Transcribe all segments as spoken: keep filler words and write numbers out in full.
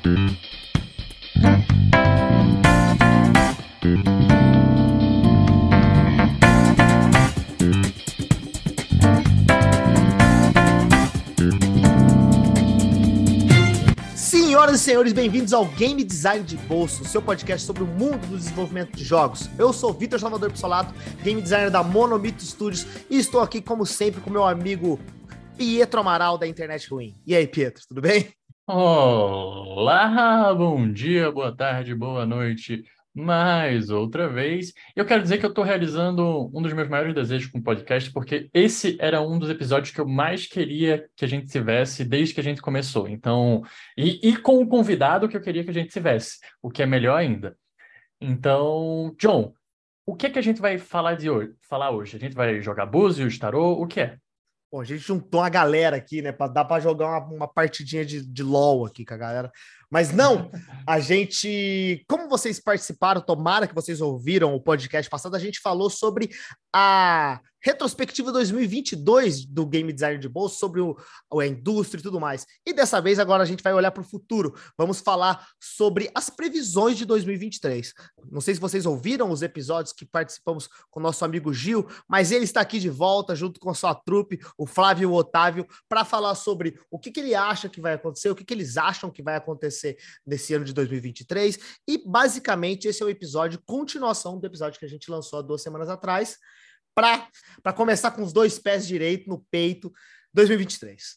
Senhoras e senhores, bem-vindos ao Game Design de Bolso, seu podcast sobre o mundo do desenvolvimento de jogos. Eu sou Vitor Salvador Pissolato, Game Designer da Monomito Studios, e estou aqui, como sempre, com meu amigo Pietro Amaral, da Internet Ruim. E aí, Pietro, tudo bem? Olá, bom dia, boa tarde, boa noite, mais outra vez. Eu quero dizer que eu estou realizando um dos meus maiores desejos com o podcast, porque esse era um dos episódios que eu mais queria que a gente tivesse desde que a gente começou. Então, e, e com o convidado que eu queria que a gente tivesse, o que é melhor ainda. Então, John, o que é que a gente vai falar de hoje? Falar hoje? A gente vai jogar Búzios, Tarô, o que é? Bom, a gente juntou uma galera aqui, né? Pra, dá para jogar uma, uma partidinha de, de LOL aqui com a galera. Mas não, a gente... Como vocês participaram, tomara que vocês ouviram o podcast passado, a gente falou sobre a retrospectiva dois mil e vinte e dois do Game Design de Bolso, sobre o, a indústria e tudo mais. E dessa vez, agora a gente vai olhar para o futuro. Vamos falar sobre as previsões de dois mil e vinte e três. Não sei se vocês ouviram os episódios que participamos com o nosso amigo Gil, mas ele está aqui de volta, junto com a sua trupe, o Flávio e o Otávio, para falar sobre o que, que ele acha que vai acontecer, o que, que eles acham que vai acontecer nesse ano de dois mil e vinte e três. E, basicamente, esse é o episódio, continuação do episódio que a gente lançou há duas semanas atrás, para começar com os dois pés direito no peito, dois mil e vinte e três.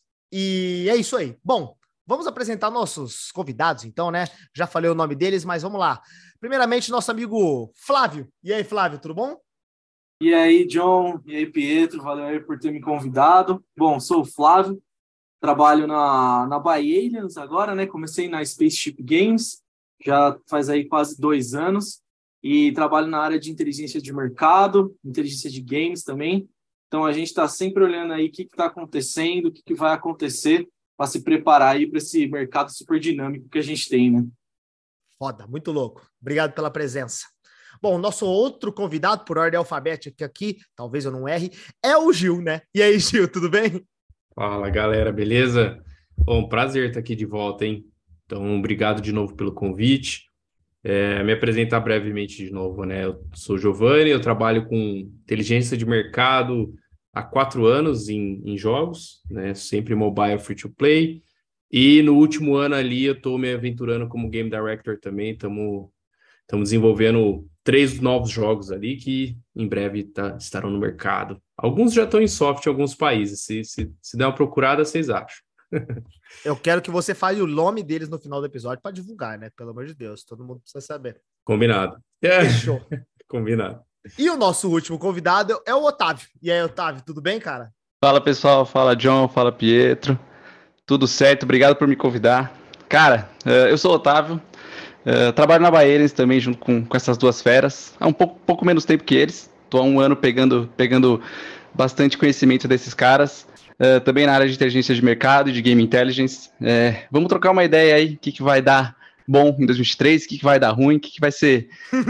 E é isso aí. Bom, vamos apresentar nossos convidados, então, né? Já falei o nome deles, mas vamos lá. Primeiramente, nosso amigo Flávio. E aí, Flávio, tudo bom? E aí, John? E aí, Pietro? Valeu aí por ter me convidado. Bom, sou o Flávio, trabalho na, na Bahia Aliens agora, né? Comecei na Spaceship Games, já faz aí quase dois anos. E trabalho na área de inteligência de mercado, inteligência de games também. Então, a gente está sempre olhando aí o que está acontecendo, o que, que vai acontecer para se preparar aí para esse mercado super dinâmico que a gente tem, né? Foda, muito louco. Obrigado pela presença. Bom, nosso outro convidado, por ordem alfabética aqui, talvez eu não erre, é o Gil, né? E aí, Gil, tudo bem? Fala, galera, beleza? Bom, prazer estar aqui de volta, hein? Então, obrigado de novo pelo convite. É, me apresentar brevemente de novo, né? Eu sou Giovanni, eu trabalho com inteligência de mercado há quatro anos em, em jogos, né? Sempre mobile free to play. E no último ano ali eu estou me aventurando como Game Director também. Estamos desenvolvendo três novos jogos ali que em breve tá, estarão no mercado. Alguns já estão em soft em alguns países. Se, se, se der uma procurada, vocês acham. Eu quero que você fale o nome deles no final do episódio para divulgar, né? Pelo amor de Deus, todo mundo precisa saber. Combinado. Fechou. Combinado. E o nosso último convidado é o Otávio. E aí, Otávio, tudo bem, cara? Fala, pessoal. Fala, John. Fala, Pietro. Tudo certo? Obrigado por me convidar. Cara, eu sou o Otávio. Trabalho na Bahia Aliens também, junto com, com essas duas feras. Há um pouco, pouco menos tempo que eles. Estou há um ano pegando, pegando bastante conhecimento desses caras. Uh, também na área de inteligência de mercado e de game intelligence. É, vamos trocar uma ideia aí, o que, que vai dar bom em dois mil e vinte e três, o que, que vai dar ruim, o que, que vai ser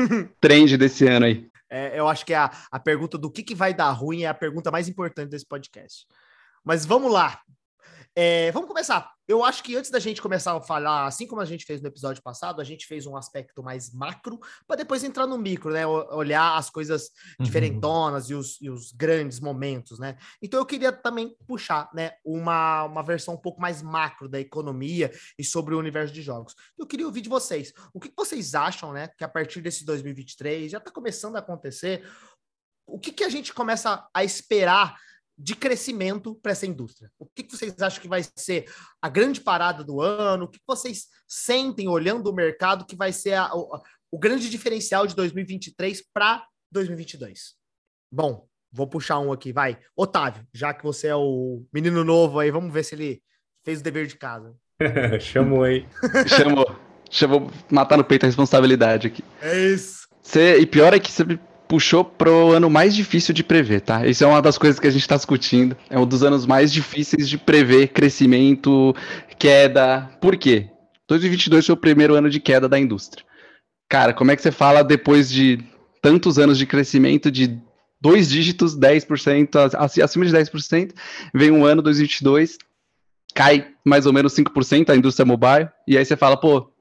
trend desse ano aí. É, eu acho que a, a pergunta do que, que vai dar ruim é a pergunta mais importante desse podcast. Mas vamos lá. É, vamos começar. Eu acho que antes da gente começar a falar, assim como a gente fez no episódio passado, a gente fez um aspecto mais macro, para depois entrar no micro, né? Olhar as coisas uhum. diferentonas e os, e os grandes momentos, né? Então eu queria também puxar, né, uma, uma versão um pouco mais macro da economia e sobre o universo de jogos. Eu queria ouvir de vocês. O que vocês acham, né? Que a partir desse dois mil e vinte e três já está começando a acontecer. O que, que a gente começa a esperar de crescimento para essa indústria? O que vocês acham que vai ser a grande parada do ano? O que vocês sentem olhando o mercado que vai ser a, o, o grande diferencial de dois mil e vinte e três para dois mil e vinte e dois? Bom, vou puxar um aqui, vai. Otávio, já que você é o menino novo aí, vamos ver se ele fez o dever de casa. Chamou aí. Chamou. Chamou matar no peito a responsabilidade aqui. É isso. Cê, e pior é que você puxou pro ano mais difícil de prever, tá? Isso é uma das coisas que a gente está discutindo. É um dos anos mais difíceis de prever crescimento, queda. Por quê? dois mil e vinte e dois foi o primeiro ano de queda da indústria. Cara, como é que você fala depois de tantos anos de crescimento de dois dígitos, dez por cento, acima de dez por cento, vem um ano, dois mil e vinte e dois, cai mais ou menos cinco por cento a indústria mobile, e aí você fala, pô,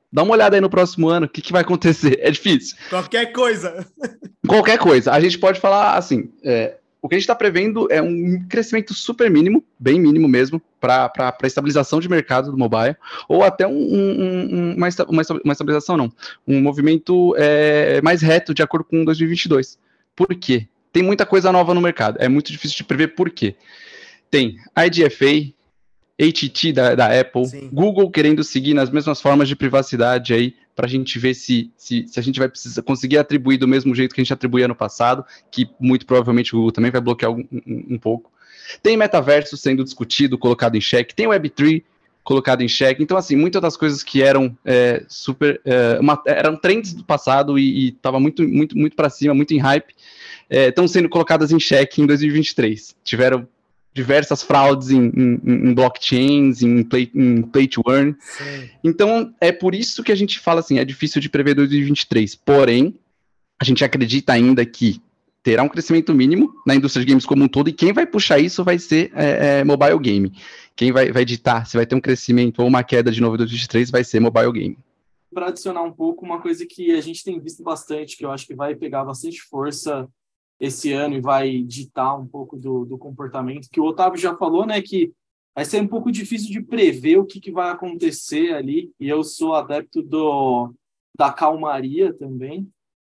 Dá uma olhada aí no próximo ano, o que, que vai acontecer? É difícil. Qualquer coisa. Qualquer coisa. A gente pode falar assim, é, o que a gente está prevendo é um crescimento super mínimo, bem mínimo mesmo, para a estabilização de mercado do mobile, ou até um, um, um, uma, uma, uma estabilização, não, um movimento é, mais reto de acordo com dois mil e vinte e dois. Por quê? Tem muita coisa nova no mercado, é muito difícil de prever por quê. Tem I D F A, A T T da, da Apple, Sim. Google querendo seguir nas mesmas formas de privacidade aí, para a gente ver se, se, se a gente vai precisar conseguir atribuir do mesmo jeito que a gente atribuía no passado, que muito provavelmente o Google também vai bloquear um, um, um pouco. Tem metaverso sendo discutido, colocado em xeque, tem Web três colocado em xeque, então assim, muitas das coisas que eram é, super, é, uma, eram trends do passado e estava muito, muito, muito para cima, muito em hype, estão é, sendo colocadas em xeque em dois mil e vinte e três. Tiveram diversas fraudes em, em, em blockchains, em play, em play to earn. Sim. Então, é por isso que a gente fala assim, é difícil de prever dois mil e vinte e três. Porém, a gente acredita ainda que terá um crescimento mínimo na indústria de games como um todo, e quem vai puxar isso vai ser é, é, mobile game. Quem vai, vai ditar se vai ter um crescimento ou uma queda de novo em dois mil e vinte e três vai ser mobile game. Para adicionar um pouco, uma coisa que a gente tem visto bastante, que eu acho que vai pegar bastante força esse ano e vai ditar um pouco do, do comportamento, que o Otávio já falou, né, que vai ser um pouco difícil de prever o que, que vai acontecer ali, e eu sou adepto do, da calmaria também.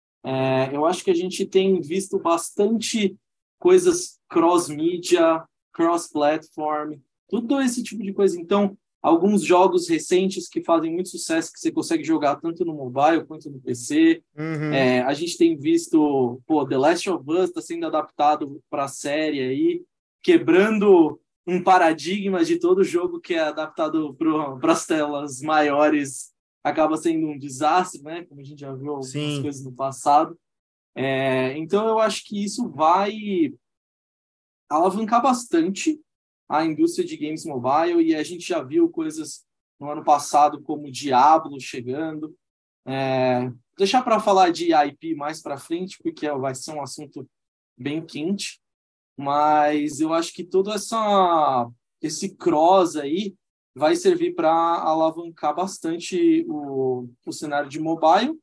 É, eu acho que a gente tem visto bastante coisas cross-mídia, cross-platform, tudo esse tipo de coisa. Então, alguns jogos recentes que fazem muito sucesso, que você consegue jogar tanto no mobile quanto no P C. Uhum. É, a gente tem visto, pô, The Last of Us está sendo adaptado para a série aí, quebrando um paradigma de todo jogo que é adaptado para as telas maiores, acaba sendo um desastre, né? Como a gente já viu algumas Sim. coisas no passado. É, então, eu acho que isso vai alavancar bastante a indústria de games mobile, e a gente já viu coisas no ano passado como Diablo chegando. É, deixar para falar de I P mais para frente, porque vai ser um assunto bem quente, mas eu acho que todo essa, esse cross aí vai servir para alavancar bastante o, o cenário de mobile,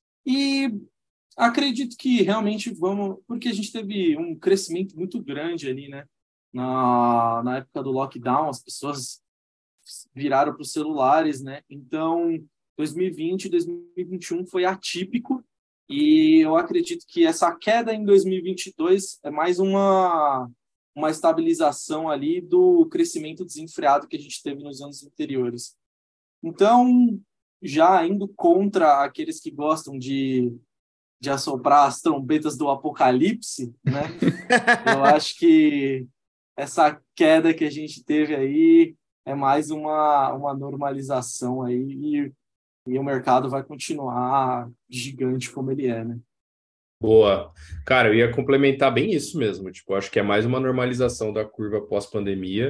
e acredito que realmente vamos, porque a gente teve um crescimento muito grande ali, né? Na, na época do lockdown, as pessoas viraram para os celulares, né? Então, dois mil e vinte e dois mil e vinte e um foi atípico, e eu acredito que essa queda em dois mil e vinte e dois é mais uma, uma estabilização ali do crescimento desenfreado que a gente teve nos anos anteriores. Então, já indo contra aqueles que gostam de, de assoprar as trombetas do apocalipse, né? Eu acho que essa queda que a gente teve aí é mais uma, uma normalização aí, e, e o mercado vai continuar gigante como ele é, né? Boa. Cara, eu ia complementar bem isso mesmo. Tipo, acho que é mais uma normalização da curva pós-pandemia.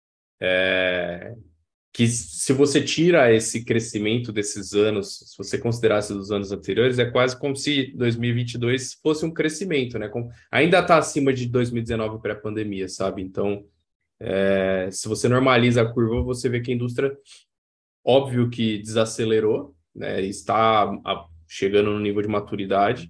É... Que se você tira esse crescimento desses anos, se você considerasse dos anos anteriores, é quase como se dois mil e vinte e dois fosse um crescimento, né? Com... Ainda está acima de dois mil e dezenove pré-pandemia, sabe? Então, é... se você normaliza a curva, você vê que a indústria, óbvio que desacelerou, né? Está a... chegando no nível de maturidade,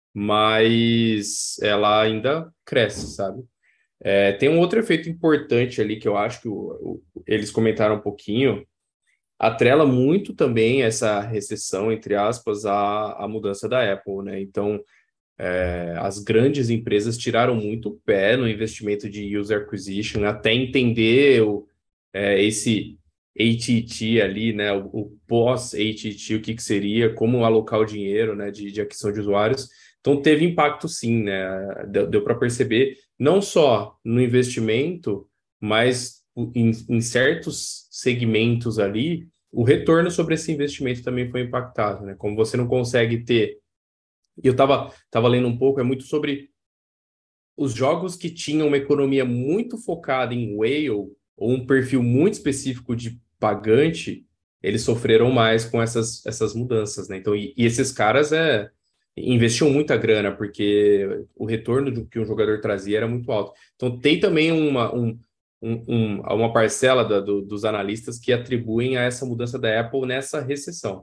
mas ela ainda cresce, sabe? É, tem um outro efeito importante ali que eu acho que o, o, eles comentaram um pouquinho, atrela muito também essa recessão, entre aspas, à, à mudança da Apple, né? Então, é, as grandes empresas tiraram muito o pé no investimento de user acquisition, até entender o, é, esse A T T ali, né? O, o pós-A T T, o que, que seria, como alocar o dinheiro, né? de, de aquisição de usuários. Então, teve impacto sim, né? Deu, deu para perceber, não só no investimento, mas em, em certos segmentos ali, o retorno sobre esse investimento também foi impactado, né? Como você não consegue ter... E eu estava tava lendo um pouco, é muito sobre os jogos que tinham uma economia muito focada em whale, ou um perfil muito específico de pagante, eles sofreram mais com essas, essas mudanças, né? Então, e, e esses caras é... investiam muita grana, porque o retorno que um jogador trazia era muito alto. Então, tem também uma, um, um, uma parcela da, do, dos analistas que atribuem a essa mudança da Apple nessa recessão.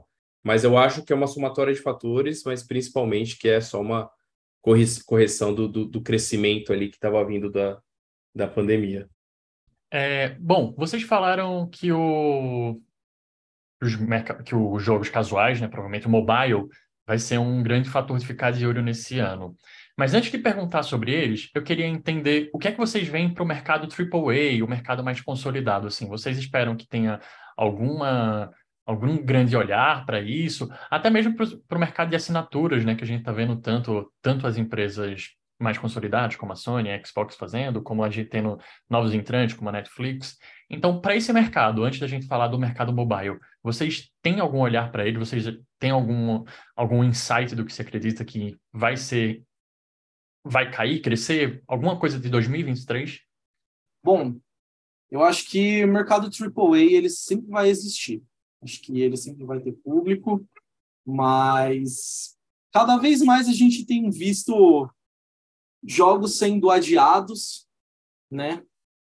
mas eu acho que é uma somatória de fatores, mas principalmente que é só uma correção do, do, do crescimento ali que estava vindo da, da pandemia. É, bom, vocês falaram que o os merc- que os jogos casuais, né, provavelmente o mobile, vai ser um grande fator de ficar de olho nesse ano. Mas antes de perguntar sobre eles, eu queria entender o que é que vocês veem para o mercado triplo A, o mercado mais consolidado, assim. Vocês esperam que tenha alguma algum grande olhar para isso, até mesmo para o mercado de assinaturas, né, que a gente está vendo tanto tanto as empresas mais consolidadas, como a Sony, a Xbox fazendo, como a gente tendo novos entrantes, como a Netflix. Então, para esse mercado, antes da gente falar do mercado mobile, vocês têm algum olhar para ele? Vocês têm algum, algum insight do que você acredita que vai ser, vai cair, crescer? Alguma coisa de dois mil e vinte e três? Bom, eu acho que o mercado triplo A ele sempre vai existir. Acho que ele sempre vai ter público, mas cada vez mais a gente tem visto jogos sendo adiados, né?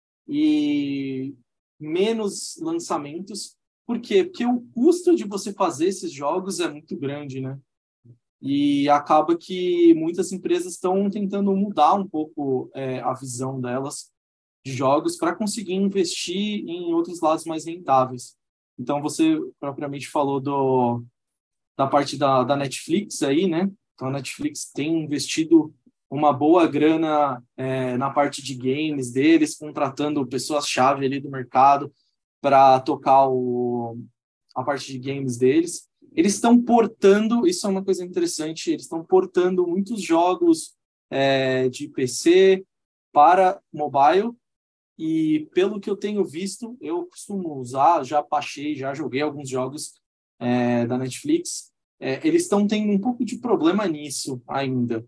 E menos lançamentos. Por quê? Porque o custo de você fazer esses jogos é muito grande, né? E acaba que muitas empresas estão tentando mudar um pouco é, a visão delas de jogos para conseguir investir em outros lados mais rentáveis. Então, você propriamente falou do, da parte da, da Netflix aí, né? Então, a Netflix tem investido uma boa grana é, na parte de games deles, contratando pessoas-chave ali do mercado para tocar o, a parte de games deles. Eles estão portando, isso é uma coisa interessante, eles estão portando muitos jogos é, de P C para mobile, e pelo que eu tenho visto, eu costumo usar, já baixei, já joguei alguns jogos é, da Netflix, é, eles estão tendo um pouco de problema nisso ainda.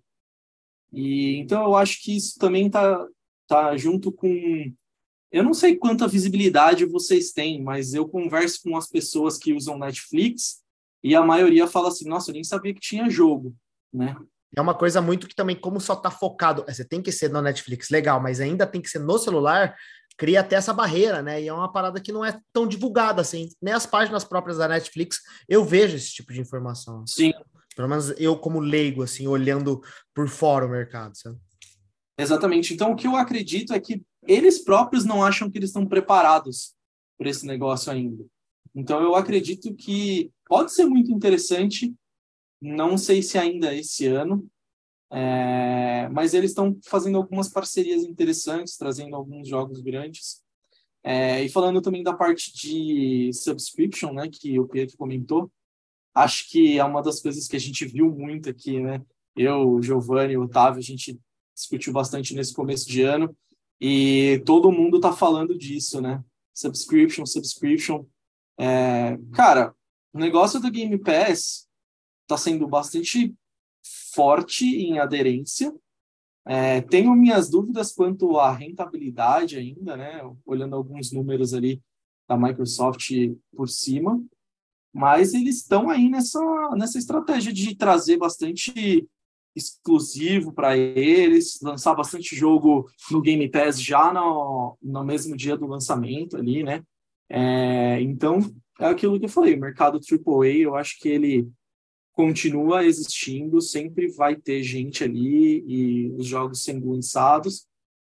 E então eu acho que isso também está tá junto com... Eu não sei quanta visibilidade vocês têm, mas eu converso com as pessoas que usam Netflix e a maioria fala assim, nossa, eu nem sabia que tinha jogo, né? É uma coisa muito que também, como só tá focado, você tem que ser no Netflix, legal, mas ainda tem que ser no celular, cria até essa barreira, né? E é uma parada que não é tão divulgada assim. Nem as páginas próprias da Netflix eu vejo esse tipo de informação. Sim. Pelo menos eu, como leigo, assim, olhando por fora o mercado, sabe? Exatamente. Então, o que eu acredito é que eles próprios não acham que eles estão preparados para esse negócio ainda. Então, eu acredito que pode ser muito interessante, não sei se ainda esse ano, é... mas eles estão fazendo algumas parcerias interessantes, trazendo alguns jogos grandes. É... E falando também da parte de subscription, né, que o Pietro comentou, acho que é uma das coisas que a gente viu muito aqui, né? Eu, o Giovanni, o Otávio, a gente discutiu bastante nesse começo de ano e todo mundo tá falando disso, né? Subscription, subscription. É... Cara, o negócio do Game Pass tá sendo bastante forte em aderência. É... Tenho minhas dúvidas quanto à rentabilidade ainda, né? Olhando alguns números ali da Microsoft por cima. Mas eles estão aí nessa, nessa estratégia de trazer bastante exclusivo para eles, lançar bastante jogo no Game Pass já no, no mesmo dia do lançamento ali, né? É, então, é aquilo que eu falei, o mercado triplo A, eu acho que ele continua existindo, sempre vai ter gente ali e os jogos sendo lançados,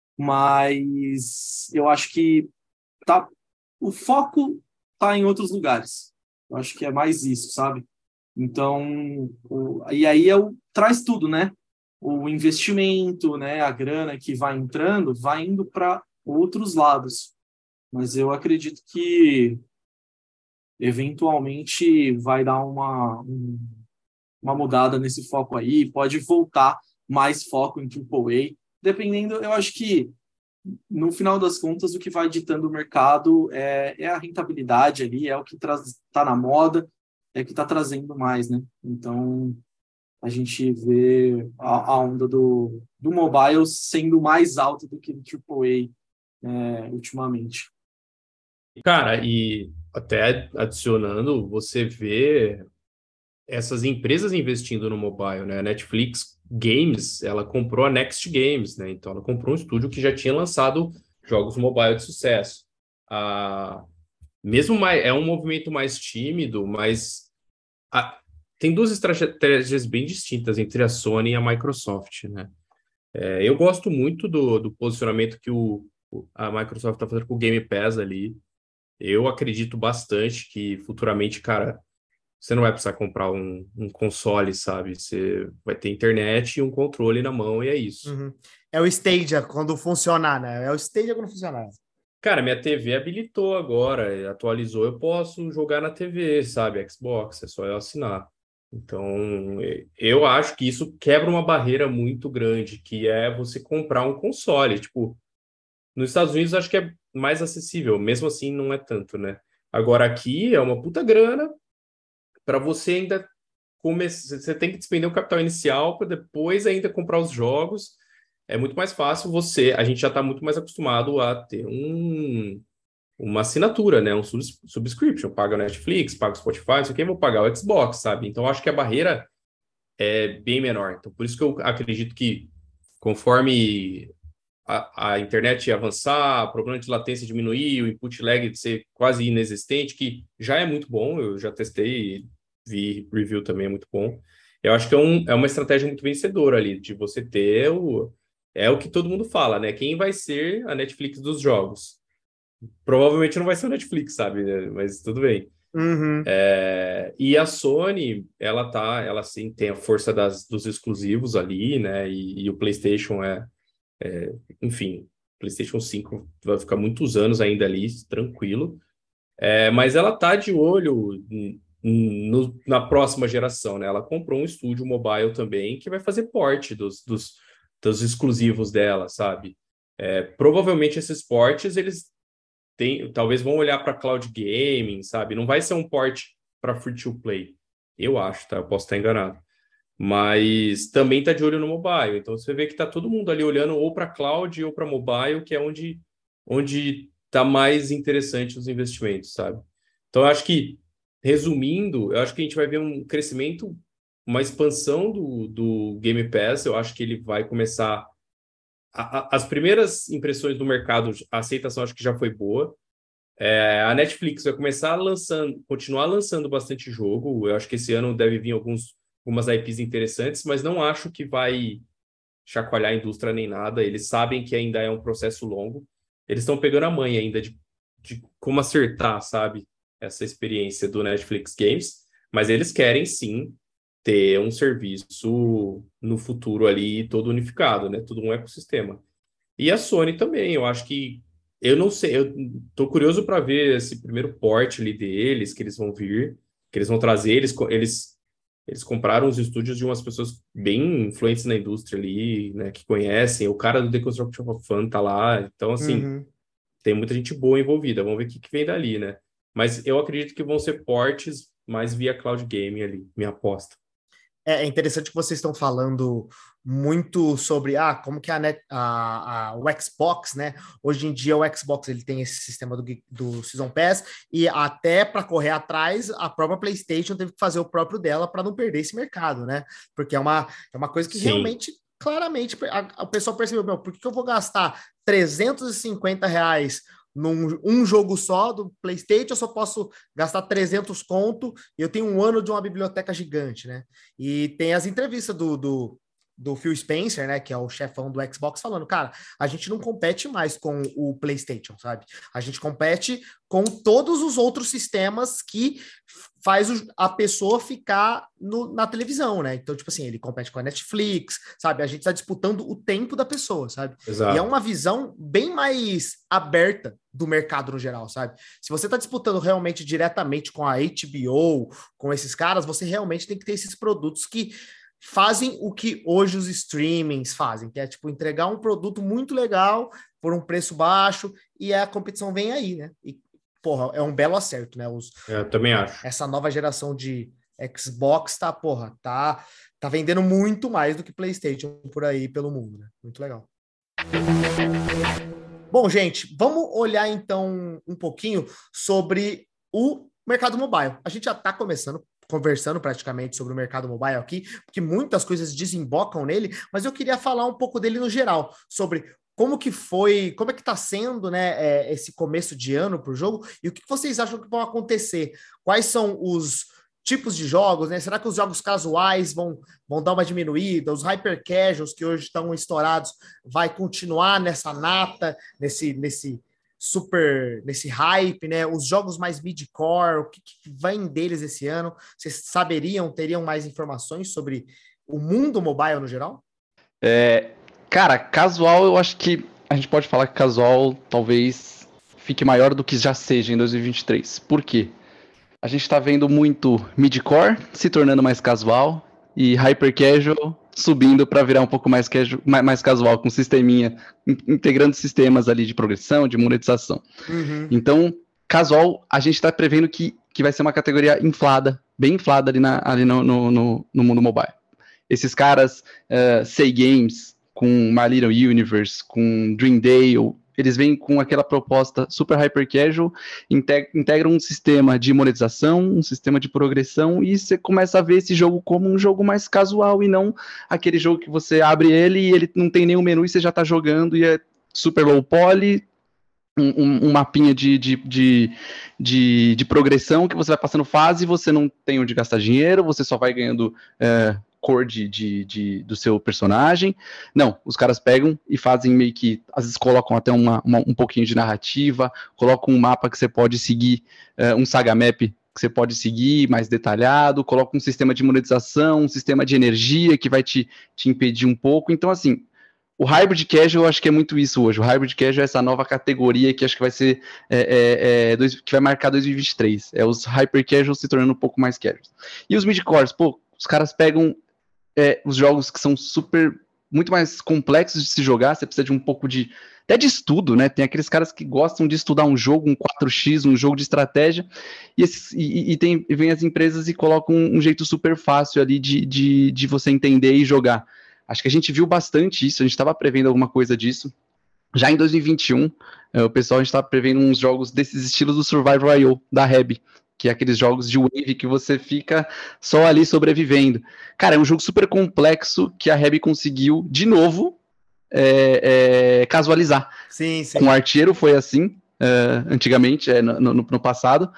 mas eu acho que tá, o foco tá em outros lugares. Eu acho que é mais isso, sabe? Então, o, e aí é o, traz tudo, né? O investimento, né? A grana que vai entrando, vai indo para outros lados. Mas eu acredito que eventualmente vai dar uma, um, uma mudada nesse foco aí, pode voltar mais foco em triplo A, dependendo, eu acho que no final das contas, o que vai ditando o mercado é, é a rentabilidade ali, é o que está na moda, é o que está trazendo mais, né? Então, a gente vê a, a onda do, do mobile sendo mais alta do que do triplo A é, ultimamente. Cara, e até adicionando, você vê essas empresas investindo no mobile, né? A Netflix Games, ela comprou a Next Games, né? Então, ela comprou um estúdio que já tinha lançado jogos mobile de sucesso. Ah, mesmo mais, é um movimento mais tímido, mas a, tem duas estratégias bem distintas entre a Sony e a Microsoft, né? É, eu gosto muito do, do posicionamento que o, a Microsoft está fazendo com o Game Pass ali. Eu acredito bastante que futuramente, cara, você não vai precisar comprar um, um console, sabe? Você vai ter internet e um controle na mão e é isso. Uhum. É o Stadia quando funcionar, né? É o Stadia quando funcionar. Cara, minha T V habilitou agora, atualizou, eu posso jogar na T V, sabe? Xbox, é só eu assinar. Então, eu acho que isso quebra uma barreira muito grande, que é você comprar um console. Tipo, nos Estados Unidos acho que é mais acessível, mesmo assim não é tanto, né? Agora aqui é uma puta grana para você ainda começar. Você tem que despender o capital inicial para depois ainda comprar os jogos. É muito mais fácil você. A gente já está muito mais acostumado a ter um, uma assinatura, né? Um subs, subscription. Paga o Netflix, paga o Spotify, não sei o que, vou pagar o Xbox, sabe? Então acho que a barreira é bem menor. Então por isso que eu acredito que conforme a, a internet avançar, o problema de latência diminuir, o input lag ser quase inexistente, que já é muito bom, eu já testei, vi review também, é muito bom. Eu acho que é, um, é uma estratégia muito vencedora ali, de você ter o... É o que todo mundo fala, né? Quem vai ser a Netflix dos jogos? Provavelmente não vai ser a Netflix, sabe? Mas tudo bem. Uhum. É, e a Sony, ela tá, ela sim tem a força das, dos exclusivos ali, né? E, e o PlayStation é, é, enfim, PlayStation cinco vai ficar muitos anos ainda ali, tranquilo. É, mas ela tá de olho no, na próxima geração, né? Ela comprou um estúdio mobile também que vai fazer porte dos, dos, dos exclusivos dela, sabe? É, provavelmente esses portes, eles tem, talvez vão olhar para cloud gaming, sabe? Não vai ser um port para free to play. Eu acho, tá? Eu posso estar enganado. Mas também tá de olho no mobile. Então você vê que tá todo mundo ali olhando ou para cloud ou para mobile, que é onde onde tá mais interessante os investimentos, sabe? Então eu acho que, resumindo, eu acho que a gente vai ver um crescimento, uma expansão do, do Game Pass. Eu acho que ele vai começar a, a, as primeiras impressões do mercado, a aceitação acho que já foi boa. É, a Netflix vai começar lançando, continuar lançando bastante jogo. Eu acho que esse ano deve vir alguns, algumas I Ps interessantes, mas não acho que vai chacoalhar a indústria nem nada. Eles sabem que ainda é um processo longo. Eles estão pegando a manha ainda de, de como acertar, sabe, essa experiência do Netflix Games, mas eles querem sim ter um serviço no futuro ali todo unificado, né? Todo um ecossistema. E a Sony também, eu acho que eu não sei, eu tô curioso para ver esse primeiro porte ali deles, que eles vão vir, que eles vão trazer, eles, eles, eles compraram os estúdios de umas pessoas bem influentes na indústria ali, né, que conhecem, o cara do The Construction of Fun tá lá, então assim, Uhum. tem muita gente boa envolvida, vamos ver o que, que vem dali, né? Mas eu acredito que vão ser portes mais via cloud gaming ali, minha aposta. É interessante que vocês estão falando muito sobre ah, como que a, net, a, a, o Xbox, né? Hoje em dia o Xbox ele tem esse sistema do, do Season Pass e até para correr atrás, a própria PlayStation teve que fazer o próprio dela para não perder esse mercado, né? Porque é uma, é uma coisa que Sim. realmente, claramente, a, a pessoa percebeu, meu, por que, que eu vou gastar trezentos e cinquenta reais num um jogo só do PlayStation, eu só posso gastar trezentos conto e eu tenho um ano de uma biblioteca gigante, né? E tem as entrevistas do, do, do Phil Spencer, né? Que é o chefão do Xbox, falando, cara, a gente não compete mais com o PlayStation, sabe? A gente compete com todos os outros sistemas que faz a pessoa ficar no, na televisão, né? Então, tipo assim, ele compete com a Netflix, sabe? A gente tá disputando o tempo da pessoa, sabe? Exato. E é uma visão bem mais aberta do mercado no geral, sabe? Se você tá disputando realmente diretamente com a H B O, com esses caras, você realmente tem que ter esses produtos que fazem o que hoje os streamings fazem, que é, tipo, entregar um produto muito legal por um preço baixo e a competição vem aí, né? E, porra, é um belo acerto, né? Os, Eu também acho. Essa nova geração de Xbox tá, porra, tá, tá vendendo muito mais do que PlayStation por aí pelo mundo, né? Muito legal. Bom, gente, vamos olhar então um pouquinho sobre o mercado mobile. A gente já está começando, conversando praticamente sobre o mercado mobile aqui, porque muitas coisas desembocam nele, mas eu queria falar um pouco dele no geral, sobre como que foi, como é que está sendo, né, é, esse começo de ano para o jogo e o que vocês acham que vão acontecer? Quais são os tipos de jogos, né? Será que os jogos casuais vão, vão dar uma diminuída? Os hyper casuals que hoje estão estourados vai continuar nessa nata, nesse, nesse super, nesse hype, né? Os jogos mais mid-core, o que, que vem deles esse ano? Vocês saberiam, teriam mais informações sobre o mundo mobile no geral? É, cara, casual, eu acho que a gente pode falar que casual talvez fique maior do que já seja em dois mil e vinte e três. Por quê? A gente está vendo muito mid-core se tornando mais casual e hyper casual subindo para virar um pouco mais, casual, mais casual, com sisteminha, integrando sistemas ali de progressão, de monetização. Uhum. Então, casual, a gente está prevendo que, que vai ser uma categoria inflada, bem inflada ali, na, ali no, no, no, no mundo mobile. Esses caras, uh, Say Games, com My Little Universe, com Dream Dale, eles vêm com aquela proposta super hyper casual, integram um sistema de monetização, um sistema de progressão, e você começa a ver esse jogo como um jogo mais casual, e não aquele jogo que você abre ele e ele não tem nenhum menu e você já tá jogando, e é super low poly, um, um, um mapinha de, de, de, de, de progressão que você vai passando fase, você não tem onde gastar dinheiro, você só vai ganhando... É, cor de, de, de, do seu personagem. Não, os caras pegam e fazem meio que, às vezes colocam até uma, uma, um pouquinho de narrativa, colocam um mapa que você pode seguir, uh, um saga map que você pode seguir mais detalhado, coloca um sistema de monetização, um sistema de energia que vai te, te impedir um pouco. Então, assim, o hybrid casual eu acho que é muito isso hoje. O hybrid casual é essa nova categoria que acho que vai ser, é, é, é, dois, que vai marcar dois mil e vinte e três. É os hyper casual se tornando um pouco mais casuals. E os mid-cores, pô, os caras pegam É, os jogos que são super, muito mais complexos de se jogar, você precisa de um pouco de, até de estudo, né? Tem aqueles caras que gostam de estudar um jogo, um quatro x, um jogo de estratégia, e, esses, e, e, tem, e vem as empresas e colocam um, um jeito super fácil ali de, de, de você entender e jogar. Acho que a gente viu bastante isso, a gente estava prevendo alguma coisa disso. Já em dois mil e vinte e um, é, o pessoal, a gente estava prevendo uns jogos desses estilos do Survival I O, da Reb, que é aqueles jogos de wave que você fica só ali sobrevivendo. Cara, é um jogo super complexo que a Reb conseguiu, de novo, é, é, casualizar. Sim, sim. Com o Arteiro foi assim, é, antigamente, é, no, no, no passado.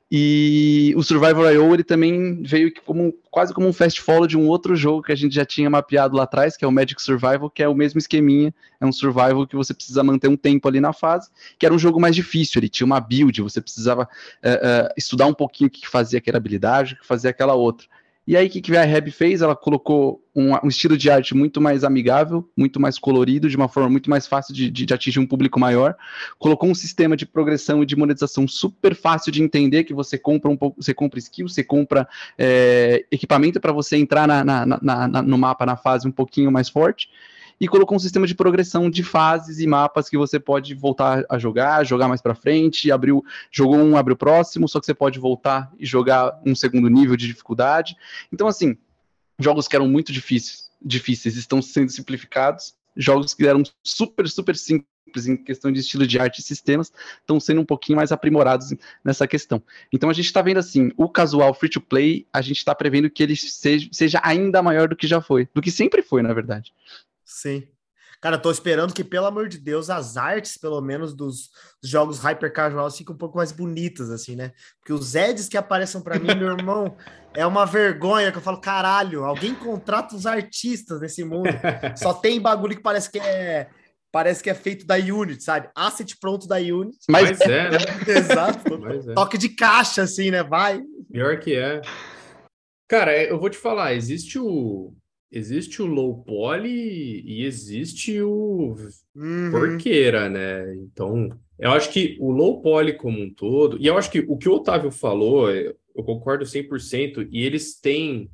E o Survivor I O ele também veio como, quase como um fast follow de um outro jogo que a gente já tinha mapeado lá atrás, que é o Magic Survival, que é o mesmo esqueminha, é um survival que você precisa manter um tempo ali na fase, que era um jogo mais difícil, ele tinha uma build, você precisava uh, uh, estudar um pouquinho o que fazia aquela habilidade, o que fazia aquela outra. E aí, o que, que a Reb fez? Ela colocou um, um estilo de arte muito mais amigável, muito mais colorido, de uma forma muito mais fácil de, de, de atingir um público maior. Colocou um sistema de progressão e de monetização super fácil de entender, que você compra um pouco, você compra skill, você compra é, equipamento para você entrar na, na, na, na, no mapa, na fase um pouquinho mais forte. E colocou um sistema de progressão de fases e mapas que você pode voltar a jogar, jogar mais para frente, abriu, jogou um, abre o próximo, só que você pode voltar e jogar um segundo nível de dificuldade. Então, assim, jogos que eram muito difíceis, difíceis estão sendo simplificados, jogos que eram super, super simples em questão de estilo de arte e sistemas, estão sendo um pouquinho mais aprimorados nessa questão. Então, a gente está vendo, assim, o casual free-to-play, a gente está prevendo que ele seja, seja ainda maior do que já foi, do que sempre foi, na verdade. Sim. Cara, eu tô esperando que, pelo amor de Deus, as artes, pelo menos, dos, dos jogos hyper casual fiquem um pouco mais bonitas, assim, né? Porque os ads que aparecem para mim, meu irmão, é uma vergonha, que eu falo, caralho, alguém contrata os artistas nesse mundo. Só tem bagulho que parece que é parece que é feito da Unity, sabe? Asset pronto da Unity. Mas, Mas é, né? Exato. Mas é. Toque de caixa, assim, né? Vai. Pior que é. Cara, eu vou te falar, existe o... Existe o low poly e existe o uhum. porqueira, né? Então, eu acho que o low poly como um todo... E eu acho que o que o Otávio falou, eu concordo cem por cento, e eles têm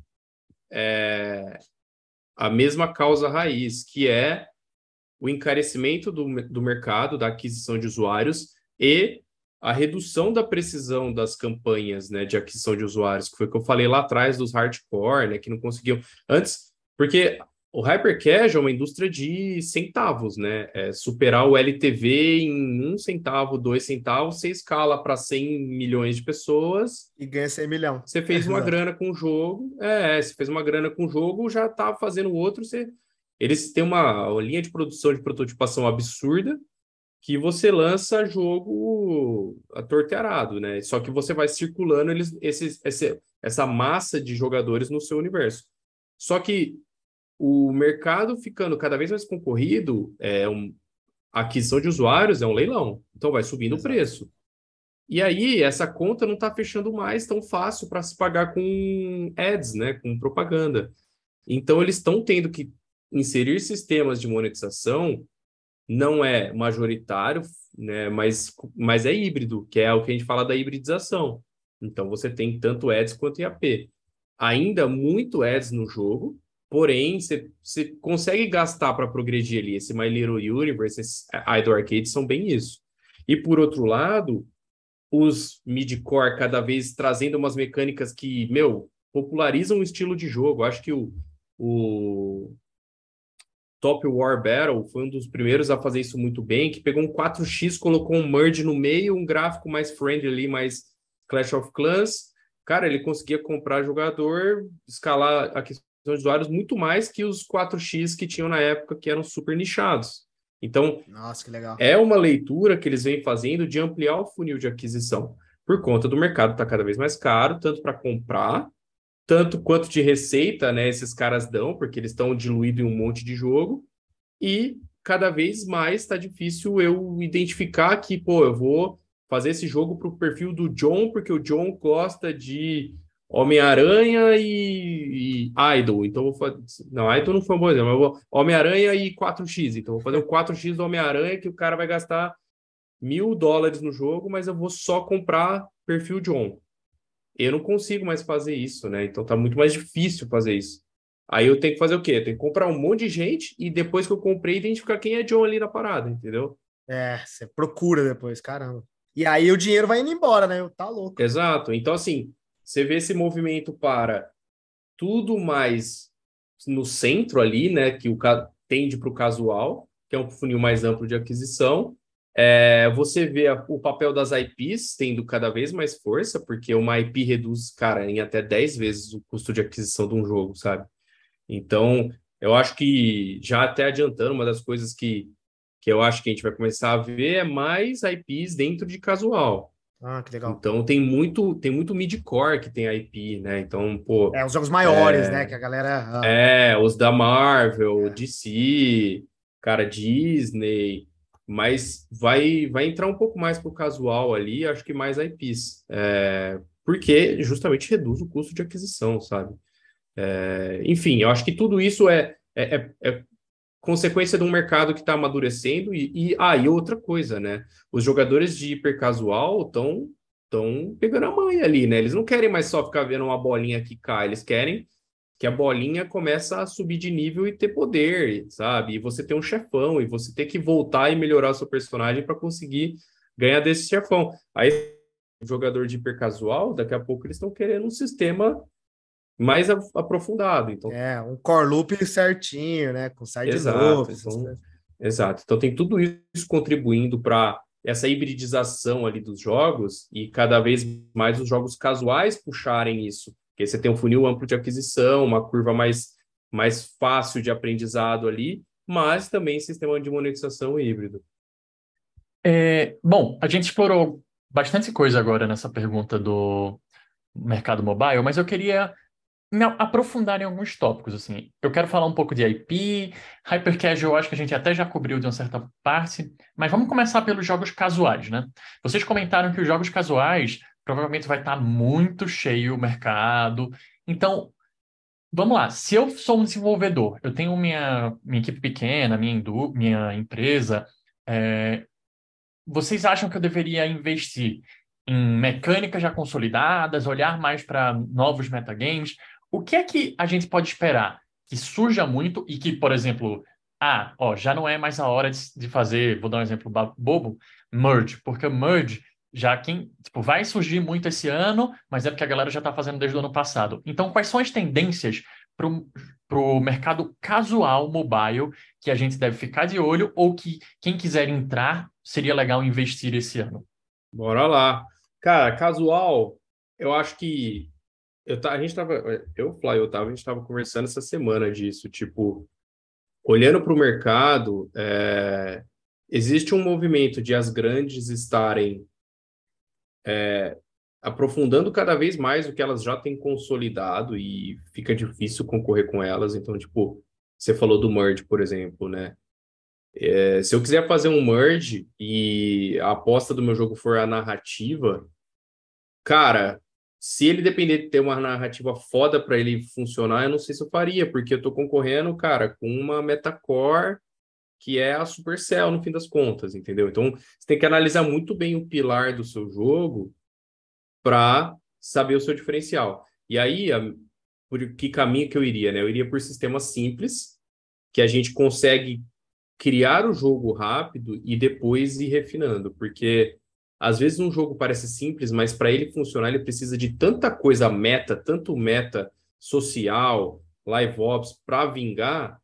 é, a mesma causa raiz, que é o encarecimento do, do mercado, da aquisição de usuários e a redução da precisão das campanhas, né, de aquisição de usuários, que foi o que eu falei lá atrás dos hardcore, né, que não conseguiam... Antes... Porque o hypercasual é uma indústria de centavos, né? É superar o L T V em um centavo, dois centavos, você escala para cem milhões de pessoas. E ganha cem milhões. Você fez uma grana com o jogo. É, você fez uma grana com o jogo, já tá fazendo outro. Você... Eles têm uma, uma linha de produção, de prototipação absurda, que você lança jogo atortearado, né? Só que você vai circulando eles, esses, esse, essa massa de jogadores no seu universo. Só que o mercado ficando cada vez mais concorrido, é um, a aquisição de usuários é um leilão, então vai subindo o preço. E aí, essa conta não está fechando mais tão fácil para se pagar com ads, né, com propaganda. Então, eles estão tendo que inserir sistemas de monetização, não é majoritário, né, mas, mas é híbrido, que é o que a gente fala da hibridização. Então, você tem tanto ads quanto I A P. Ainda muito ads no jogo, porém, você, você consegue gastar para progredir ali. Esse My Little Universe, esse Idle Arcade são bem isso. E, por outro lado, os mid-core cada vez trazendo umas mecânicas que, meu, popularizam o estilo de jogo. Acho que o, o Top War Battle foi um dos primeiros a fazer isso muito bem, que pegou um quatro x, colocou um merge no meio, um gráfico mais friendly ali, mais Clash of Clans. Cara, ele conseguia comprar jogador, escalar a questão de usuários muito mais que os quatro x que tinham na época, que eram super nichados. Então, nossa, que legal. É uma leitura que eles vêm fazendo de ampliar o funil de aquisição, por conta do mercado estar cada vez mais caro, tanto para comprar, tanto quanto de receita, né, esses caras dão, porque eles estão diluídos em um monte de jogo, e cada vez mais está difícil eu identificar que, pô, eu vou fazer esse jogo para o perfil do John, porque o John gosta de Homem-Aranha e, e Idol. Então, vou fazer. Não, Idol não foi um bom exemplo, mas vou Homem-Aranha e quatro x. Então, vou fazer um quatro x do Homem-Aranha que o cara vai gastar mil dólares no jogo, mas eu vou só comprar perfil John. Eu não consigo mais fazer isso, né? Então, tá muito mais difícil fazer isso. Aí eu tenho que fazer o quê? Eu tenho que comprar um monte de gente e depois que eu comprei, identificar quem é John ali na parada, entendeu? É, você procura depois, caramba. E aí o dinheiro vai indo embora, né? Tá louco. Exato. Então, assim, você vê esse movimento para tudo mais no centro ali, né? Que o tende para o casual, que é um funil mais amplo de aquisição. É, você vê a, o papel das I Ps tendo cada vez mais força, porque uma I P reduz, cara, em até dez vezes o custo de aquisição de um jogo, sabe? Então, eu acho que, já até adiantando, uma das coisas que, que eu acho que a gente vai começar a ver é mais I Ps dentro de casual. Ah, que legal. Então, tem muito, tem muito mid-core que tem I P, né? Então, pô... É, os jogos maiores, é, né? Que a galera... Ah. É, os da Marvel, É. D C, cara, Disney... Mas vai, vai entrar um pouco mais pro casual ali, acho que mais I Ps. É, porque justamente reduz o custo de aquisição, sabe? É, enfim, eu acho que tudo isso é, é, é, é consequência de um mercado que está amadurecendo. E, e, ah, e outra coisa, né? Os jogadores de hipercasual estão estão pegando a manha ali, né? Eles não querem mais só ficar vendo uma bolinha que cai, eles querem que a bolinha comece a subir de nível e ter poder, sabe? E você ter um chefão, e você ter que voltar e melhorar o seu personagem para conseguir ganhar desse chefão. Aí, o jogador de hipercasual, daqui a pouco eles estão querendo um sistema mais aprofundado. Então, é, um core loop certinho, né? Com side exato, loops. então, exato. Então tem tudo isso contribuindo para essa hibridização ali dos jogos e cada vez mais os jogos casuais puxarem isso. Porque você tem um funil amplo de aquisição, uma curva mais, mais fácil de aprendizado ali, mas também sistema de monetização híbrido. É, bom, a gente explorou bastante coisa agora nessa pergunta do mercado mobile, mas eu queria me aprofundar em alguns tópicos, assim. Eu quero falar um pouco de I P, Hyper Casual, acho que a gente até já cobriu de uma certa parte, mas vamos começar pelos jogos casuais, né? Vocês comentaram que os jogos casuais provavelmente vai estar muito cheio o mercado. Então, vamos lá. Se eu sou um desenvolvedor, eu tenho minha, minha equipe pequena, minha, indú minha empresa, é, vocês acham que eu deveria investir em mecânicas já consolidadas, olhar mais para novos metagames? O que é que a gente pode esperar que surja muito e que, por exemplo, ah, ó, já não é mais a hora de, de fazer, vou dar um exemplo bobo, merge, porque merge já quem, tipo, vai surgir muito esse ano, mas é porque a galera já está fazendo desde o ano passado. Então, quais são as tendências para o mercado casual mobile que a gente deve ficar de olho ou que quem quiser entrar seria legal investir esse ano? Bora lá. Cara, casual, eu acho que eu, a gente tava, eu, Fly, eu tava, a gente tava conversando essa semana disso, tipo, olhando para o mercado, é, existe um movimento de as grandes estarem é, aprofundando cada vez mais o que elas já têm consolidado e fica difícil concorrer com elas. Então, tipo, você falou do merge, por exemplo, né? É, se eu quiser fazer um merge e a aposta do meu jogo for a narrativa, cara, se ele depender de ter uma narrativa foda para ele funcionar, eu não sei se eu faria, porque eu tô concorrendo, cara, com uma metacore que é a Supercell, no fim das contas, entendeu? Então, você tem que analisar muito bem o pilar do seu jogo para saber o seu diferencial. E aí, a, por que caminho que eu iria, né? Eu iria por sistemas simples, que a gente consegue criar o jogo rápido e depois ir refinando, porque às vezes um jogo parece simples, mas para ele funcionar, ele precisa de tanta coisa meta, tanto meta social, live ops, para vingar,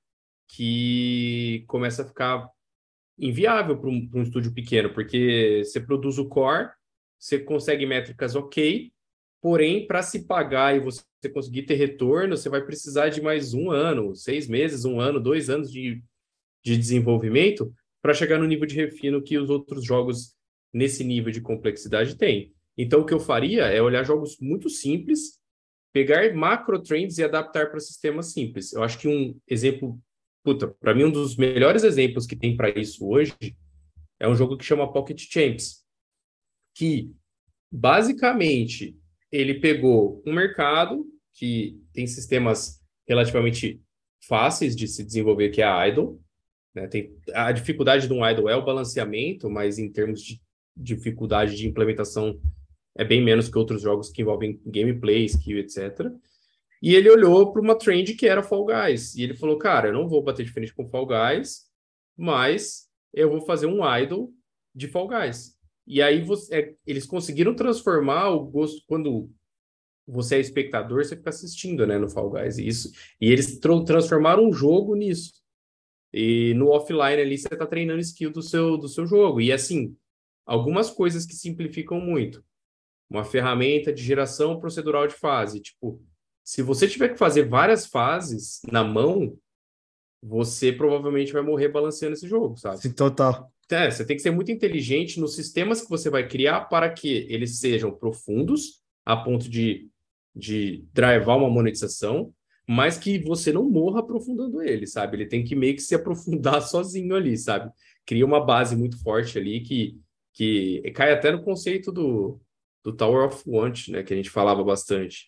que começa a ficar inviável para um, para um estúdio pequeno, porque você produz o core, você consegue métricas ok, porém, para se pagar e você conseguir ter retorno, você vai precisar de mais um ano, seis meses, um ano, dois anos de, de desenvolvimento para chegar no nível de refino que os outros jogos nesse nível de complexidade têm. Então, o que eu faria é olhar jogos muito simples, pegar macro trends e adaptar para sistemas simples. Eu acho que um exemplo, puta, para mim um dos melhores exemplos que tem para isso hoje é um jogo que chama Pocket Champs, que basicamente ele pegou um mercado que tem sistemas relativamente fáceis de se desenvolver, que é a Idle, né? Tem, a dificuldade de um Idle é o balanceamento, mas em termos de dificuldade de implementação é bem menos que outros jogos que envolvem gameplay, skill, etcétera. E ele olhou para uma trend que era Fall Guys. E ele falou, cara, eu não vou bater de frente com Fall Guys, mas eu vou fazer um idle de Fall Guys. E aí você, é, eles conseguiram transformar o gosto... Quando você é espectador, você fica assistindo, né, no Fall Guys. E, isso, e eles tr- transformaram um jogo nisso. E no offline ali, você está treinando skill do seu, do seu jogo. E assim, algumas coisas que simplificam muito. Uma ferramenta de geração procedural de fase. Tipo, se você tiver que fazer várias fases na mão, você provavelmente vai morrer balanceando esse jogo, sabe? Sim, total. É, você tem que ser muito inteligente nos sistemas que você vai criar para que eles sejam profundos, a ponto de, de drivar uma monetização, mas que você não morra aprofundando ele, sabe? Ele tem que meio que se aprofundar sozinho ali, sabe? Cria uma base muito forte ali que, que cai até no conceito do, do Tower of Want, né? Que a gente falava bastante.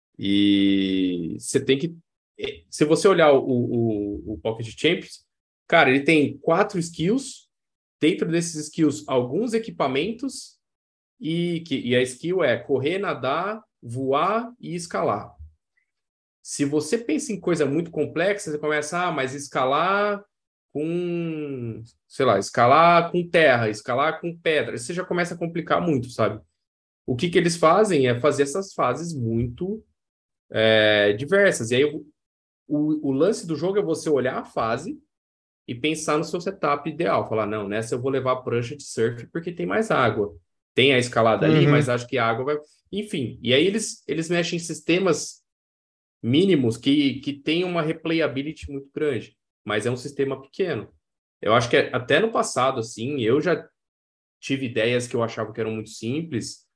E você tem que... Se você olhar o, o, o Pocket Champs, cara, ele tem quatro skills. Dentro desses skills, alguns equipamentos. E, que, e a skill é correr, nadar, voar e escalar. Se você pensa em coisa muito complexa, você começa, ah, mas escalar com, sei lá, escalar com terra, escalar com pedra. Você já começa a complicar muito, sabe? O que, que eles fazem é fazer essas fases muito é, diversas. E aí o, o, o lance do jogo é você olhar a fase e pensar no seu setup ideal. Falar, não, nessa eu vou levar a prancha de surf porque tem mais água. Tem a escalada ali, Uhum. mas acho que a água vai... Enfim, e aí eles, eles mexem em sistemas mínimos que, que tem uma replayability muito grande, mas é um sistema pequeno. Eu acho que até no passado, assim, eu já tive ideias que eu achava que eram muito simples,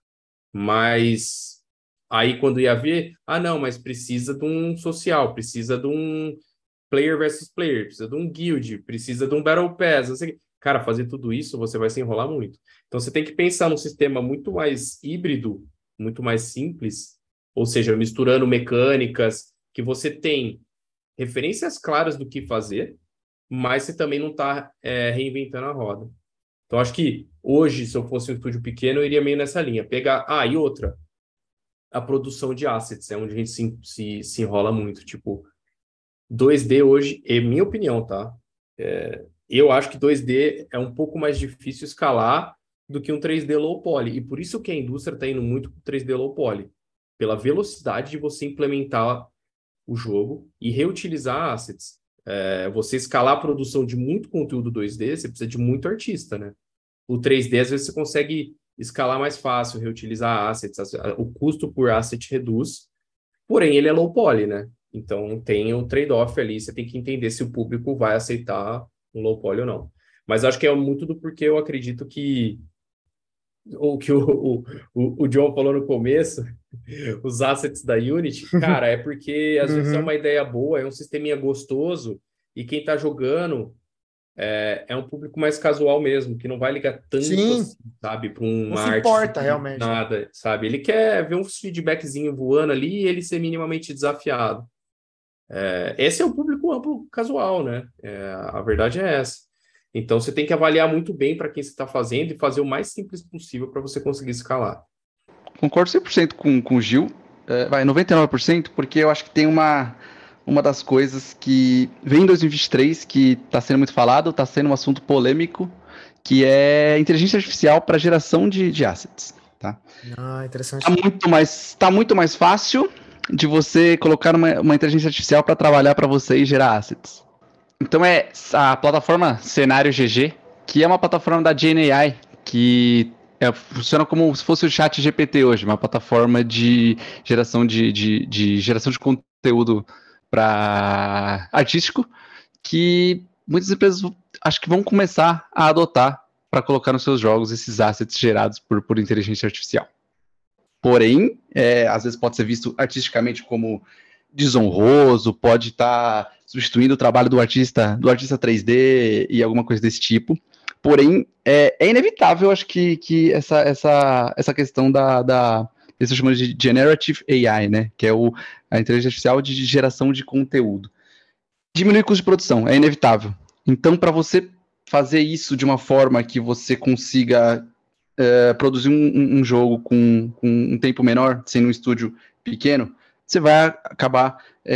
mas aí quando ia ver, ah, não, mas precisa de um social, precisa de um player versus player, precisa de um guild, precisa de um battle pass, não sei o quê. Cara, fazer tudo isso, você vai se enrolar muito. Então, você tem que pensar num sistema muito mais híbrido, muito mais simples, ou seja, misturando mecânicas, que você tem referências claras do que fazer, mas você também não está é, reinventando a roda. Então, acho que hoje, se eu fosse um estúdio pequeno, eu iria meio nessa linha. Pegar... Ah, e outra, a produção de assets, é onde a gente se, se, se enrola muito. Tipo, dois D hoje, é minha opinião, tá? É, eu acho que dois D é um pouco mais difícil escalar do que um três D low poly. E por isso que a indústria está indo muito para três D low poly. Pela velocidade de você implementar o jogo e reutilizar assets. É, você escalar a produção de muito conteúdo dois D, você precisa de muito artista, né? O três D, às vezes, você consegue escalar mais fácil, reutilizar assets, o custo por asset reduz, porém, ele é low poly, né? Então, tem um trade-off ali, você tem que entender se o público vai aceitar um low poly ou não. Mas acho que é muito do porquê eu acredito que o que o, o, o John falou no começo, os assets da Unity, cara, é porque às vezes é Uhum. uma ideia boa, é um sisteminha gostoso, e quem tá jogando é, é um público mais casual mesmo, que não vai ligar tanto Sim, assim, sabe, para não uma se arte importa super realmente. nada, sabe? Ele quer ver um feedbackzinho voando ali e ele ser minimamente desafiado. É, esse é o público amplo casual, né? É, a verdade é essa. Então você tem que avaliar muito bem para quem você está fazendo e fazer o mais simples possível para você conseguir escalar. Concordo cem por cento com, com o Gil, é, vai, noventa e nove por cento, porque eu acho que tem uma, uma das coisas que vem em dois mil e vinte e três, que está sendo muito falado, está sendo um assunto polêmico, que é inteligência artificial para geração de, de assets. Tá? Ah, Tá interessante. muito mais, tá muito mais fácil de você colocar uma, uma inteligência artificial para trabalhar para você e gerar assets. Então é a plataforma Cenário G G, que é uma plataforma da Gen A I, que é, funciona como se fosse o chat G P T hoje, uma plataforma de geração de, de, de geração de conteúdo para artístico, que muitas empresas acho que vão começar a adotar para colocar nos seus jogos esses assets gerados por, por inteligência artificial. Porém, é, às vezes pode ser visto artisticamente como desonroso, pode estar tá substituindo o trabalho do artista, do artista três D e alguma coisa desse tipo. Porém, é, é inevitável, acho que, que essa, essa, essa questão da, da eles chamam de Generative A I, né? Que é o, a inteligência artificial de geração de conteúdo. Diminui o custo de produção, é inevitável. Então, para você fazer isso de uma forma que você consiga uh, produzir um, um, jogo com, com um tempo menor, sendo um estúdio pequeno, você vai acabar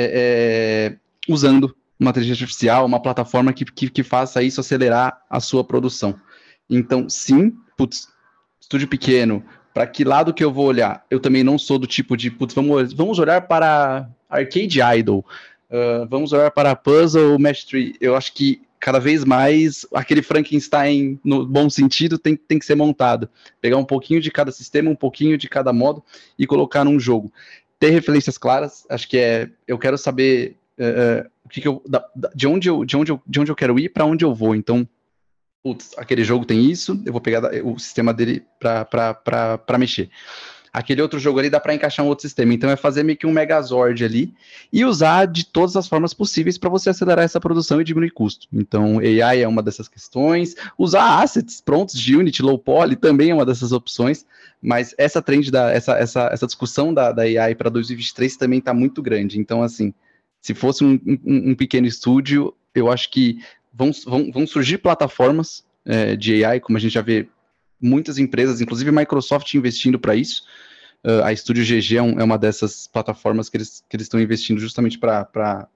é, é, usando uma inteligência artificial, uma plataforma que, que, que faça isso acelerar a sua produção. Então, sim, putz, estúdio pequeno, para que lado que eu vou olhar? Eu também não sou do tipo de, putz, vamos, vamos olhar para Arcade Idol, uh, vamos olhar para Puzzle Match três. Eu acho que cada vez mais aquele Frankenstein, no bom sentido, tem, tem que ser montado. Pegar um pouquinho de cada sistema, um pouquinho de cada modo e colocar num jogo. Ter referências claras, acho que é. Eu quero saber uh, o que, que eu, da, de, onde eu, de, onde eu, de onde eu quero ir, para onde eu vou. Então, putz, aquele jogo tem isso, eu vou pegar o sistema dele para mexer. Aquele outro jogo ali dá para encaixar um outro sistema. Então é fazer meio que um Megazord ali e usar de todas as formas possíveis para você acelerar essa produção e diminuir custo. Então A I é uma dessas questões. Usar assets prontos de Unity, low poly também é uma dessas opções. Mas essa trend, da, essa, essa, essa discussão da, da A I para dois mil e vinte e três também está muito grande. Então, assim, se fosse um, um, um pequeno estúdio, eu acho que vão, vão, vão surgir plataformas é, de A I, como a gente já vê muitas empresas, inclusive a Microsoft investindo para isso. Uh, a Studio G G é, um, é uma dessas plataformas que eles que eles estão investindo justamente para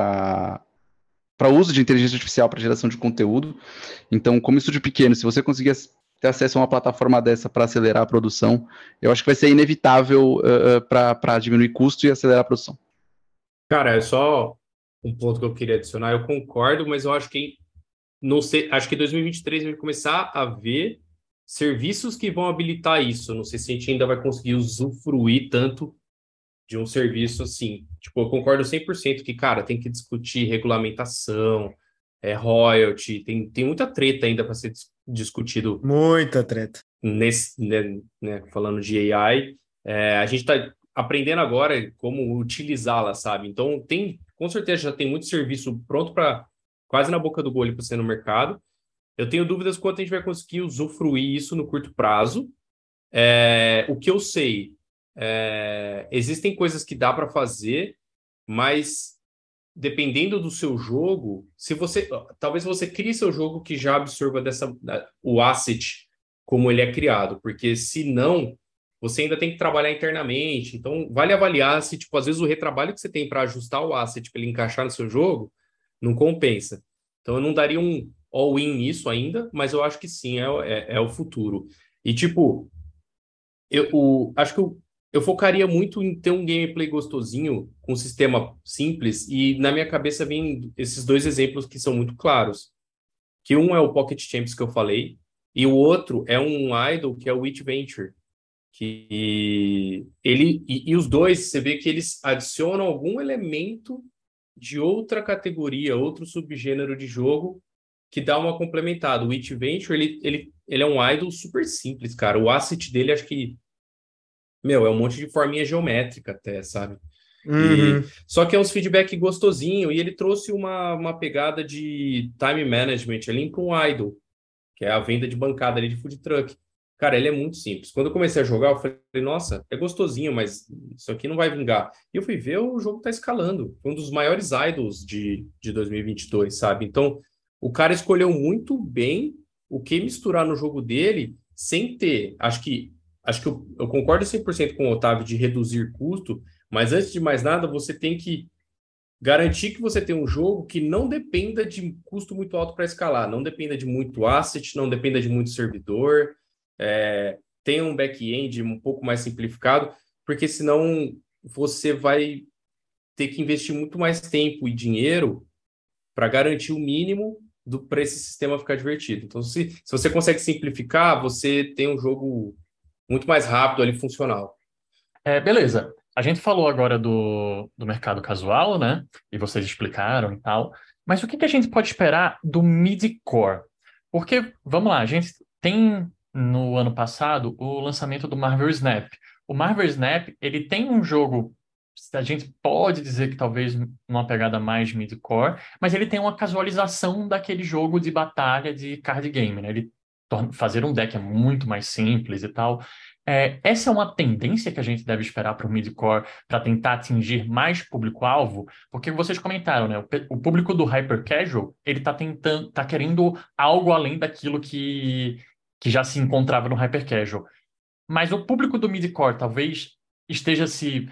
para uso de inteligência artificial para geração de conteúdo. Então, como estúdio pequeno, se você conseguir ter acesso a uma plataforma dessa para acelerar a produção, eu acho que vai ser inevitável uh, uh, para diminuir custo e acelerar a produção. Cara, é só um ponto que eu queria adicionar. Eu concordo, mas eu acho que não sei, acho que em dois mil e vinte e três vai começar a ver serviços que vão habilitar isso. Não sei se a gente ainda vai conseguir usufruir tanto de um serviço assim. Tipo, eu concordo cem por cento que, cara, tem que discutir regulamentação, é, royalty, tem, tem muita treta ainda para ser dis discutido. Muita treta. Nesse, né, né, falando de A I. É, a gente está aprendendo agora como utilizá-la, sabe? Então, tem, com certeza, já tem muito serviço pronto para quase na boca do gole para ser no mercado. Eu tenho dúvidas quanto a gente vai conseguir usufruir isso no curto prazo. É, o que eu sei, é, existem coisas que dá para fazer, mas dependendo do seu jogo, se você, talvez você crie seu jogo que já absorva dessa, o asset como ele é criado, porque se não, você ainda tem que trabalhar internamente. Então, vale avaliar se, tipo, às vezes o retrabalho que você tem para ajustar o asset para ele encaixar no seu jogo não compensa. Então, eu não daria um all-in nisso ainda, mas eu acho que sim, é, é, é o futuro. E, tipo, eu o, acho que eu, eu focaria muito em ter um gameplay gostosinho, com um sistema simples, e na minha cabeça vem esses dois exemplos que são muito claros. Que um é o Pocket Champs que eu falei, e o outro é um idol que é o Witch Venture. Que ele, e, e os dois, você vê que eles adicionam algum elemento de outra categoria, outro subgênero de jogo, que dá uma complementada. O It Venture, ele, ele, ele é um idle super simples, cara. O asset dele, acho que, meu, é um monte de forminha geométrica até, sabe? Uhum. E, só que é uns feedback gostosinho, e ele trouxe uma, uma pegada de time management ali para um idle, que é a venda de bancada ali de food truck. Cara, ele é muito simples. Quando eu comecei a jogar, eu falei, nossa, é gostosinho, mas isso aqui não vai vingar. E eu fui ver, o jogo tá escalando. Foi um dos maiores idols de, de dois mil e vinte e dois, sabe? Então, o cara escolheu muito bem o que misturar no jogo dele, sem ter... Acho que, acho que eu, eu concordo cem por cento com o Otávio de reduzir custo, mas antes de mais nada, você tem que garantir que você tem um jogo que não dependa de custo muito alto para escalar, não dependa de muito asset, não dependa de muito servidor, é, tenha um back-end um pouco mais simplificado, porque senão você vai ter que investir muito mais tempo e dinheiro para garantir o mínimo para esse sistema ficar divertido. Então, se, se você consegue simplificar, você tem um jogo muito mais rápido ali, funcional. É, beleza. A gente falou agora do, do mercado casual, né? E vocês explicaram e tal. Mas o que, que a gente pode esperar do mid-core? Porque, vamos lá, a gente tem no ano passado o lançamento do Marvel Snap. O Marvel Snap, ele tem um jogo, a gente pode dizer que talvez uma pegada mais mid-core, mas ele tem uma casualização daquele jogo de batalha de card game, né? Ele torna, fazer um deck é muito mais simples e tal. É, essa é uma tendência que a gente deve esperar para o mid-core para tentar atingir mais público-alvo, porque vocês comentaram, né? O, o público do hyper casual, ele está tentando, tá querendo algo além daquilo que, que já se encontrava no hyper casual. Mas o público do mid-core talvez esteja se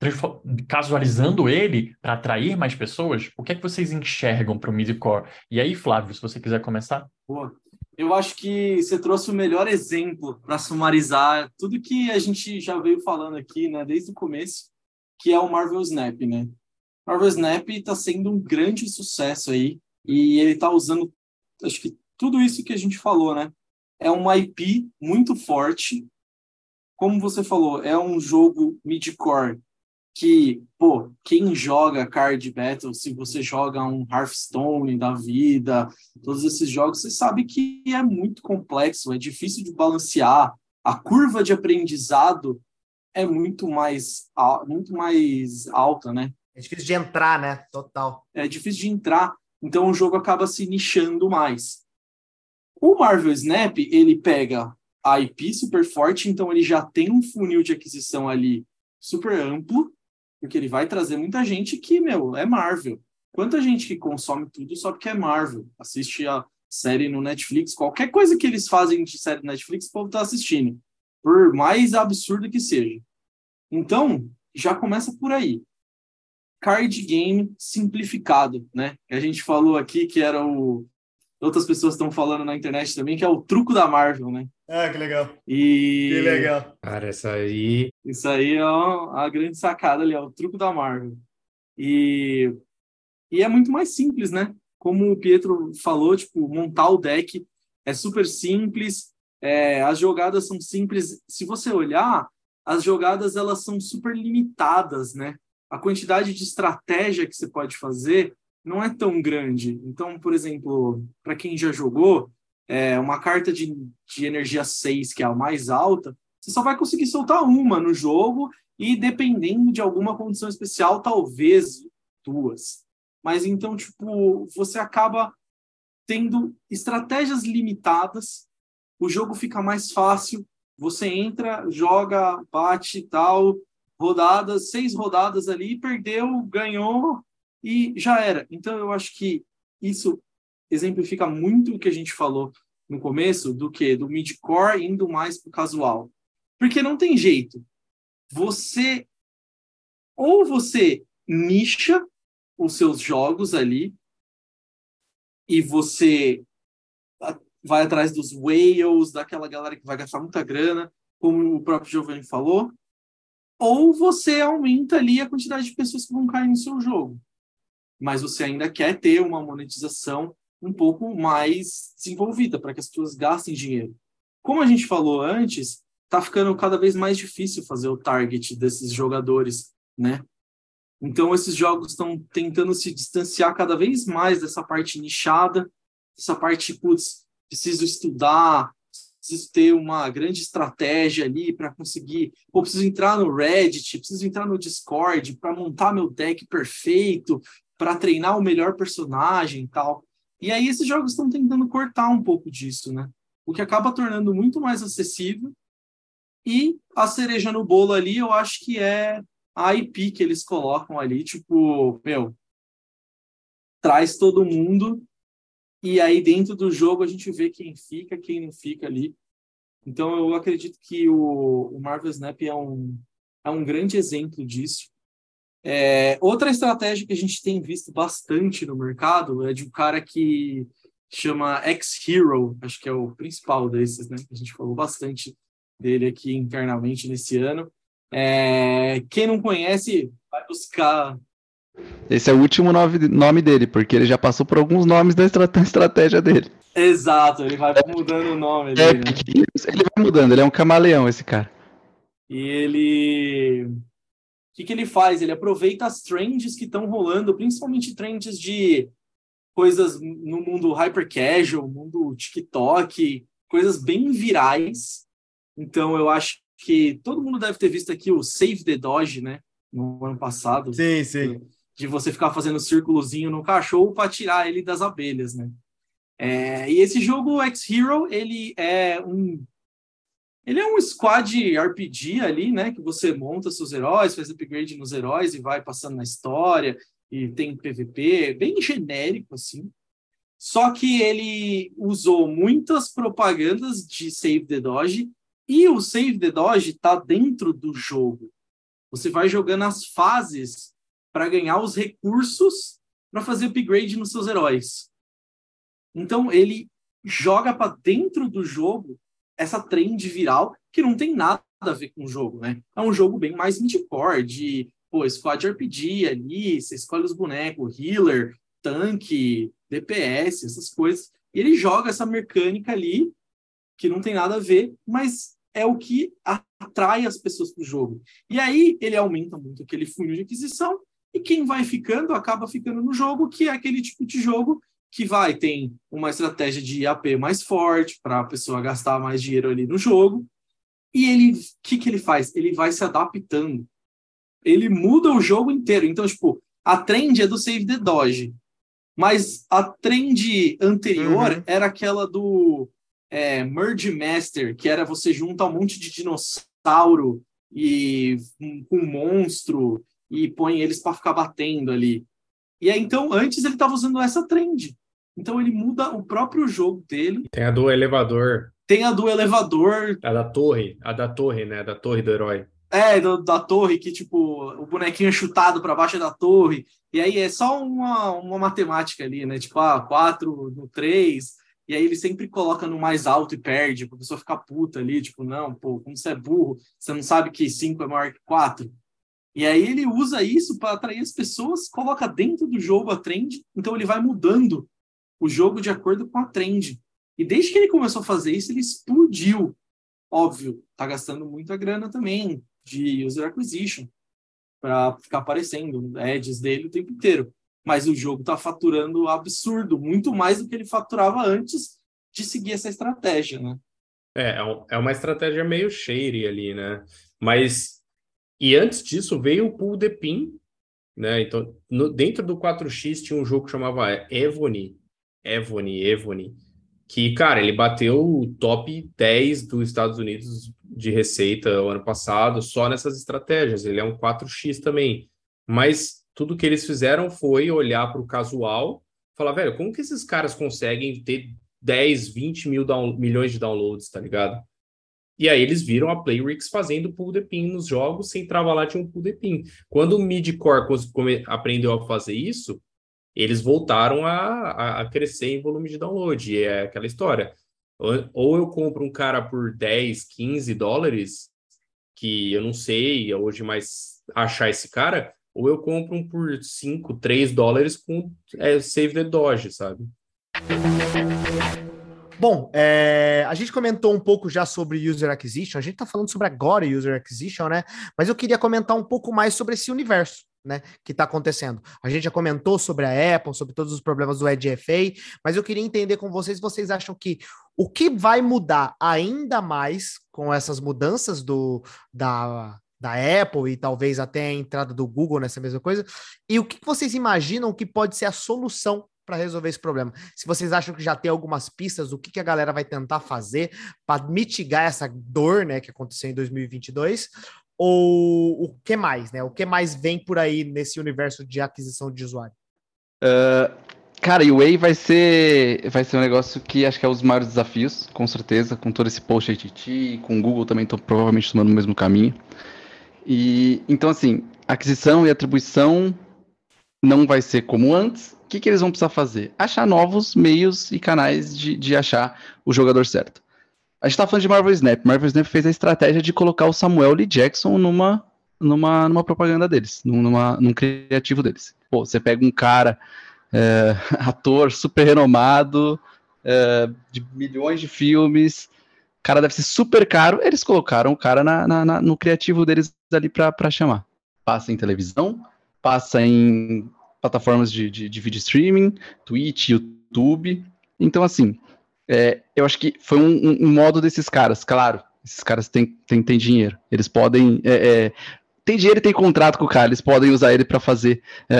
casualizando ele para atrair mais pessoas. O que é que vocês enxergam para o mid-core? E aí, Flávio, se você quiser começar. Boa. Eu acho que você trouxe o melhor exemplo para sumarizar tudo que a gente já veio falando aqui, né, desde o começo, que é o Marvel Snap, né? Marvel Snap está sendo um grande sucesso aí e ele está usando, acho que tudo isso que a gente falou, né? É uma I P muito forte. Como você falou, é um jogo mid-core que, pô, quem joga Card Battle, se você joga um Hearthstone da vida, todos esses jogos, você sabe que é muito complexo, é difícil de balancear, a curva de aprendizado é muito mais, muito mais alta, né? É difícil de entrar, né? Total. É difícil de entrar, então o jogo acaba se nichando mais. O Marvel Snap, ele pega a I P super forte, então ele já tem um funil de aquisição ali super amplo, porque ele vai trazer muita gente que, meu, é Marvel. Quanta gente que consome tudo só porque é Marvel, assiste a série no Netflix, qualquer coisa que eles fazem de série no Netflix, o povo tá assistindo, por mais absurdo que seja. Então, já começa por aí. Card game simplificado, né? A gente falou aqui que era o... Outras pessoas estão falando na internet também, que é o truco da Marvel, né? Ah, que legal. E... Que legal. Cara, essa aí... Isso aí é a grande sacada ali, é o truco da Marvel. E... e é muito mais simples, né? Como o Pietro falou, tipo, montar o deck é super simples, é, as jogadas são simples. Se você olhar, as jogadas elas são super limitadas, né? A quantidade de estratégia que você pode fazer não é tão grande. Então, por exemplo, para quem já jogou, é, uma carta de, de energia seis, que é a mais alta, você só vai conseguir soltar uma no jogo e, dependendo de alguma condição especial, talvez duas. Mas então, tipo, você acaba tendo estratégias limitadas, o jogo fica mais fácil, você entra, joga, bate e tal, rodadas, seis rodadas ali, perdeu, ganhou e já era. Então, eu acho que isso exemplifica muito o que a gente falou no começo, do que? Do mid-core indo mais para o casual. Porque não tem jeito. Você, ou você nicha os seus jogos ali e você vai atrás dos whales, daquela galera que vai gastar muita grana, como o próprio Giovanni falou, ou você aumenta ali a quantidade de pessoas que vão cair no seu jogo. Mas você ainda quer ter uma monetização um pouco mais desenvolvida, para que as pessoas gastem dinheiro. Como a gente falou antes, está ficando cada vez mais difícil fazer o target desses jogadores, né? Então, esses jogos estão tentando se distanciar cada vez mais dessa parte nichada, essa parte, putz, preciso estudar, preciso ter uma grande estratégia ali para conseguir, ou preciso entrar no Reddit, preciso entrar no Discord para montar meu deck perfeito, para treinar o melhor personagem e tal. E aí esses jogos estão tentando cortar um pouco disso, né? O que acaba tornando muito mais acessível. E a cereja no bolo ali, eu acho que é a I P que eles colocam ali, tipo, meu, traz todo mundo e aí dentro do jogo a gente vê quem fica, quem não fica ali. Então eu acredito que o, o Marvel Snap é um, é um grande exemplo disso. É, outra estratégia que a gente tem visto bastante no mercado é de um cara que chama X-Hero, acho que é o principal desses, né? A gente falou bastante dele aqui internamente nesse ano. É, quem não conhece, vai buscar. Esse é o último nome, nome dele, porque ele já passou por alguns nomes da estrate- estratégia dele. Exato, ele vai mudando o nome É, dele, né? ele vai mudando, ele é um camaleão, esse cara. E ele... O que, que ele faz? Ele aproveita as trends que estão rolando, principalmente trends de coisas no mundo hyper casual, mundo TikTok, coisas bem virais. Então, eu acho que todo mundo deve ter visto aqui o Save the Doge, né? No ano passado. Sim, sim. De você ficar fazendo um círculozinho no cachorro para tirar ele das abelhas, né? É, e esse jogo, X-Hero, ele é um... Ele é um squad R P G ali, né? Que você monta seus heróis, faz upgrade nos heróis e vai passando na história. E tem P V P, bem genérico, assim. Só que ele usou muitas propagandas de Save the Doge e o Save the Doge está dentro do jogo. Você vai jogando as fases para ganhar os recursos para fazer upgrade nos seus heróis. Então, ele joga para dentro do jogo essa trend viral que não tem nada a ver com o jogo, né? É um jogo bem mais midcore, de pô, squad R P G ali, você escolhe os bonecos, healer, tanque, D P S, essas coisas. E ele joga essa mecânica ali, que não tem nada a ver, mas é o que atrai as pessoas para o jogo. E aí ele aumenta muito aquele funil de aquisição, e quem vai ficando, acaba ficando no jogo, que é aquele tipo de jogo que vai, tem uma estratégia de A P mais forte, para a pessoa gastar mais dinheiro ali no jogo. E ele, o que, que ele faz? Ele vai se adaptando. Ele muda o jogo inteiro. Então, tipo, a trend é do Save the Doge. Mas a trend anterior Uhum. era aquela do é, Merge Master, que era você junta um monte de dinossauro e um, com um monstro e põe eles para ficar batendo ali. E aí, então, antes ele estava usando essa trend. Então, ele muda o próprio jogo dele. Tem a do elevador. Tem a do elevador. A da torre. A da torre, né? Da torre do herói. É, do, da torre, que, tipo, o bonequinho é chutado para baixo da torre. E aí é só uma, uma matemática ali, né? Tipo, ah, quatro no três. E aí ele sempre coloca no mais alto e perde, pra pessoa ficar puta ali. Tipo, não, pô, como você é burro, você não sabe que cinco é maior que quatro. E aí ele usa isso para atrair as pessoas, coloca dentro do jogo a trend. Então ele vai mudando o jogo de acordo com a trend. E desde que ele começou a fazer isso, ele explodiu. Óbvio, tá gastando muita grana também de user acquisition para ficar aparecendo ads dele o tempo inteiro. Mas o jogo tá faturando absurdo, muito mais do que ele faturava antes de seguir essa estratégia, né? É, é uma estratégia meio shady ali, né? Mas, e antes disso veio o Pull the Pin, né? Então, no, dentro do quatro X tinha um jogo que chamava Evony, Evony, Evony, que, cara, ele bateu o top dez dos Estados Unidos de receita o ano passado, só nessas estratégias. Ele é um quatro X também. Mas tudo que eles fizeram foi olhar para o casual, falar, velho, como que esses caras conseguem ter dez, vinte mil down, milhões de downloads, tá ligado? E aí eles viram a Playrix fazendo pull the pin nos jogos, sem travar lá tinha um pull the pin. Quando o midcore aprendeu a fazer isso, eles voltaram a, a crescer em volume de download. E é aquela história. Ou, ou eu compro um cara por dez, quinze dólares, que eu não sei hoje mais achar esse cara, ou eu compro um por cinco, três dólares com é, Save the Doge, sabe? Bom, é, a gente comentou um pouco já sobre User Acquisition, a gente tá falando sobre agora User Acquisition, né? Mas eu queria comentar um pouco mais sobre esse universo, né, que está acontecendo. A gente já comentou sobre a Apple, sobre todos os problemas do Edge F A, mas eu queria entender com vocês, vocês acham que o que vai mudar ainda mais com essas mudanças do, da, da Apple e talvez até a entrada do Google nessa mesma coisa, e o que vocês imaginam que pode ser a solução para resolver esse problema? Se vocês acham que já tem algumas pistas do que, que a galera vai tentar fazer para mitigar essa dor, né, que aconteceu em dois mil e vinte e dois, ou o que mais, né? O que mais vem por aí nesse universo de aquisição de usuário? Uh, cara, e o Whey vai ser, vai ser um negócio que acho que é um dos maiores desafios, com certeza, com todo esse post A T T, com o Google também estão provavelmente tomando o mesmo caminho. E então, assim, aquisição e atribuição não vai ser como antes. O que, que eles vão precisar fazer? Achar novos meios e canais de, de achar o jogador certo. A gente tá falando de Marvel Snap. Marvel Snap fez a estratégia de colocar o Samuel L. Jackson numa, numa, numa propaganda deles, numa, num criativo deles. Pô, você pega um cara, é, ator super renomado, é, de milhões de filmes, o cara deve ser super caro, eles colocaram o cara na, na, na, no criativo deles ali pra, pra chamar. Passa em televisão, passa em plataformas de, de, de vídeo streaming, Twitch, YouTube. Então, assim, é, eu acho que foi um, um, um modo desses caras, claro, esses caras têm, têm, têm dinheiro, eles podem, é, é, tem dinheiro e tem contrato com o cara, eles podem usar ele para fazer é,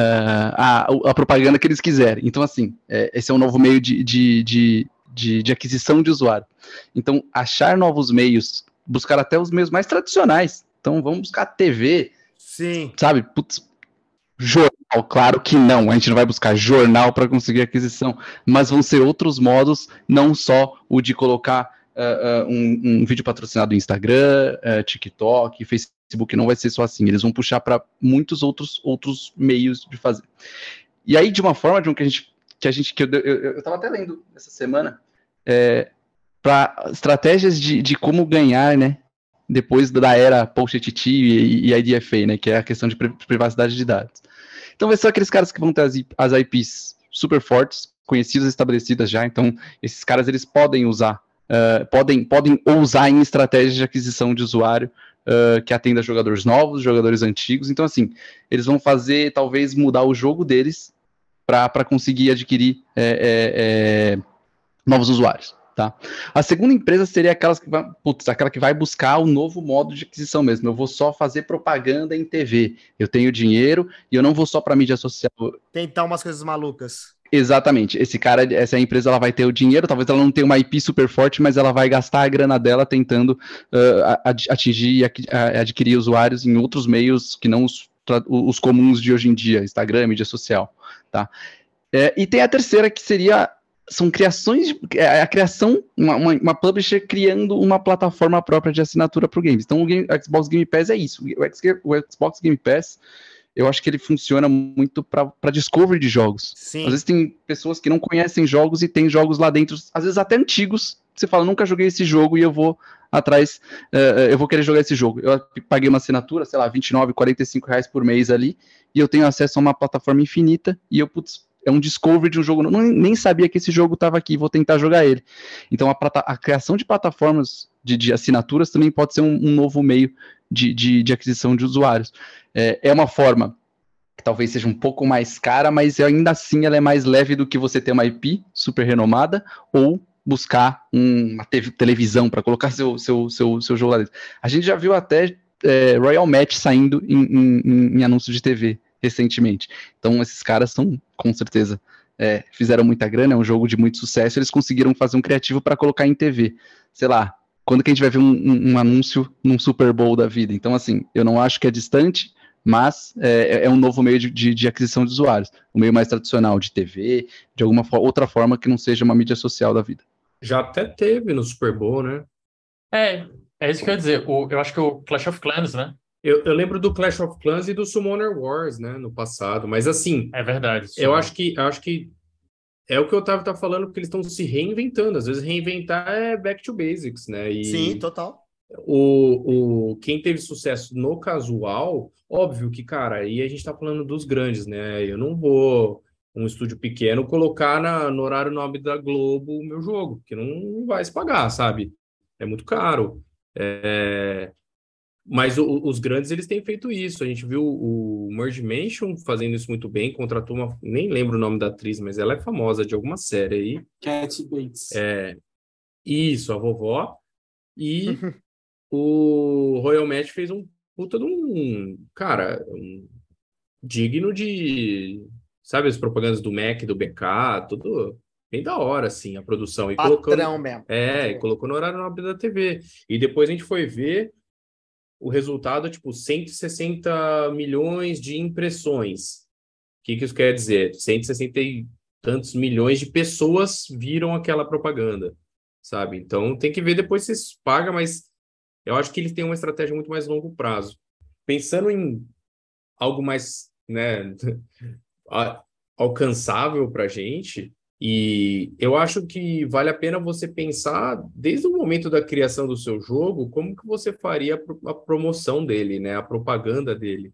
é, a, a propaganda que eles quiserem. Então, assim, é, esse é um novo meio de, de, de, de, de aquisição de usuário. Então, achar novos meios, buscar até os meios mais tradicionais. Então, vamos buscar T V, sim, sabe, putz, jornal, claro que não, a gente não vai buscar jornal para conseguir aquisição, mas vão ser outros modos, não só o de colocar uh, uh, um, um vídeo patrocinado no Instagram, uh, TikTok, Facebook, não vai ser só assim, eles vão puxar para muitos outros, outros meios de fazer. E aí, de uma forma, de um que a gente, que a gente, que eu, eu, eu tava até lendo essa semana, é, para estratégias de, de como ganhar, né, depois da era post-A T T e, e I D F A, né, que é a questão de privacidade de dados. Então vai ser aqueles caras que vão ter as, as I Ps super fortes, conhecidas, estabelecidas já, então esses caras eles podem usar, uh, podem, podem usar em estratégias de aquisição de usuário uh, que atenda jogadores novos, jogadores antigos, então assim, eles vão fazer, talvez, mudar o jogo deles para conseguir adquirir é, é, é, novos usuários. Tá? A segunda empresa seria aquelas que vai, putz, aquela que vai buscar o novo modo de aquisição mesmo. Eu vou só fazer propaganda em T V. Eu tenho dinheiro e eu não vou só para mídia social. Tentar umas coisas malucas. Exatamente. Esse cara, essa empresa, ela vai ter o dinheiro. Talvez ela não tenha uma I P super forte, mas ela vai gastar a grana dela tentando uh, atingir e adquirir usuários em outros meios que não os, os comuns de hoje em dia, Instagram, mídia social. Tá? É, e tem a terceira que seria são criações, de, a criação, uma, uma, uma publisher criando uma plataforma própria de assinatura para o games. Então o, Game, o Xbox Game Pass é isso. O, o Xbox Game Pass, eu acho que ele funciona muito para discovery de jogos. Sim. Às vezes tem pessoas que não conhecem jogos e tem jogos lá dentro, às vezes até antigos, que você fala, nunca joguei esse jogo e eu vou atrás, uh, eu vou querer jogar esse jogo. Eu paguei uma assinatura, sei lá, vinte e nove, quarenta e cinco reais por mês ali, e eu tenho acesso a uma plataforma infinita, e eu, putz, é um discovery de um jogo, não, nem sabia que esse jogo estava aqui, vou tentar jogar ele. Então a, a criação de plataformas de, de assinaturas também pode ser um, um novo meio de, de, de aquisição de usuários. É, é uma forma que talvez seja um pouco mais cara, mas ainda assim ela é mais leve do que você ter uma I P super renomada ou buscar um, uma te televisão para colocar seu, seu, seu, seu jogo lá dentro. A gente já viu até é, Royal Match saindo em, em, em anúncio de T V recentemente. Então esses caras são, com certeza, é, fizeram muita grana, é um jogo de muito sucesso, eles conseguiram fazer um criativo para colocar em T V. Sei lá, quando que a gente vai ver um, um, um anúncio num Super Bowl da vida? Então, assim, eu não acho que é distante, mas é, é um novo meio de, de, de aquisição de usuários, um meio mais tradicional de T V, de alguma fo outra forma que não seja uma mídia social da vida. Já até teve no Super Bowl, né? É, é isso que eu ia dizer. O, eu acho que o Clash of Clans, né? Eu, eu lembro do Clash of Clans e do Summoner Wars, né, no passado, mas assim, É verdade. eu acho que, eu acho que é o que o Otávio tá falando, porque eles estão se reinventando, às vezes reinventar é back to basics, né, e Sim, total. o, o, quem teve sucesso no casual, óbvio que, cara, aí a gente tá falando dos grandes, né, eu não vou, um estúdio pequeno, colocar na, no horário nobre da Globo o meu jogo, porque não vai se pagar, sabe, é muito caro, é... Mas o- os grandes, eles têm feito isso. A gente viu o Merge Mansion fazendo isso muito bem, contratou uma... Nem lembro o nome da atriz, mas ela é famosa de alguma série aí. Cat Bates. É, isso, a vovó. E o Royal Match fez um puta de um... Cara, um digno de... Sabe as propagandas do Mac, do B K, tudo bem da hora, assim, a produção. E colocou... Patrão mesmo. É, e colocou no horário nobre da T V. E depois a gente foi ver o resultado, tipo, cento e sessenta milhões de impressões. O que que isso quer dizer? cento e sessenta e tantos milhões de pessoas viram aquela propaganda, sabe? Então tem que ver depois se isso paga, mas eu acho que eles têm uma estratégia muito mais longo prazo. Pensando em algo mais, né, a- alcançável para a gente, e eu acho que vale a pena você pensar, desde o momento da criação do seu jogo, como que você faria a pro- a promoção dele, né, a propaganda dele.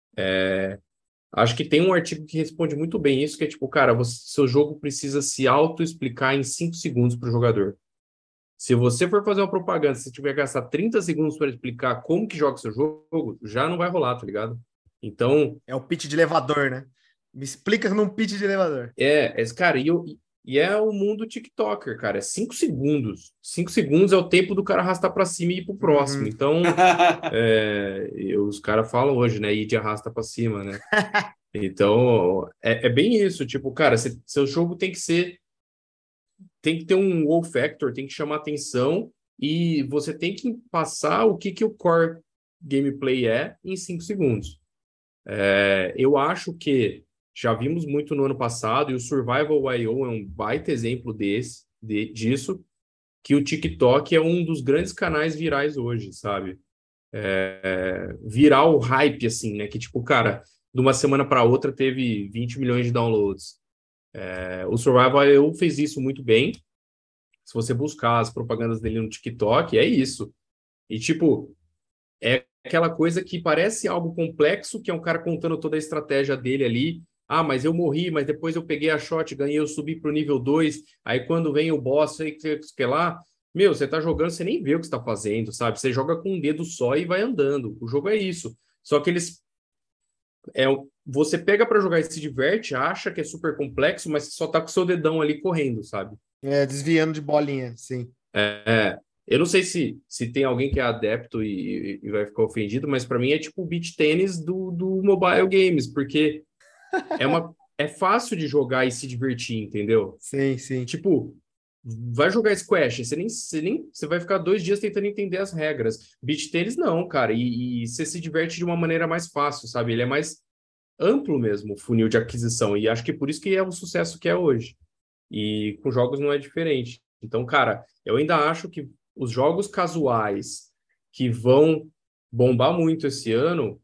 Acho que tem um artigo que responde muito bem isso, que é tipo, cara, você- seu jogo precisa se auto-explicar em cinco segundos para o jogador. Se você for fazer uma propaganda, se você tiver que gastar trinta segundos para explicar como que joga seu jogo, já não vai rolar, tá ligado? Então, É o pitch de elevador, né? Me explica num pitch de elevador. é, esse cara, e, eu- e é o mundo TikToker, cara, é cinco segundos. Cinco segundos é o tempo do cara arrastar para cima e ir pro próximo. Uhum. Então, é, e os caras falam hoje, né? Ir de arrasta para cima, né? Então, é, é bem isso. Tipo, cara, cê- seu jogo tem que ser. Tem que ter um wow factor, tem que chamar atenção e você tem que passar o que, que o core gameplay é em cinco segundos. É, eu acho que já vimos muito no ano passado, e o Survival ponto i o é um baita exemplo desse, de- disso, que o TikTok é um dos grandes canais virais hoje, sabe? É, viral hype, assim, né? Que tipo, cara, de uma semana para outra teve vinte milhões de downloads. É, o Survival ponto i o fez isso muito bem. Se você buscar as propagandas dele no TikTok, é isso. E tipo, é aquela coisa que parece algo complexo, que é um cara contando toda a estratégia dele ali. Ah, mas eu morri, mas depois eu peguei a shot, ganhei, eu subi pro nível dois. Aí quando vem o boss, sei que, que lá, meu, você tá jogando, você nem vê o que está fazendo, sabe? Você joga com um dedo só e vai andando. O jogo é isso. Só que eles é, você pega para jogar e se diverte, acha que é super complexo, mas só tá com o seu dedão ali correndo, sabe? É, desviando de bolinha, sim. É, eu não sei se, se tem alguém que é adepto e, e vai ficar ofendido, mas para mim é tipo o beach tênis do, do mobile games, porque é uma é fácil de jogar e se divertir, entendeu? Sim, sim. Tipo, vai jogar squash, você nem, você nem você vai ficar dois dias tentando entender as regras. Beach tênis não, cara, e, e você se diverte de uma maneira mais fácil, sabe? Ele é mais amplo mesmo, o funil de aquisição, e acho que por isso que é o sucesso que é hoje. E com jogos não é diferente. Então, cara, eu ainda acho que os jogos casuais que vão bombar muito esse ano,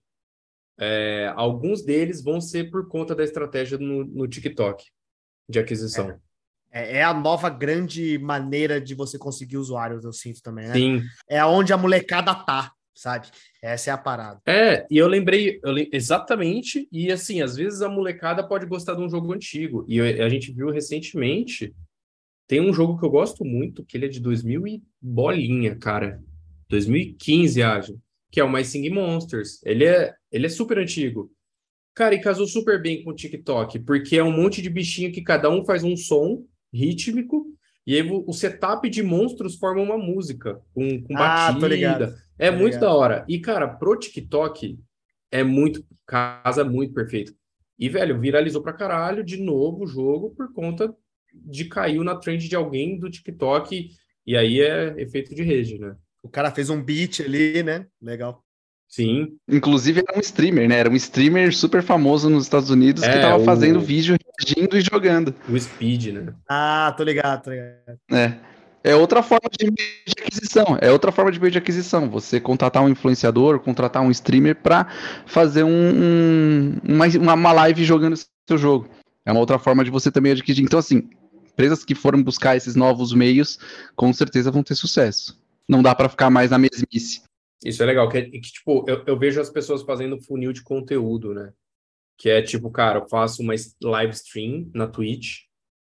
é, alguns deles vão ser por conta da estratégia no, no TikTok de aquisição. É, é a nova grande maneira de você conseguir usuários, eu sinto também, né? Sim. É onde a molecada tá, sabe? Essa é a parada. É, e eu lembrei, eu lem- exatamente, e assim, às vezes a molecada pode gostar de um jogo antigo. E eu- a gente viu recentemente, tem um jogo que eu gosto muito, que ele é de dois mil e bolinha, cara. dois mil e quinze, acho. Que é o My Singing Monsters. Ele é, ele é super antigo. Cara, e casou super bem com o TikTok, porque é um monte de bichinho que cada um faz um som rítmico, e aí o o setup de monstros forma uma música, com, com Ah, tô ligado. batida. É Tô muito da ligado. hora. E, cara, pro TikTok, é muito, casa muito perfeito. E, velho, viralizou pra caralho de novo o jogo por conta de caiu na trend de alguém do TikTok, e aí é efeito de rede, né? O cara fez um beat ali, né? Legal. Sim. Inclusive era um streamer, né? Era um streamer super famoso nos Estados Unidos que É, tava fazendo o, vídeo reagindo e jogando. o Speed, né? Ah, tô ligado, tô ligado. É. É outra forma de meio de aquisição. É outra forma de meio de aquisição. Você contratar um influenciador, contratar um streamer para fazer um, um- uma, uma live jogando seu jogo. É uma outra forma de você também adquirir. Então, assim, empresas que foram buscar esses novos meios, com certeza vão ter sucesso. Não dá para ficar mais na mesmice. Isso é legal, que, é- que tipo, eu, eu vejo as pessoas fazendo funil de conteúdo, né? Que é tipo, cara, eu faço uma s- live stream na Twitch,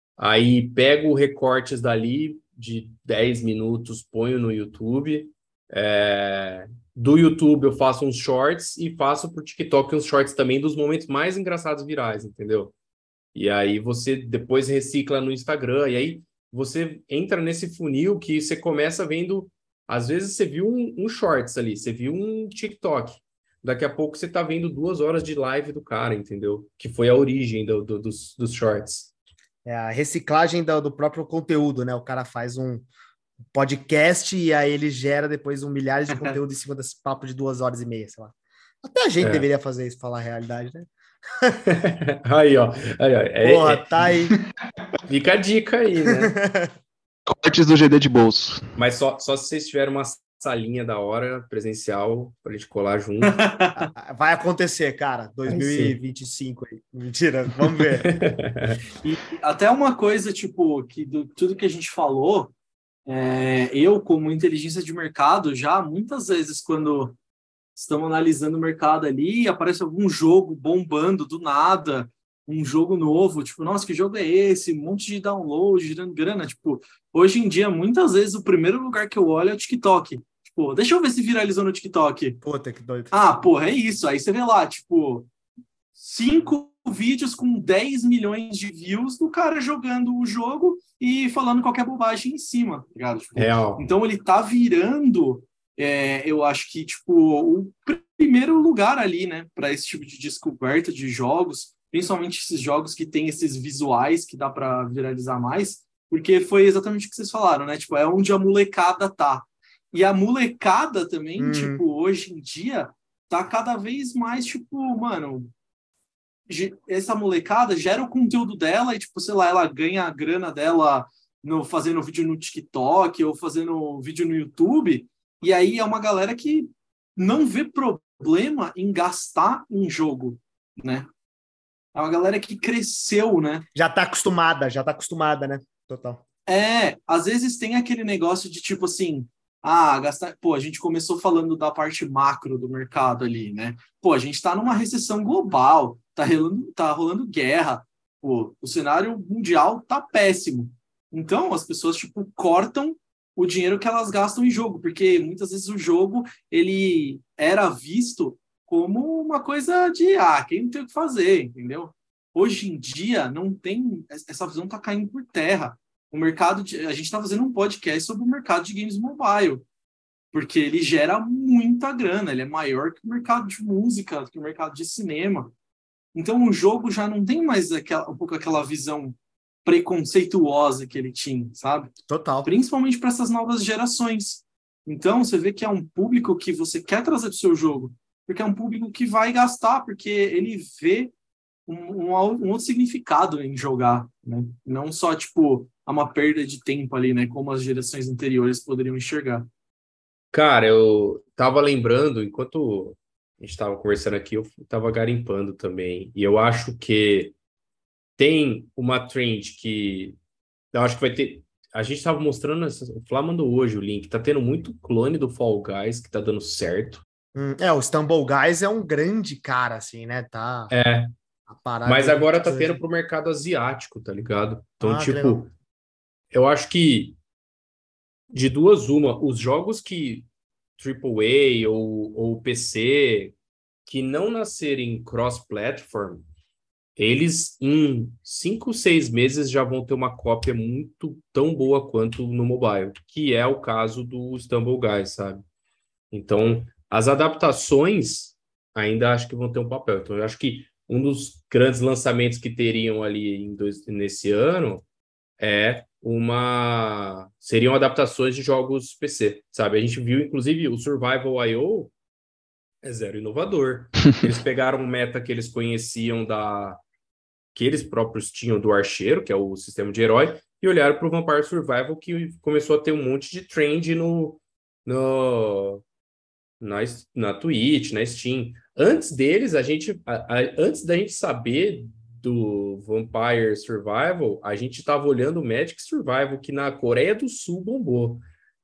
aí pego recortes dali de dez minutos, ponho no YouTube, é, Do YouTube eu faço uns shorts e faço pro TikTok uns shorts também dos momentos mais engraçados virais, entendeu? E aí você depois recicla no Instagram, e aí você entra nesse funil que você começa vendo, às vezes você viu um, um shorts ali, você viu um TikTok, daqui a pouco você tá vendo duas horas de live do cara, entendeu? Que foi a origem do, do, dos, dos shorts. É a reciclagem do, do próprio conteúdo, né? O cara faz um podcast e aí ele gera depois um milhares de conteúdo em cima desse papo de duas horas e meia, sei lá. Até a gente É. deveria fazer isso, falar a realidade, né? Aí, ó. Aí, ó. É, Porra, é, tá aí. fica a dica aí, né? Cortes do G D de bolso. Mas só, só se vocês tiverem uma salinha da hora presencial pra gente colar junto. Vai acontecer, cara. dois mil e vinte e cinco aí. Mentira, vamos ver. E até uma coisa, tipo, que do, tudo que a gente falou, é, eu, como inteligência de mercado, já muitas vezes, quando estamos analisando o mercado ali, aparece algum jogo bombando do nada, um jogo novo, tipo, nossa, que jogo é esse? Um monte de download, girando grana. Tipo, hoje em dia, muitas vezes, o primeiro lugar que eu olho é o TikTok. Tipo, deixa eu ver se viralizou no TikTok. Puta, que doido. Ah, porra, é isso. Aí você vê lá, tipo, cinco vídeos com dez milhões de views do cara jogando o jogo e falando qualquer bobagem em cima, tá ligado? Tipo, Real. então ele tá virando, é, eu acho que, tipo, o primeiro lugar ali, né, para esse tipo de descoberta de jogos, principalmente esses jogos que tem esses visuais que dá para viralizar mais, porque foi exatamente o que vocês falaram, né? Tipo, é onde a molecada tá. E a molecada também, Uhum. tipo, hoje em dia, tá cada vez mais, tipo, mano, essa molecada gera o conteúdo dela e, tipo, sei lá, ela ganha a grana dela no, fazendo vídeo no TikTok ou fazendo vídeo no YouTube, e aí é uma galera que não vê problema em gastar em jogo, né? É uma galera que cresceu, né? Já tá acostumada, já tá acostumada, né? Total. É, às vezes tem aquele negócio de, tipo assim, ah, gastar... Pô, a gente começou falando da parte macro do mercado ali, né? Pô, a gente tá numa recessão global, tá rolando, tá rolando guerra, pô, o cenário mundial tá péssimo. Então, as pessoas, tipo, cortam o dinheiro que elas gastam em jogo, porque muitas vezes o jogo, ele era visto como uma coisa de, ah, quem não tem o que fazer, entendeu? Hoje em dia, não tem... Essa visão tá caindo por terra. O mercado de, a gente está fazendo um podcast sobre o mercado de games mobile, porque ele gera muita grana, ele é maior que o mercado de música, que o mercado de cinema. Então o jogo já não tem mais aquela, um pouco aquela visão preconceituosa que ele tinha, sabe? Total. Principalmente para essas novas gerações. Então você vê que é um público que você quer trazer para o seu jogo, porque é um público que vai gastar, porque ele vê um, um, um outro significado em jogar, né? Não só, tipo, uma perda de tempo ali, né? Como as gerações anteriores poderiam enxergar. Cara, eu tava lembrando, enquanto a gente tava conversando aqui, eu tava garimpando também. E eu acho que tem uma trend que eu acho que vai ter. A gente tava mostrando, o Flá mandou hoje o link, tá tendo muito clone do Fall Guys que tá dando certo. Hum, é, o Stumble Guys é um grande cara, assim, né? Tá. É. A parada Mas aí, agora tá tipo, tendo pro mercado asiático, tá ligado? Então, Ah, que legal. tipo, eu acho que de duas uma, os jogos que triplo A ou, ou P C que não nascerem cross-platform, eles em cinco, seis meses já vão ter uma cópia muito tão boa quanto no mobile, que é o caso do Stumble Guys, sabe? Então, as adaptações ainda acho que vão ter um papel. Então, eu acho que um dos grandes lançamentos que teriam ali em dois, nesse ano é uma... seriam adaptações de jogos P C, sabe? A gente viu, inclusive, o Survival ponto i o é zero inovador. Eles pegaram um meta que eles conheciam da... que eles próprios tinham do Archeiro, que é o sistema de herói, e olharam para o Vampire Survival, que começou a ter um monte de trend no... no na, na Twitch, na Steam. Antes deles, a gente, a, a, antes da gente saber do Vampire Survival, a gente estava olhando o Magic Survival, que na Coreia do Sul bombou.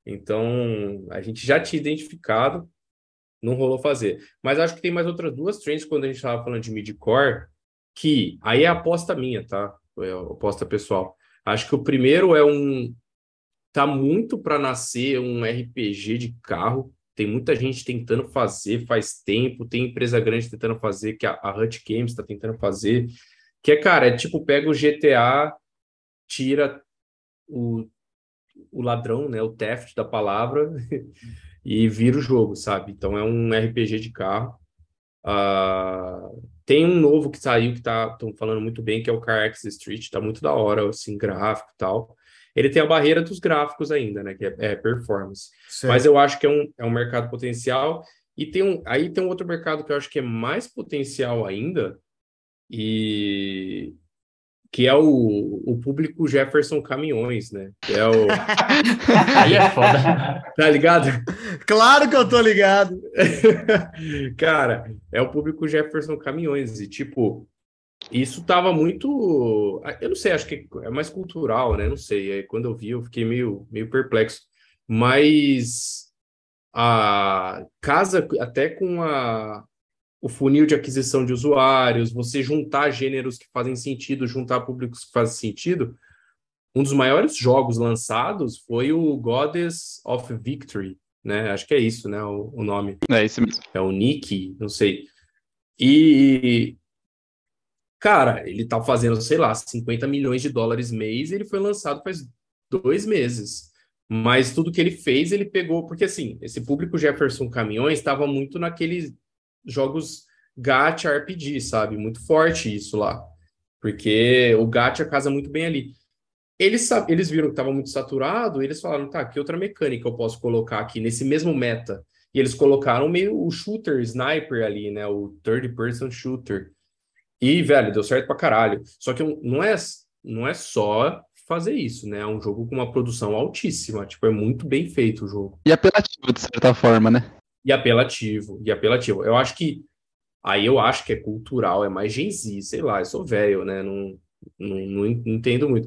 Então, a gente já tinha identificado, não rolou fazer. Mas acho que tem mais outras duas trends quando a gente estava falando de midcore, que aí é aposta minha, tá? É aposta pessoal. Acho que o primeiro é um... tá muito para nascer um R P G de carro, tem muita gente tentando fazer faz tempo, tem empresa grande tentando fazer, que a, a Hut Games está tentando fazer, que é, cara, é tipo, pega o G T A, tira o, o ladrão, né, o theft da palavra, e vira o jogo, sabe? Então é um R P G de carro. Uh, tem um novo que saiu que tá, estão falando muito bem, que é o Car X Street, tá muito da hora, assim, gráfico e tal. Ele tem a barreira dos gráficos ainda, né, que é, é performance. Certo. Mas eu acho que é um, é um mercado potencial. E tem um, aí tem um outro mercado que eu acho que é mais potencial ainda, e que é o, o público Jefferson Caminhões, né? Que é o... Aí é foda. Tá ligado? Claro que eu tô ligado. Cara, é o público Jefferson Caminhões. E, tipo, isso tava muito... Eu não sei, acho que é mais cultural, né? Não sei. Aí, quando eu vi, eu fiquei meio, meio perplexo. Mas a casa até com a... o funil de aquisição de usuários, você juntar gêneros que fazem sentido, juntar públicos que fazem sentido. Um dos maiores jogos lançados foi o Goddess of Victory, né? Acho que é isso, né? O, o nome. É isso mesmo. É o Nick, não sei. E, cara, ele tá fazendo, sei lá, cinquenta milhões de dólares mês e ele foi lançado faz dois meses. Mas tudo que ele fez, ele pegou... Porque, assim, esse público Jefferson Caminhões estava muito naqueles jogos gacha R P G, sabe? Muito forte isso lá. Porque o gacha casa muito bem ali. Eles, eles viram que estava muito saturado, e eles falaram, tá, que outra mecânica eu posso colocar aqui nesse mesmo meta? E eles colocaram meio o shooter, sniper ali, né? O third person shooter. E, velho, deu certo pra caralho. Só que não é, não é só fazer isso, né? É um jogo com uma produção altíssima. Tipo, é muito bem feito o jogo. E apelativo, de certa forma, né? E apelativo, e apelativo. Eu acho que... Aí eu acho que é cultural, é mais Gen Z, sei lá, eu sou velho, né? Não, não, não entendo muito.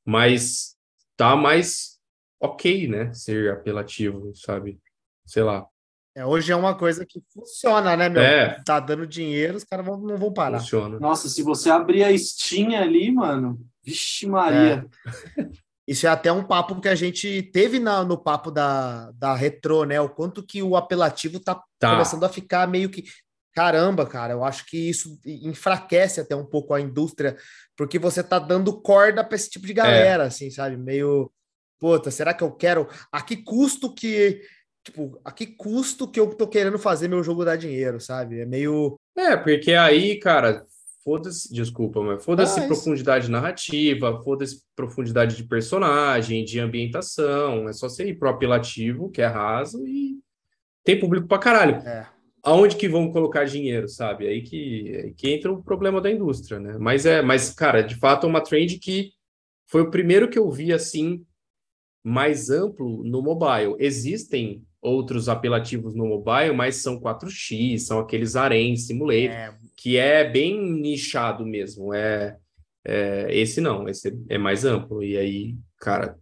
Mas tá mais ok, né? Ser apelativo, sabe? Sei lá. É, hoje é uma coisa que funciona, né, meu? É. Tá dando dinheiro, os caras não vão parar. Funciona. Nossa, se você abrir a Steam ali, mano, vixe Maria. É. Isso é até um papo que a gente teve na, no papo da, da Retro, né? O quanto que o apelativo tá, Tá. começando a ficar meio que... Caramba, cara, eu acho que isso enfraquece até um pouco a indústria, porque você tá dando corda para esse tipo de galera, é. assim, sabe? Meio, puta, será que eu quero... A que custo que... Tipo, a que custo que eu tô querendo fazer meu jogo dar dinheiro, sabe? É meio... É, porque aí, cara, foda-se, desculpa, mas foda-se Ah, profundidade narrativa, foda-se profundidade de personagem, de ambientação, é só você ir pro apelativo, que é raso, e tem público pra caralho. É. Aonde que vão colocar dinheiro, sabe? Aí que, aí que entra o problema da indústria, né? Mas, é, mas, cara, de fato é uma trend que foi o primeiro que eu vi, assim, mais amplo no mobile. Existem outros apelativos no mobile, mas são quatro X, são aqueles Arena Simulator, é. que é bem nichado mesmo. É, é, esse não, esse é mais amplo. E aí, cara,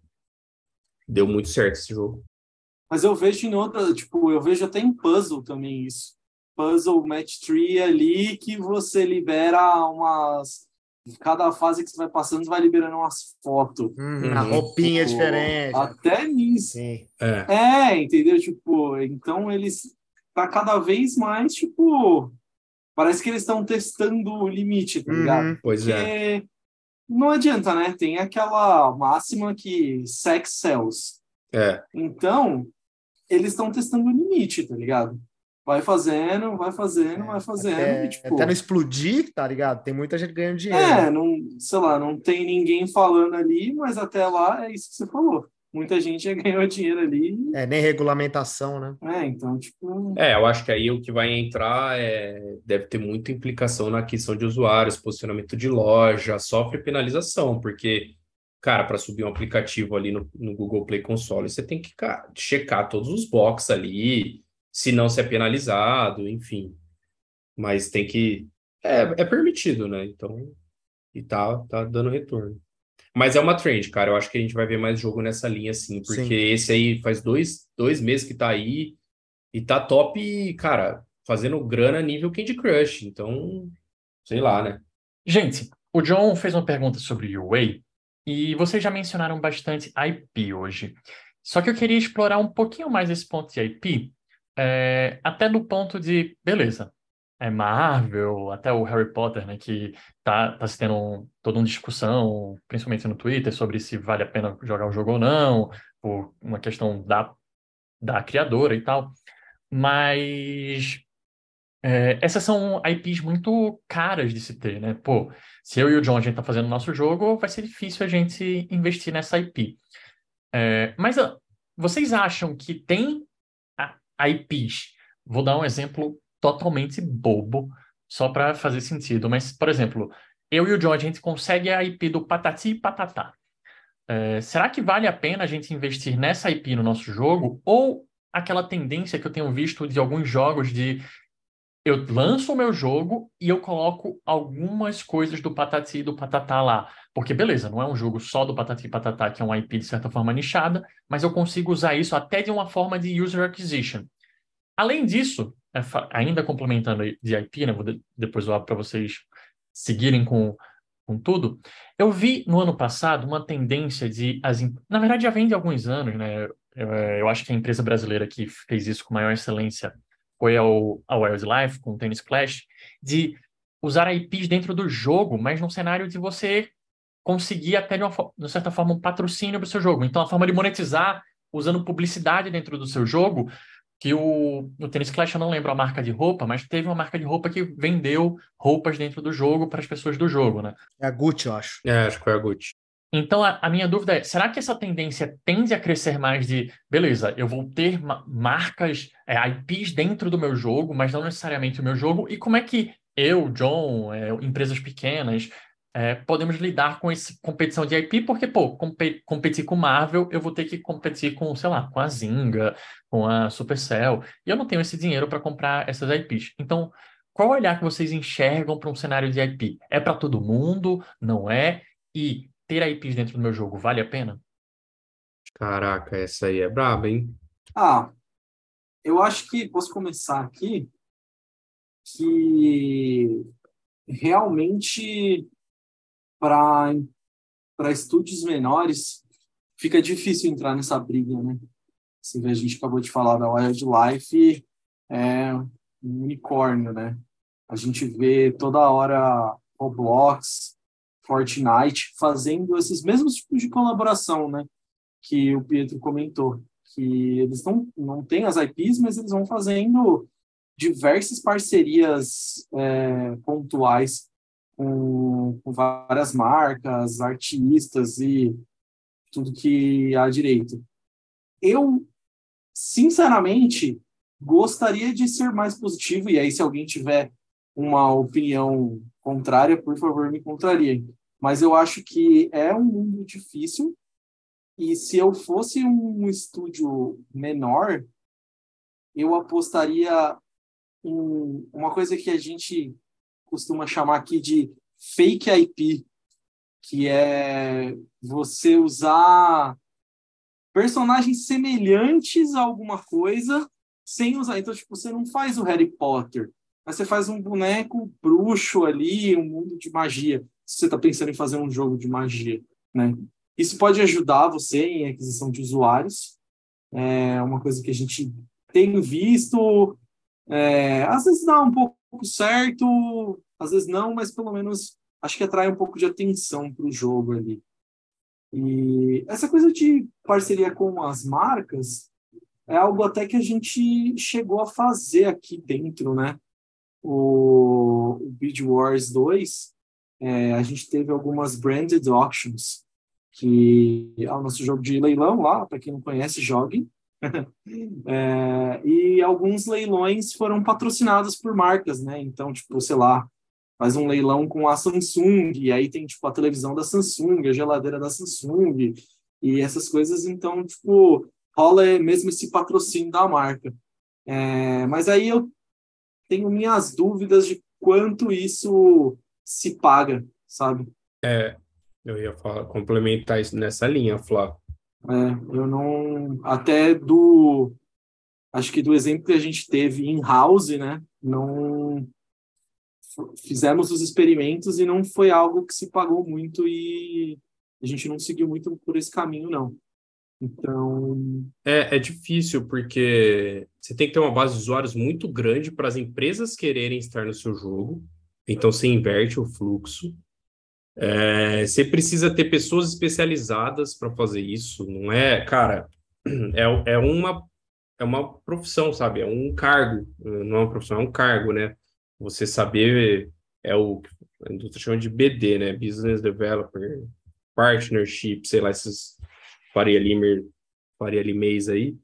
deu muito certo esse jogo. Mas eu vejo em outra, tipo, eu vejo até em puzzle também isso. Puzzle Match tree ali que você libera umas... Cada fase que você vai passando, você vai liberando umas fotos. Uhum, a roupinha tipo, diferente. Até nisso. É. é, entendeu? Tipo, então eles... Tá cada vez mais, tipo... Parece que eles estão testando o limite, tá ligado? Uhum, pois Porque é. não adianta, né? Tem aquela máxima que sex sells. É. Então... eles estão testando o limite, tá ligado? Vai fazendo, vai fazendo, é, vai fazendo. Até, e, tipo, até não explodir, tá ligado? Tem muita gente ganhando dinheiro. É, não, sei lá, não tem ninguém falando ali, mas até lá é isso que você falou. Muita gente já ganhou dinheiro ali. É, nem regulamentação, né? É, então, tipo... É, eu acho que aí o que vai entrar é... deve ter muita implicação na aquisição de usuários, posicionamento de loja, sofre penalização, porque... Cara, para subir um aplicativo ali no, no Google Play Console, você tem que cara, checar todos os boxes ali, se não ser penalizado, enfim. Mas tem que... É, é permitido, né? Então, e tá, tá dando retorno. Mas é uma trend, cara. Eu acho que a gente vai ver mais jogo nessa linha, assim, porque Sim. esse aí faz dois, dois meses que tá aí e tá top, cara, fazendo grana nível Candy Crush. Então, sei lá, né? Gente, o John fez uma pergunta sobre U A. E vocês já mencionaram bastante I P hoje. Só que eu queria explorar um pouquinho mais esse ponto de I P, É, até do ponto de, beleza, é Marvel, até o Harry Potter, né, que tá, tá se tendo um- toda uma discussão, principalmente no Twitter, sobre se vale a pena jogar o jogo ou não, por uma questão da, da criadora e tal. Mas é, essas são I Ps muito caras de se ter, né? Pô, se eu e o John a gente tá fazendo o nosso jogo, vai ser difícil a gente investir nessa I P. É, mas ó, vocês acham que tem a- I Ps? Vou dar um exemplo totalmente bobo, só para fazer sentido. Mas, por exemplo, eu e o John, a gente consegue a I P do Patati e Patatá. É, será que vale a pena a gente investir nessa I P no nosso jogo? Ou aquela tendência que eu tenho visto de alguns jogos de eu lanço o meu jogo e eu coloco algumas coisas do Patati e do Patatá lá. Porque, beleza, não é um jogo só do Patati e Patatá, que é um I P de certa forma nichada, mas eu consigo usar isso até de uma forma de user acquisition. Além disso, é fa- ainda complementando de I P, né, vou de- depois eu abro para vocês seguirem com, com tudo, eu vi no ano passado uma tendência de... As, em- na verdade, já vem de alguns anos, né? Eu, eu acho que a empresa brasileira que fez isso com maior excelência foi ao, a Wildlife, com o Tennis Clash, de usar I Ps dentro do jogo, mas num cenário de você conseguir até, de uma, fo- de certa forma, um patrocínio para o seu jogo. Então, a forma de monetizar usando publicidade dentro do seu jogo, que o, no Tennis Clash eu não lembro a marca de roupa, mas teve uma marca de roupa que vendeu roupas dentro do jogo para as pessoas do jogo, né? É a Gucci, eu acho. É, acho que foi a Gucci. Então, a, a minha dúvida é, será que essa tendência tende a crescer mais de, beleza, eu vou ter ma- marcas, é, I Ps dentro do meu jogo, mas não necessariamente o meu jogo, e como é que eu, John, é, empresas pequenas, é, podemos lidar com essa competição de I P? Porque, pô, compe- competir com Marvel, eu vou ter que competir com, sei lá, com a Zynga, com a Supercell, e eu não tenho esse dinheiro para comprar essas I Ps. Então, qual olhar que vocês enxergam para um cenário de I P? É para todo mundo? Não é? E ter I Ps dentro do meu jogo vale a pena? Caraca, essa aí é braba, hein? Ah, eu acho que posso começar aqui que realmente para para estúdios menores fica difícil entrar nessa briga, né? Assim, a gente acabou de falar da Wildlife, é um unicórnio, né? A gente vê toda hora Roblox, Fortnite fazendo esses mesmos tipos de colaboração, né? Que o Pietro comentou, que eles não, não têm as I Ps, mas eles vão fazendo diversas parcerias é, pontuais com, com várias marcas, artistas e tudo que há direito. Eu, sinceramente, gostaria de ser mais positivo, e aí se alguém tiver uma opinião contrária, por favor, me contrariem. Mas eu acho que é um mundo difícil, e se eu fosse um estúdio menor, eu apostaria em uma coisa que a gente costuma chamar aqui de fake I P, que é você usar personagens semelhantes a alguma coisa sem usar. Então, tipo, você não faz o Harry Potter, mas você faz um boneco bruxo ali, um mundo de magia, se você está pensando em fazer um jogo de magia, né? Isso pode ajudar você em aquisição de usuários. É uma coisa que a gente tem visto. É, às vezes dá um pouco certo, às vezes não, mas pelo menos acho que atrai um pouco de atenção para o jogo ali. E essa coisa de parceria com as marcas é algo até que a gente chegou a fazer aqui dentro, né? O, o Bid Wars dois, é, a gente teve algumas branded auctions, que é o nosso jogo de leilão lá, para quem não conhece, jogue. É, e alguns leilões foram patrocinados por marcas, né? Então, tipo, sei lá, faz um leilão com a Samsung, e aí tem, tipo, a televisão da Samsung, a geladeira da Samsung, e essas coisas, então, tipo, rola mesmo esse patrocínio da marca. É, mas aí eu tenho minhas dúvidas de quanto isso se paga, sabe? É, eu ia falar, complementar isso nessa linha, Flá. É, eu não... Até do... Acho que do exemplo que a gente teve in-house, né? Não... Fizemos os experimentos e não foi algo que se pagou muito e a gente não seguiu muito por esse caminho, não. Então, É, é difícil porque você tem que ter uma base de usuários muito grande para as empresas quererem estar no seu jogo. Então você inverte o fluxo. É, você precisa ter pessoas especializadas para fazer isso. Não é, cara, é, é uma, é uma profissão, sabe? É um cargo. Não é uma profissão, é um cargo, né? Você saber é o que a indústria chama de B D, né? Business Developer, Partnership, sei lá, esses Faria Limer, Faria Limês aí.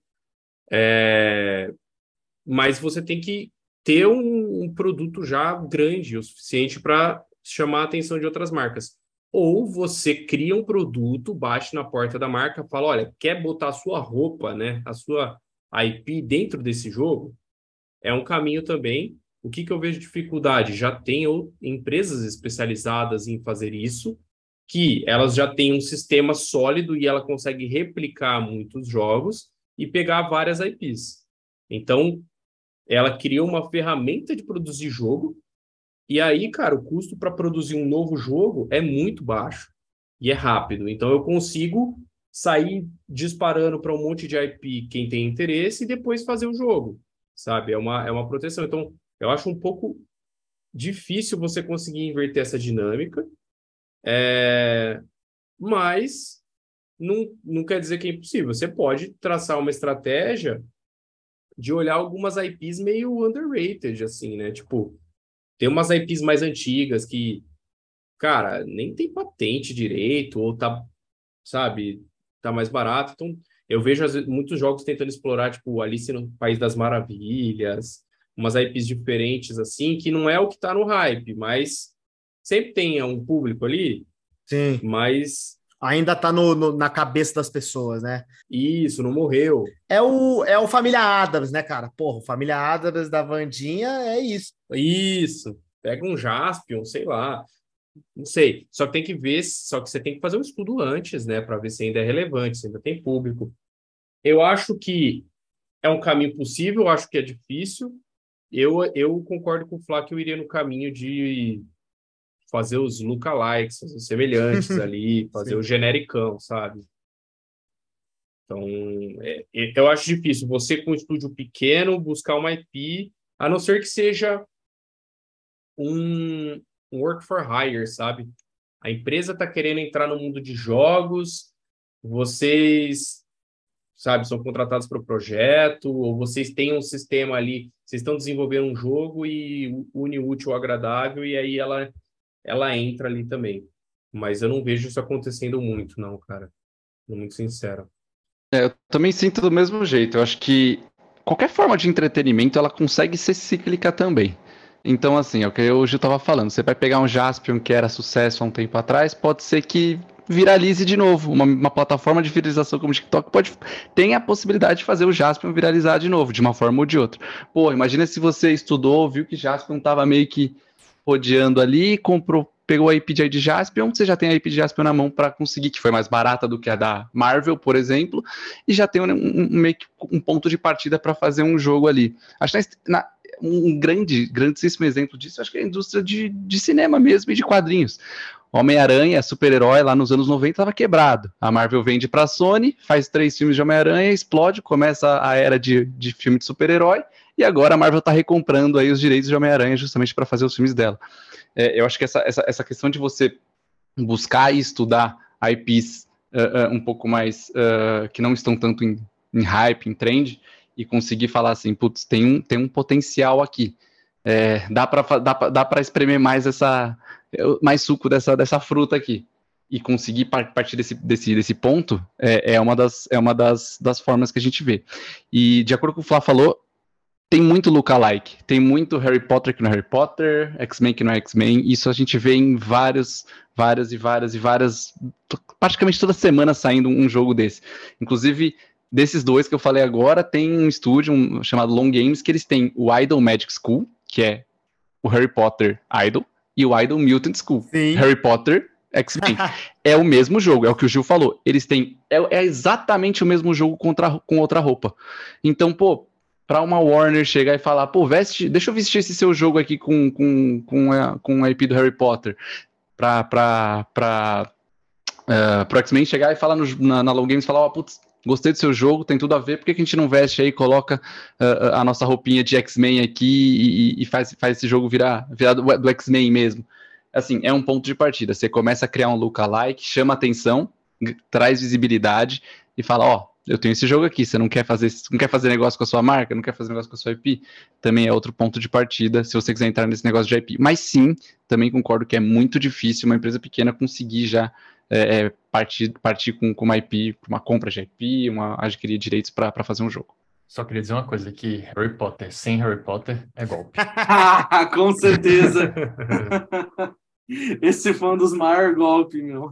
É, mas você tem que ter um, um produto já grande o suficiente para chamar a atenção de outras marcas. Ou você cria um produto, bate na porta da marca, fala, olha, quer botar a sua roupa, né, a sua I P dentro desse jogo? É um caminho também. O que, que eu vejo dificuldade? Já tem ou- empresas especializadas em fazer isso, que elas já têm um sistema sólido e ela consegue replicar muitos jogos e pegar várias I Ps. Então, ela criou uma ferramenta de produzir jogo, e aí, cara, o custo para produzir um novo jogo é muito baixo e é rápido. Então, eu consigo sair disparando para um monte de I P quem tem interesse e depois fazer o jogo, sabe? É uma, é uma proteção. Então, eu acho um pouco difícil você conseguir inverter essa dinâmica, é... mas não, não quer dizer que é impossível. Você pode traçar uma estratégia de olhar algumas I Ps meio underrated, assim, né? Tipo, tem umas I Ps mais antigas que, cara, nem tem patente direito, ou tá, sabe, tá mais barato. Então, eu vejo às vezes, muitos jogos tentando explorar, tipo, Alice no País das Maravilhas, umas I Ps diferentes, assim, que não é o que tá no hype, mas sempre tem um público ali, Sim. mas Ainda tá no, no- na cabeça das pessoas, né? isso, não morreu. É o, é o Família Addams, né, cara? Porra, o Família Addams da Wandinha é isso. Isso, pega um Jaspion, sei lá. Não sei, só que tem que ver, só que você tem que fazer um estudo antes, né, para ver se ainda é relevante, se ainda tem público. Eu acho que é um caminho possível, eu acho que é difícil. Eu, eu concordo com o Flá que eu iria no caminho de fazer os lookalikes, os semelhantes ali, fazer o Sim. genericão, sabe? Então, é, é- eu acho difícil você com um estúdio pequeno buscar uma I P, a não ser que seja um, um work for hire, sabe? A empresa está querendo entrar no mundo de jogos, vocês, sabe, são contratados para o projeto, ou vocês têm um sistema ali, vocês estão desenvolvendo um jogo e une o útil ao agradável, e aí ela, ela entra ali também. Mas eu não vejo isso acontecendo muito, não, cara. Sendo muito sincero. É, eu também sinto do mesmo jeito. Eu acho que qualquer forma de entretenimento ela consegue ser cíclica também. Então, assim, é o que eu hoje estava falando. Você vai pegar um Jaspion que era sucesso há um tempo atrás, pode ser que viralize de novo. Uma, uma plataforma de viralização como o TikTok pode tem a possibilidade de fazer o Jaspion viralizar de novo, de uma forma ou de outra. Pô, imagina se você estudou, viu que Jaspion estava meio que rodeando ali, comprou, pegou a I P de, de Jaspion, você já tem a I P de Jaspion na mão para conseguir, que foi mais barata do que a da Marvel, por exemplo, e já tem um, um, um meio que um ponto de partida para fazer um jogo ali. Acho que na, um grande, grandíssimo exemplo disso, acho que é a indústria de, de cinema mesmo e de quadrinhos. Homem-Aranha, super-herói, lá nos anos noventa estava quebrado. A Marvel vende para a Sony, faz três filmes de Homem-Aranha, explode, começa a era de, de filme de super-herói, e agora a Marvel está recomprando aí os direitos de Homem-Aranha justamente para fazer os filmes dela. É, eu acho que essa, essa, essa questão de você buscar e estudar I Ps uh, uh, um pouco mais uh, que não estão tanto em, em hype, em trend, e conseguir falar assim, putz, tem um, tem um potencial aqui. É, dá para dá dá para espremer mais essa mais suco dessa, dessa fruta aqui e conseguir partir desse, desse, desse ponto é, é uma, das, é uma das, das formas que a gente vê. E de acordo com o Flá falou, tem muito lookalike, tem muito Harry Potter que não é Harry Potter, X-Men que não é X-Men, isso a gente vê em vários, várias e várias e várias, praticamente toda semana saindo um jogo desse. Inclusive, desses dois que eu falei agora, tem um estúdio um, chamado Long Games, que eles têm o Idol Magic School, que é o Harry Potter Idol, e o Idol Mutant School, Sim. Harry Potter X-Men. É o mesmo jogo, é o que o Gil falou. Eles têm, é, é exatamente o mesmo jogo contra, com outra roupa. Então, pô, para uma Warner chegar e falar, pô, veste, deixa eu vestir esse seu jogo aqui com, com, com, a, com a I P do Harry Potter, pra, pra, pra, uh, pro X-Men chegar e falar no, na, na Long Games, falar, ó, oh, putz, gostei do seu jogo, tem tudo a ver, por que que a gente não veste aí, coloca uh, a nossa roupinha de X-Men aqui e, e faz, faz esse jogo virar, virar do, do X-Men mesmo? Assim, é um ponto de partida. Você começa a criar um lookalike, chama atenção, traz visibilidade e fala, ó, oh, eu tenho esse jogo aqui, você não quer fazer, não quer fazer negócio com a sua marca, não quer fazer negócio com a sua I P? Também é outro ponto de partida, se você quiser entrar nesse negócio de I P. Mas sim, também concordo que é muito difícil uma empresa pequena conseguir já é, partir, partir com, com uma I P, uma compra de I P, uma, adquirir direitos para fazer um jogo. Só queria dizer uma coisa aqui, Harry Potter sem Harry Potter é golpe. Com certeza. Esse foi um dos maiores golpes, meu.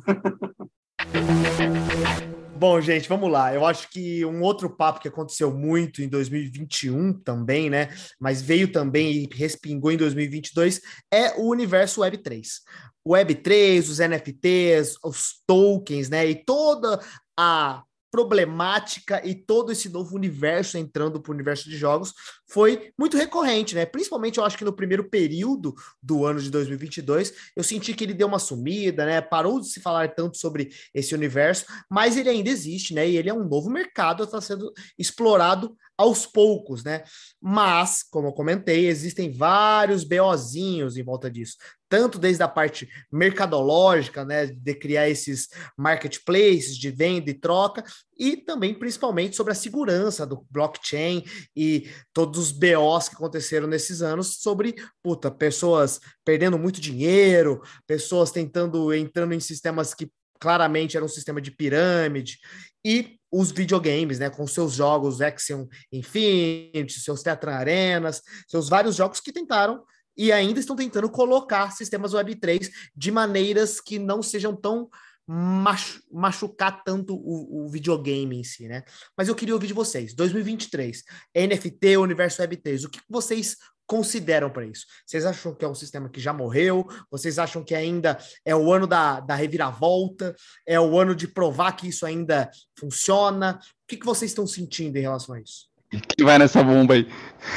Bom, gente, vamos lá. Eu acho que um outro papo que aconteceu muito em dois mil e vinte e um também, né? Mas veio também e respingou em dois mil e vinte e dois, é o universo Web três. O Web três, os N F Ts, os tokens, né? E toda a problemática e todo esse novo universo entrando para o universo de jogos foi muito recorrente, né? Principalmente eu acho que no primeiro período do ano de dois mil e vinte e dois, eu senti que ele deu uma sumida, né? Parou de se falar tanto sobre esse universo, mas ele ainda existe, né? E ele é um novo mercado, está sendo explorado aos poucos, né? Mas, como eu comentei, existem vários BOzinhos em volta disso, tanto desde a parte mercadológica, né, de criar esses marketplaces de venda e troca, e também principalmente sobre a segurança do blockchain e todos os B Os que aconteceram nesses anos sobre, puta, pessoas perdendo muito dinheiro, pessoas tentando, entrando em sistemas que claramente era um sistema de pirâmide, e os videogames, né, com seus jogos Axiom Infinity, seus Tetra Arenas, seus vários jogos que tentaram e ainda estão tentando colocar sistemas Web três de maneiras que não sejam tão machu- machucar tanto o, o videogame em si, né? Mas eu queria ouvir de vocês, dois mil e vinte e três, N F T, Universo Web três, o que vocês consideram para isso? Vocês acham que é um sistema que já morreu? Vocês acham que ainda é o ano da, da reviravolta? É o ano de provar que isso ainda funciona? O que, que vocês estão sentindo em relação a isso? Quem vai nessa bomba aí?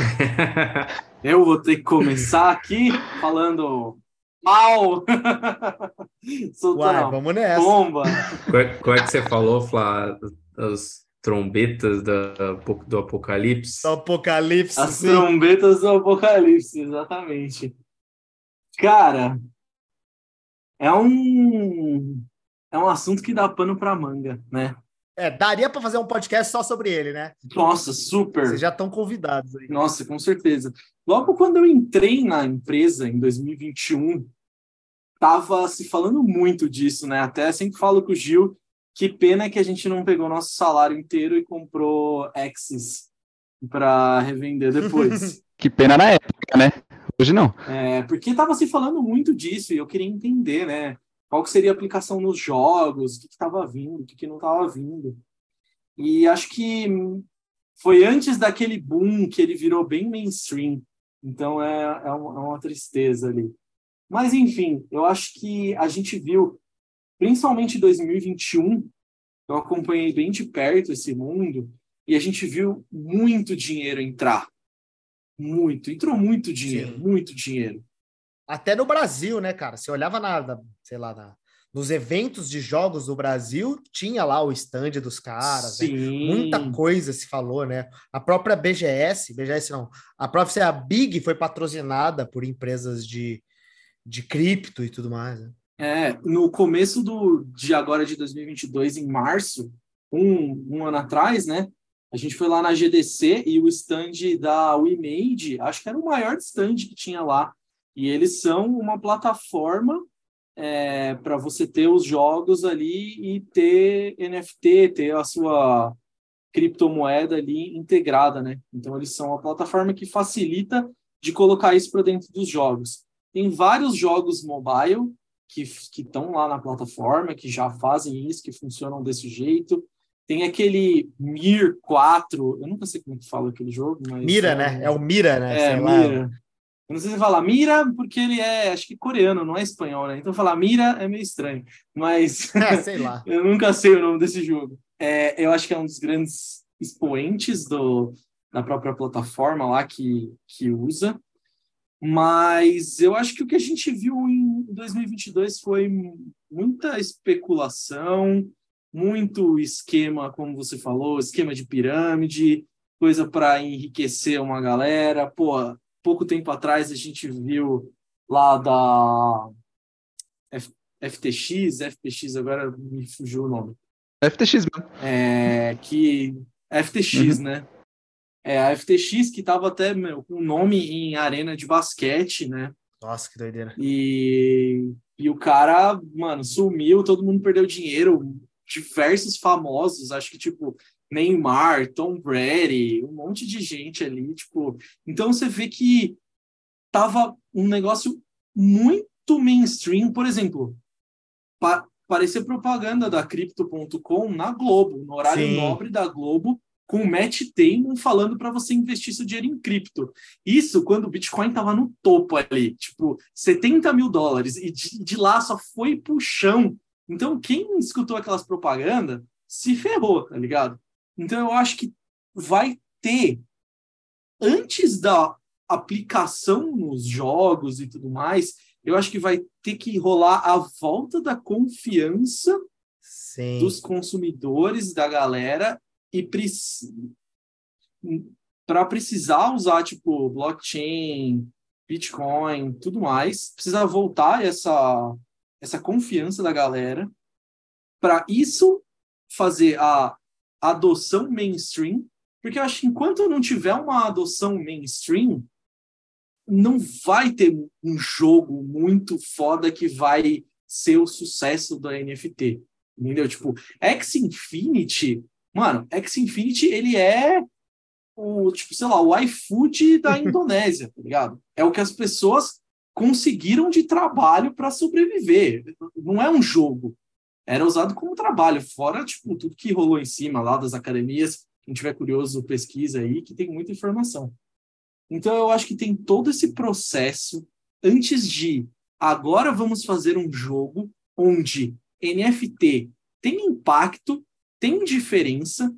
Eu vou ter que começar aqui falando mal. Soltando Uai, a vamos nessa. bomba. Como é que você falou, Flá? As trombetas da, do Apocalipse? Do Apocalipse. As sim. trombetas do Apocalipse, exatamente. Cara, é um é um assunto que dá pano pra manga, né? É, daria para fazer um podcast só sobre ele, né? Nossa, super. Vocês já estão convidados aí. Nossa, com certeza. Logo quando eu entrei na empresa, em dois mil e vinte e um, tava se falando muito disso, né? Até sempre falo com o Gil, que pena que a gente não pegou nosso salário inteiro e comprou Axis para revender depois. Que pena na época, né? Hoje não. É, porque tava se falando muito disso e eu queria entender, né? Qual que seria a aplicação nos jogos, o que estava vindo, o que, que não estava vindo. E acho que foi antes daquele boom que ele virou bem mainstream. Então é, é, uma, é uma tristeza ali. Mas, enfim, eu acho que a gente viu, principalmente em dois mil e vinte e um, eu acompanhei bem de perto esse mundo, e a gente viu muito dinheiro entrar. Muito. Entrou muito dinheiro, Sim. muito dinheiro. Até no Brasil, né, cara? Você olhava na, na sei lá, na, nos eventos de jogos do Brasil, tinha lá o stand dos caras, né? Sim. Muita coisa se falou, né? A própria B G S, B G S não, a própria a Big foi patrocinada por empresas de, de cripto e tudo mais, né? É, no começo do, de agora de dois mil e vinte e dois, em março, um, um ano atrás, né? A gente foi lá na G D C e o stand da WeMade, acho que era o maior stand que tinha lá. E eles são uma plataforma é, para você ter os jogos ali e ter N F T, ter a sua criptomoeda ali integrada, né? Então, eles são uma plataforma que facilita de colocar isso para dentro dos jogos. Tem vários jogos mobile que estão lá na plataforma, que já fazem isso, que funcionam desse jeito. Tem aquele Mir quatro, eu nunca sei como que fala aquele jogo, mas... Mira, é, né? É o Mira, né? É, Sei lá. Mira. Eu não sei se fala Mira, porque ele é, acho que coreano, não é espanhol, né? Então falar Mira é meio estranho, mas É, sei lá. eu nunca sei o nome desse jogo. É, eu acho que é um dos grandes expoentes do, da própria plataforma lá que, que usa, mas eu acho que o que a gente viu em dois mil e vinte e dois foi muita especulação, muito esquema, como você falou, esquema de pirâmide, coisa para enriquecer uma galera. Pô, pouco tempo atrás a gente viu lá da F- FTX, F P X, agora me fugiu o nome. F T X mesmo. É, que F T X, Uhum. né? É, a F T X que tava até meu, com nome em arena de basquete, né? Nossa, que doideira. E, e o cara, mano, sumiu, todo mundo perdeu dinheiro, diversos famosos, acho que tipo Neymar, Tom Brady, um monte de gente ali, tipo. Então você vê que tava um negócio muito mainstream, por exemplo, pa parecia propaganda da Crypto ponto com na Globo, no horário Sim. nobre da Globo, com o Matt Damon falando para você investir seu dinheiro em cripto. Isso quando o Bitcoin estava no topo ali, tipo, setenta mil dólares, e de, de lá só foi pro chão. Então, quem escutou aquelas propagandas se ferrou, tá ligado? Então, eu acho que vai ter, antes da aplicação nos jogos e tudo mais, eu acho que vai ter que rolar a volta da confiança Sim. dos consumidores, da galera, e para precisar usar, tipo, blockchain, Bitcoin, tudo mais, precisa voltar essa, essa confiança da galera, para isso fazer a adoção mainstream, porque eu acho que enquanto não tiver uma adoção mainstream, não vai ter um jogo muito foda que vai ser o sucesso da N F T. Entendeu? Tipo, Axie Infinity, mano, Axie Infinity, ele é o, tipo, sei lá, o iFood da Indonésia, tá ligado? É o que as pessoas conseguiram de trabalho para sobreviver. Não é um jogo. Era usado como trabalho, fora, tipo, tudo que rolou em cima lá das academias. Quem tiver curioso, pesquisa aí, que tem muita informação. Então, eu acho que tem todo esse processo antes de agora vamos fazer um jogo onde N F T tem impacto, tem diferença,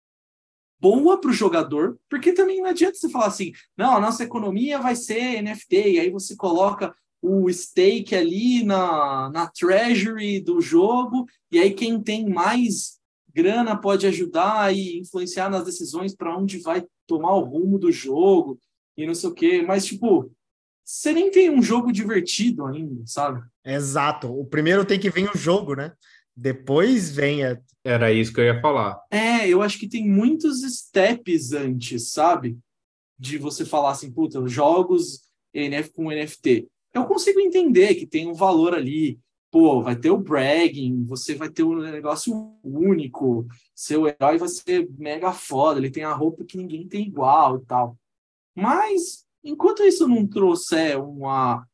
boa para o jogador, porque também não adianta você falar assim, não, a nossa economia vai ser N F T, e aí você coloca o stake ali na, na treasury do jogo, e aí quem tem mais grana pode ajudar e influenciar nas decisões para onde vai tomar o rumo do jogo, e não sei o quê, mas, tipo, você nem tem um jogo divertido ainda, sabe? Exato. O primeiro tem que vir o jogo, né? Depois vem a... Era isso que eu ia falar. É, eu acho que tem muitos steps antes, sabe? De você falar assim, puta, jogos N F com N F T. Eu consigo entender que tem um valor ali, pô, vai ter o bragging, você vai ter um negócio único, seu herói vai ser mega foda, ele tem a roupa que ninguém tem igual e tal. Mas, enquanto isso não trouxer uma,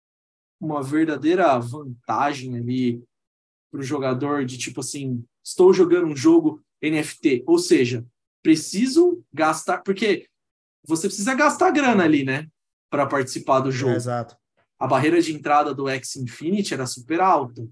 uma verdadeira vantagem ali para o jogador de tipo assim, estou jogando um jogo N F T, ou seja, preciso gastar, porque você precisa gastar grana ali, né, para participar do É, jogo. exato. A barreira de entrada do Axie Infinity era super alta.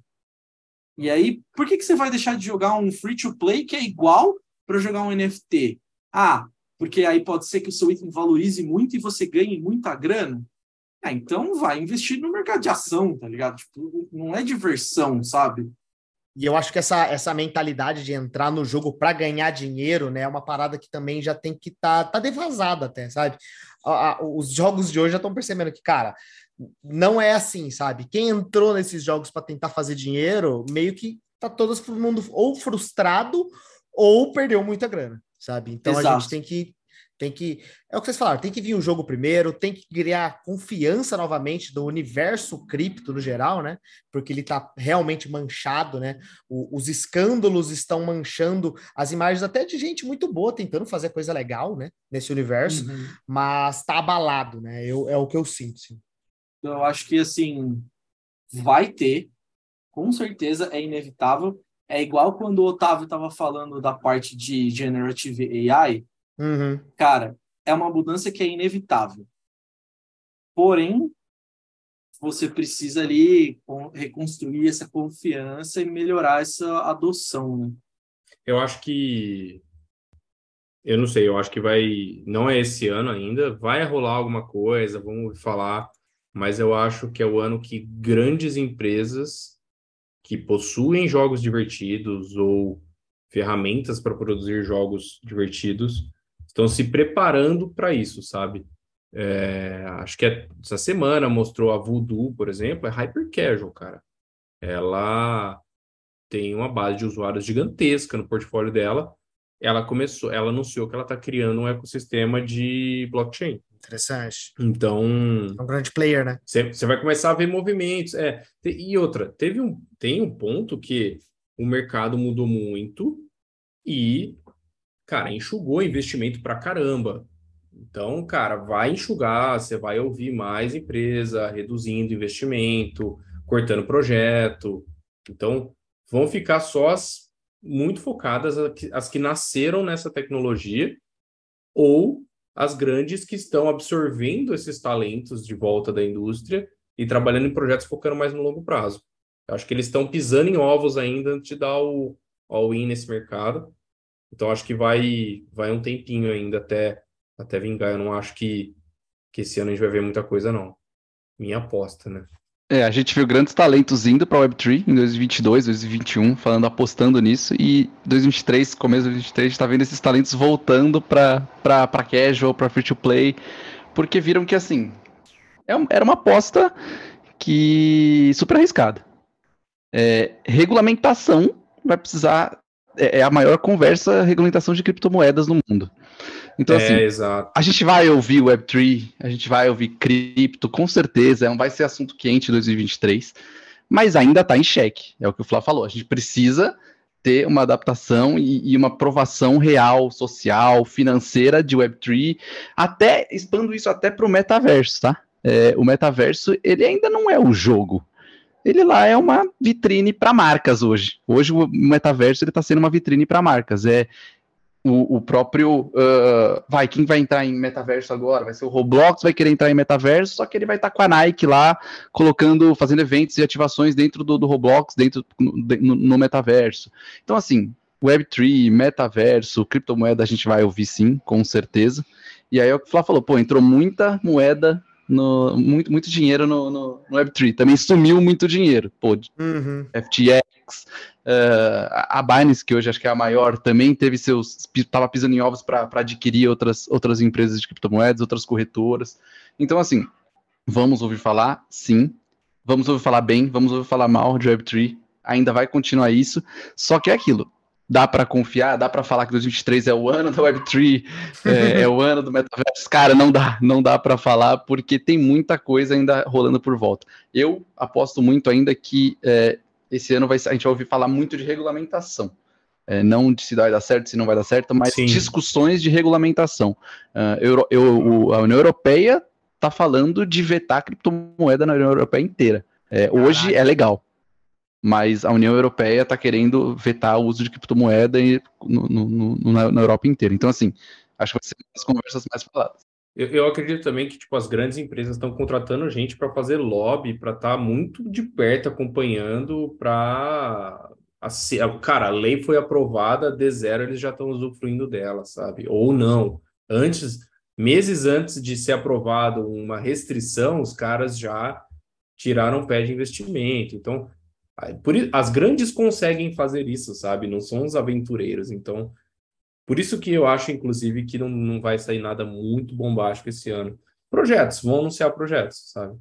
E aí, por que, que você vai deixar de jogar um free-to-play que é igual para jogar um N F T? Ah, porque aí pode ser que o seu item valorize muito e você ganhe muita grana? Ah, então vai investir no mercado de ação, tá ligado? Tipo, não é diversão, sabe? E eu acho que essa, essa mentalidade de entrar no jogo para ganhar dinheiro, né, é uma parada que também já tem que estar tá, tá defasada até, sabe? A, a, os jogos de hoje já estão percebendo que, cara, não é assim, sabe? Quem entrou nesses jogos para tentar fazer dinheiro, meio que tá todo mundo ou frustrado ou perdeu muita grana, sabe? Então a gente Exato. tem que tem que, é o que vocês falaram, tem que vir o jogo primeiro, tem que criar confiança novamente do universo cripto no geral, né? Porque ele tá realmente manchado, né? O, os escândalos estão manchando as imagens até de gente muito boa tentando fazer coisa legal, né? Nesse universo, Uhum. mas tá abalado, né? Eu, é o que eu sinto, sim. Então, eu acho que, assim, vai ter, com certeza, é inevitável. É igual quando o Otávio estava falando da parte de Generative A I. Uhum. Cara, é uma mudança que é inevitável. Porém, você precisa ali reconstruir essa confiança e melhorar essa adoção, né? Eu acho que... Eu não sei, eu acho que vai... Não é esse ano ainda, vai rolar alguma coisa, vamos falar, mas eu acho que é o ano que grandes empresas que possuem jogos divertidos ou ferramentas para produzir jogos divertidos estão se preparando para isso, sabe? É, acho que essa semana mostrou a Voodoo, por exemplo, é hyper casual, cara. Ela tem uma base de usuários gigantesca no portfólio dela. Ela começou, ela anunciou que ela está criando um ecossistema de blockchain. Interessante. Então, É um grande player, né? você vai começar a ver movimentos. É, e outra, teve um, tem um ponto que o mercado mudou muito e, cara, enxugou investimento pra caramba. Então, cara, vai enxugar, você vai ouvir mais empresa reduzindo investimento, cortando projeto. Então, vão ficar só as muito focadas as que, as que nasceram nessa tecnologia ou as grandes que estão absorvendo esses talentos de volta da indústria e trabalhando em projetos focando mais no longo prazo. Eu acho que eles estão pisando em ovos ainda antes de dar o all-in nesse mercado. Então, acho que vai, vai um tempinho ainda até, até vingar. Eu não acho que, que esse ano a gente vai ver muita coisa, não. Minha aposta, né? É, a gente viu grandes talentos indo para a web três em dois mil e vinte e dois, dois mil e vinte e um, falando, apostando nisso, e dois mil e vinte e três, começo de dois mil e vinte e três, a gente está vendo esses talentos voltando para para casual, para free to play, porque viram que, assim, é, era uma aposta que super arriscada. É, regulamentação vai precisar, é, é a maior conversa, regulamentação de criptomoedas no mundo. Então, assim, É, exato. a gente vai ouvir web três, a gente vai ouvir cripto, com certeza, não vai ser assunto quente em dois mil e vinte e três, mas ainda está em xeque, é o que o Flávio falou. A gente precisa ter uma adaptação e, e uma aprovação real, social, financeira de web três, até, expando isso até para o metaverso, tá? É, o metaverso, ele ainda não é o jogo. Ele lá é uma vitrine para marcas hoje. Hoje o metaverso está sendo uma vitrine para marcas. É o, o próprio... Uh, vai, quem vai entrar em metaverso agora? Vai ser o Roblox, vai querer entrar em metaverso, só que ele vai estar tá com a Nike lá, colocando, fazendo eventos e ativações dentro do, do Roblox, dentro no, no metaverso. Então, assim, web três, metaverso, criptomoeda a gente vai ouvir sim, com certeza. E aí é o que o Flá falou, pô, entrou muita moeda, no, muito, muito dinheiro no, no, no web três. Também sumiu muito dinheiro. Pô, Uhum. F T X, uh, a Binance, que hoje acho que é a maior, também teve seus... Estava pisando em ovos para adquirir outras, outras empresas de criptomoedas, outras corretoras. Então, assim, vamos ouvir falar, sim. Vamos ouvir falar bem, vamos ouvir falar mal de web três. Ainda vai continuar isso. Só que é aquilo. Dá para confiar, dá para falar que dois mil e vinte e três é o ano da web três, é, é o ano do metaverso. Cara, não dá, não dá para falar, porque tem muita coisa ainda rolando por volta. Eu aposto muito ainda que é, esse ano vai, a gente vai ouvir falar muito de regulamentação. É, não de se vai dar certo, se não vai dar certo, mas Sim. discussões de regulamentação. Uh, eu, eu, a União Europeia está falando de vetar criptomoeda na União Europeia inteira. É, hoje é legal. Mas a União Europeia está querendo vetar o uso de criptomoeda no, no, no, na, na Europa inteira. Então, assim, acho que vai ser uma das conversas mais faladas. Eu, eu acredito também que tipo, as grandes empresas estão contratando gente para fazer lobby, para estar tá muito de perto acompanhando para... Cara, a lei foi aprovada, de zero eles já estão usufruindo dela, sabe? Ou não. Antes, meses antes de ser aprovado uma restrição, os caras já tiraram o pé de investimento. Então... Por, as grandes conseguem fazer isso, sabe? Não são os aventureiros. Então, por isso que eu acho, inclusive, que não, não vai sair nada muito bombástico esse ano. Projetos, vão anunciar projetos, sabe?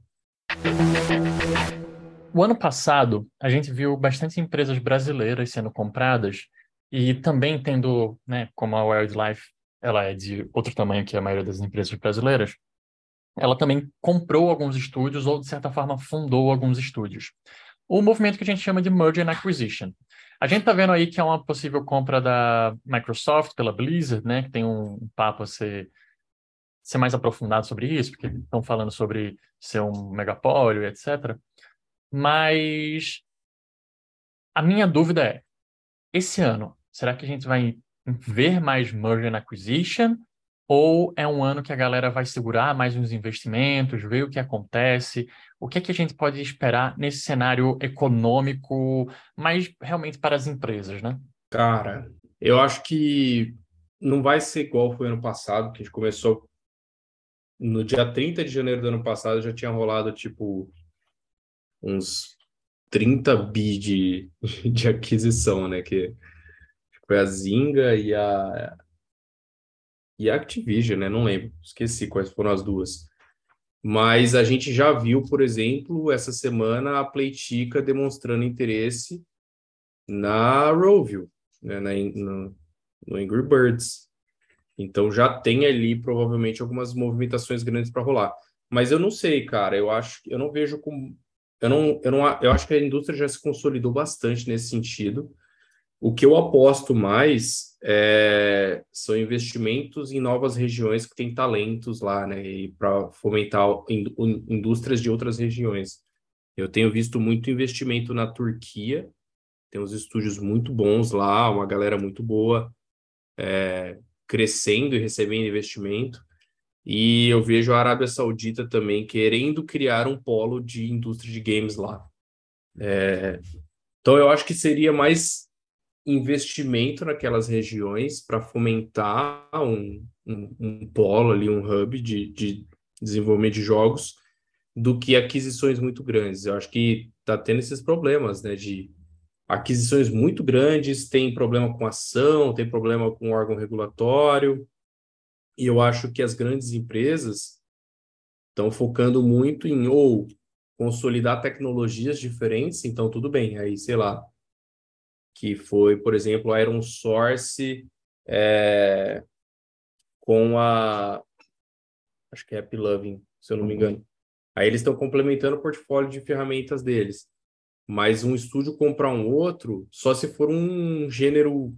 O ano passado, a gente viu bastante empresas brasileiras sendo compradas e também tendo, né, como a Wildlife, ela é de outro tamanho que a maioria das empresas brasileiras, ela também comprou alguns estúdios ou, de certa forma, fundou alguns estúdios. O movimento que a gente chama de Merger and Acquisition. A gente está vendo aí que é uma possível compra da Microsoft pela Blizzard, né, que tem um papo a ser, ser mais aprofundado sobre isso, porque estão falando sobre ser um megapólio, etcétera. Mas a minha dúvida é, esse ano, será que a gente vai ver mais Merger and Acquisition? Ou é um ano que a galera vai segurar mais uns investimentos, ver o que acontece? O que é que a gente pode esperar nesse cenário econômico, mais realmente para as empresas, né? Cara, eu acho que não vai ser igual foi ano passado, que a gente começou no dia trinta de janeiro do ano passado, já tinha rolado, tipo, uns trinta bi de, de aquisição, né? Que foi a Zynga e a, e a Activision, né? Não lembro, esqueci quais foram as duas. Mas a gente já viu, por exemplo, essa semana a Playtika demonstrando interesse na Rovio, né? Na, no, no Angry Birds. Então já tem ali provavelmente algumas movimentações grandes para rolar. Mas eu não sei, cara. Eu acho, eu não vejo como, eu não, eu não, eu acho que a indústria já se consolidou bastante nesse sentido. O que eu aposto mais é, são investimentos em novas regiões que têm talentos lá, né? E para fomentar in- indústrias de outras regiões. Eu tenho visto muito investimento na Turquia. Tem uns estúdios muito bons lá, uma galera muito boa crescendo e recebendo investimento. E eu vejo a Arábia Saudita também querendo criar um polo de indústria de games lá. Então eu acho que seria mais investimento naquelas regiões para fomentar um, um, um polo ali, um hub de, de desenvolvimento de jogos, do que aquisições muito grandes. Eu acho que está tendo esses problemas, né, de aquisições muito grandes, tem problema com ação, tem problema com órgão regulatório, e eu acho que as grandes empresas estão focando muito em ou consolidar tecnologias diferentes, então tudo bem, aí sei lá, que foi, por exemplo, a Iron Source é, com a, acho que é AppLovin, se eu não me engano. Aí eles estão complementando o portfólio de ferramentas deles. Mas um estúdio comprar um outro, só se for um gênero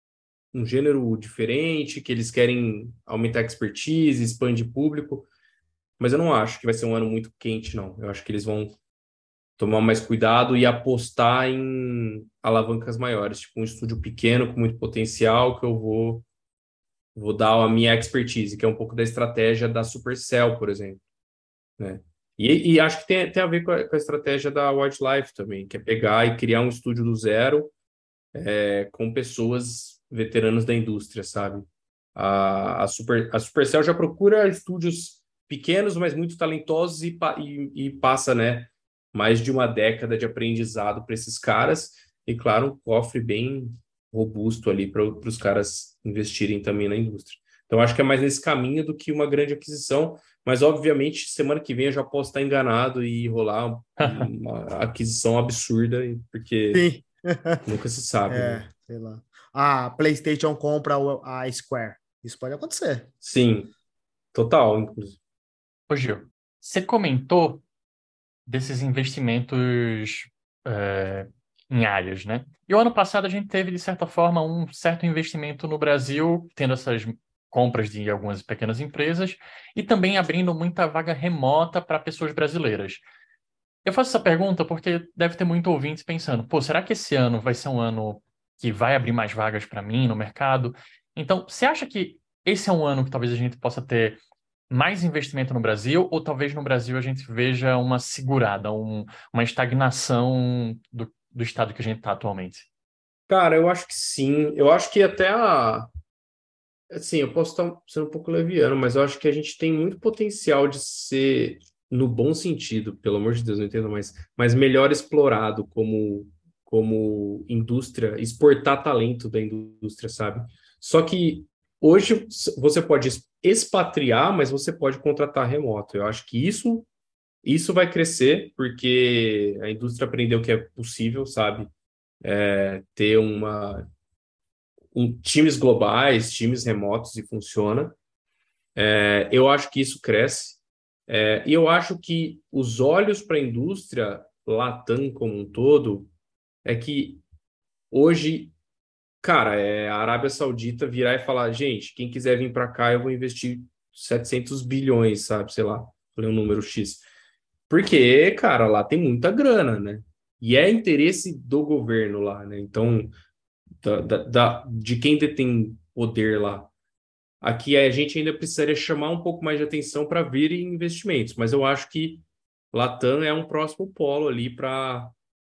um gênero diferente, que eles querem aumentar a expertise, expandir público. Mas eu não acho que vai ser um ano muito quente, não. Eu acho que eles vão tomar mais cuidado e apostar em alavancas maiores, tipo um estúdio pequeno com muito potencial que eu vou vou dar a minha expertise, que é um pouco da estratégia da Supercell, por exemplo, né? E, e acho que tem, tem a ver com a, com a estratégia da Wildlife também, que é pegar e criar um estúdio do zero é, com pessoas veteranas da indústria, sabe? A, a, Super, a Supercell já procura estúdios pequenos, mas muito talentosos e, e, e passa, né, mais de uma década de aprendizado para esses caras e, claro, um cofre bem robusto ali para os caras investirem também na indústria. Então, acho que é mais nesse caminho do que uma grande aquisição, mas, obviamente, semana que vem eu já posso estar enganado e rolar uma aquisição absurda, porque Sim. nunca se sabe, né? É, sei lá. A PlayStation compra o- a Square. Isso pode acontecer. Sim, total, inclusive. Ô, Gil, você comentou desses investimentos é, em áreas, né? E o ano passado a gente teve, de certa forma, um certo investimento no Brasil, tendo essas compras de algumas pequenas empresas e também abrindo muita vaga remota para pessoas brasileiras. Eu faço essa pergunta porque deve ter muito ouvintes pensando, pô, será que esse ano vai ser um ano que vai abrir mais vagas para mim no mercado? Então, você acha que esse é um ano que talvez a gente possa ter mais investimento no Brasil, ou talvez no Brasil a gente veja uma segurada, um- uma estagnação do, do estado que a gente está atualmente? Cara, eu acho que sim. Eu acho que até a. Assim, eu posso estar sendo um pouco leviano, mas eu acho que a gente tem muito potencial de ser, no bom sentido, pelo amor de Deus, não entendo mais, mas melhor explorado como, como indústria, exportar talento da indústria, sabe? Só que hoje você pode expatriar, mas você pode contratar remoto. Eu acho que isso, isso vai crescer, porque a indústria aprendeu que é possível, sabe? É, ter uma um, times globais, times remotos e funciona. É, eu acho que isso cresce. É, e eu acho que os olhos para a indústria Latam como um todo é que hoje, cara, é a Arábia Saudita virar e falar, gente, quem quiser vir para cá, eu vou investir setecentos bilhões, sabe? Sei lá, falei um número X. Porque, cara, lá tem muita grana, né? E é interesse do governo lá, né? Então, da, da, da- de quem detém poder lá. Aqui a gente ainda precisaria chamar um pouco mais de atenção para vir em investimentos, mas eu acho que Latam é um próximo polo ali para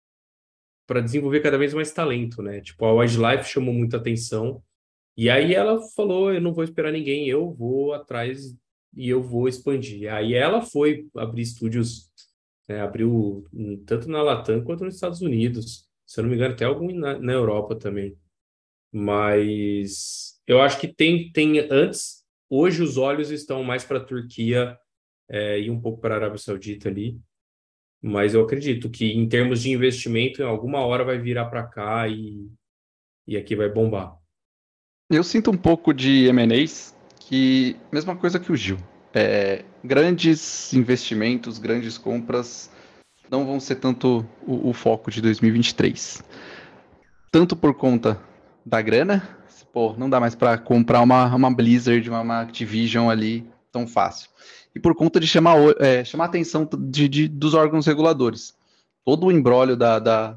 para desenvolver cada vez mais talento, né? Tipo, a Wildlife chamou muita atenção e aí ela falou, eu não vou esperar ninguém, eu vou atrás e eu vou expandir. Aí ela foi abrir estúdios É, abriu hum, tanto na Latam quanto nos Estados Unidos. Se eu não me engano, até algum na, na Europa também. Mas eu acho que tem, tem antes, hoje os olhos estão mais para a Turquia é, e um pouco para a Arábia Saudita ali. Mas eu acredito que em termos de investimento, em alguma hora vai virar para cá e, e aqui vai bombar. Eu sinto um pouco de M and As, que mesma coisa que o Gil. É, grandes investimentos, grandes compras não vão ser tanto o, o foco de dois mil e vinte e três. Tanto por conta da grana, pô, não dá mais para comprar uma, uma Blizzard, uma, uma Activision ali tão fácil. E por conta de chamar, é, chamar a atenção de, de, dos órgãos reguladores. Todo o embrólio da, da,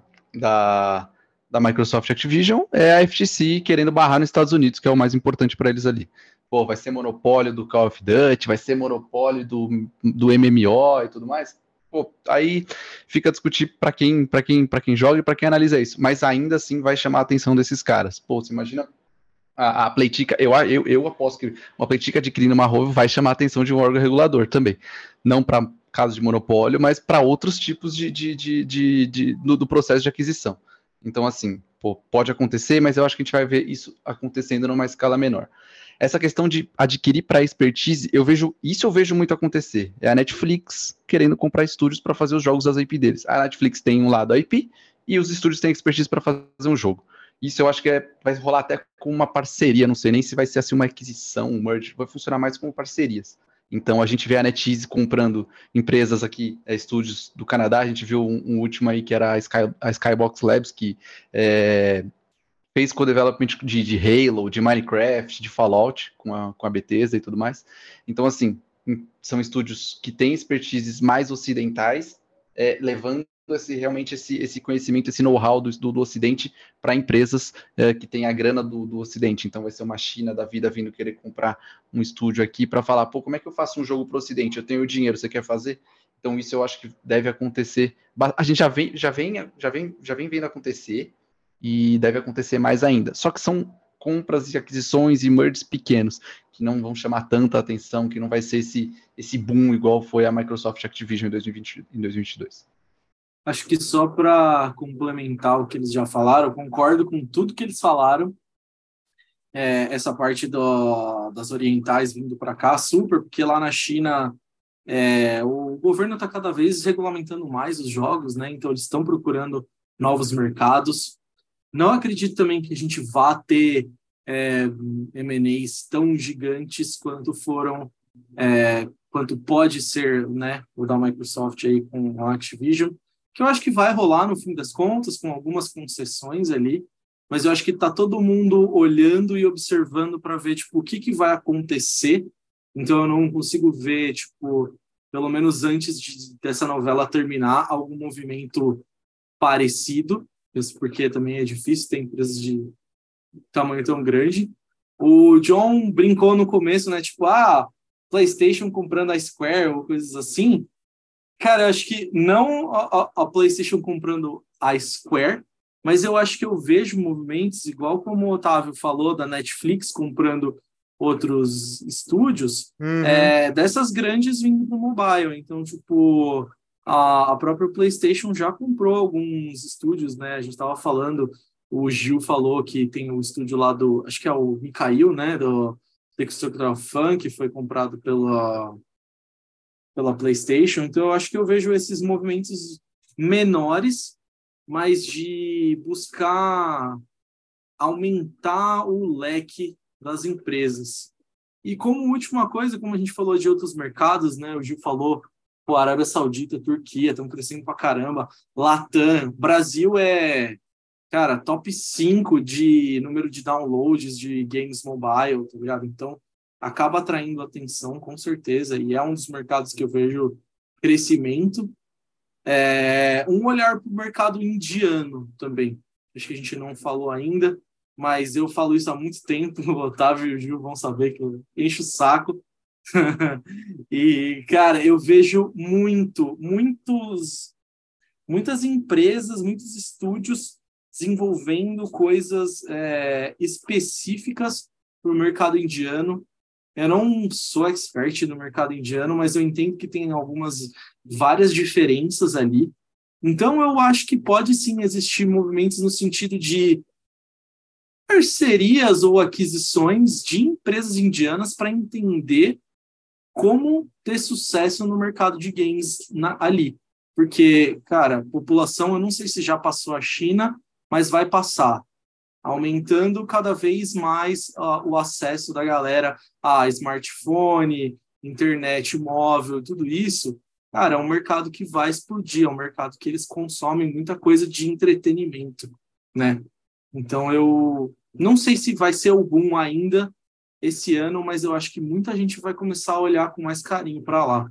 da, da Microsoft Activision é a F T C querendo barrar nos Estados Unidos, que é o mais importante para eles ali. Pô, vai ser monopólio do Call of Duty, vai ser monopólio do, do M M O e tudo mais. Pô, aí fica a discutir para quem, para quem, para quem joga e para quem analisa isso. Mas ainda assim vai chamar a atenção desses caras. Pô, você imagina a, a Playtika, eu, eu, eu aposto que uma Playtika adquirindo uma Rovio vai chamar a atenção de um órgão regulador também. Não para casos de monopólio, mas para outros tipos de, de, de, de, de do, do processo de aquisição. Então, assim, pô, pode acontecer, mas eu acho que a gente vai ver isso acontecendo numa escala menor. Essa questão de adquirir para expertise, eu vejo isso eu vejo muito acontecer. É a Netflix querendo comprar estúdios para fazer os jogos das I P deles. A Netflix tem um lado a I P e os estúdios têm expertise para fazer um jogo. Isso eu acho que é, vai rolar até com uma parceria, não sei nem se vai ser assim uma aquisição, um merge, vai funcionar mais como parcerias. Então a gente vê a NetEase comprando empresas aqui, é, estúdios do Canadá, a gente viu um, um último aí que era a, Sky, a Skybox Labs, que é, fez co-development de, de Halo, de Minecraft, de Fallout, com a, com a Bethesda e tudo mais. Então, assim, são estúdios que têm expertises mais ocidentais, é, levando esse, realmente esse, esse conhecimento, esse know-how do, do, do Ocidente para empresas é, que têm a grana do, do Ocidente. Então, vai ser uma China da vida vindo querer comprar um estúdio aqui para falar, pô, como é que eu faço um jogo para o Ocidente? Eu tenho dinheiro, você quer fazer? Então, isso eu acho que deve acontecer. A gente já vem, já vem, já vem, já vem vendo acontecer, e deve acontecer mais ainda. Só que são compras e aquisições e merges pequenos, que não vão chamar tanta atenção, que não vai ser esse, esse boom igual foi a Microsoft Activision em dois mil e vinte, em dois mil e vinte e dois. Acho que só para complementar o que eles já falaram, eu concordo com tudo que eles falaram. É, essa parte do, das orientais vindo para cá, super, porque lá na China é, o governo está cada vez regulamentando mais os jogos, né? Então eles estão procurando novos mercados. Não acredito também que a gente vá ter é, M and As tão gigantes quanto foram, é, quanto pode ser, né, o da Microsoft aí com a Activision, que eu acho que vai rolar no fim das contas, com algumas concessões ali, mas eu acho que está todo mundo olhando e observando para ver, tipo, o que, que vai acontecer. Então eu não consigo ver, tipo, pelo menos antes de, dessa novela terminar, algum movimento parecido, porque também é difícil ter empresas de tamanho tão grande. O John brincou no começo, né? Tipo, ah, PlayStation comprando a Square ou coisas assim. Cara, eu acho que não a, a PlayStation comprando a Square, mas eu acho que eu vejo movimentos, igual como o Otávio falou, da Netflix comprando outros estúdios, uhum. é, dessas grandes vindo do mobile. Então, tipo, a, a própria PlayStation já comprou alguns estúdios, né? A gente estava falando, o Gil falou que tem o estúdio lá do, acho que é o Mikhail, né? Do Destructor of Fun, que foi comprado pela, pela PlayStation. Então, eu acho que eu vejo esses movimentos menores, mas de buscar aumentar o leque das empresas. E como última coisa, como a gente falou de outros mercados, né? O Gil falou, pô, Arábia Saudita, Turquia, estão crescendo pra caramba. Latam, Brasil é, cara, top cinco de número de downloads de games mobile, tá ligado? Então, acaba atraindo atenção, com certeza, e é um dos mercados que eu vejo crescimento. É, um olhar para o mercado indiano também. Acho que a gente não falou ainda, mas eu falo isso há muito tempo, o Otávio e o Gil vão saber que eu encho o saco. E, cara, eu vejo muito, muitos, muitas empresas, muitos estúdios desenvolvendo coisas é, específicas para o mercado indiano. Eu não sou expert no mercado indiano, mas eu entendo que tem algumas, várias diferenças ali. Então, eu acho que pode sim existir movimentos no sentido de parcerias ou aquisições de empresas indianas para entender como ter sucesso no mercado de games na, ali. Porque, cara, população, eu não sei se já passou a China, mas vai passar, aumentando cada vez mais uh, o acesso da galera a smartphone, internet móvel, tudo isso. Cara, é um mercado que vai explodir, é um mercado que eles consomem muita coisa de entretenimento, né? Então, eu não sei se vai ser o boom ainda esse ano, mas eu acho que muita gente vai começar a olhar com mais carinho para lá.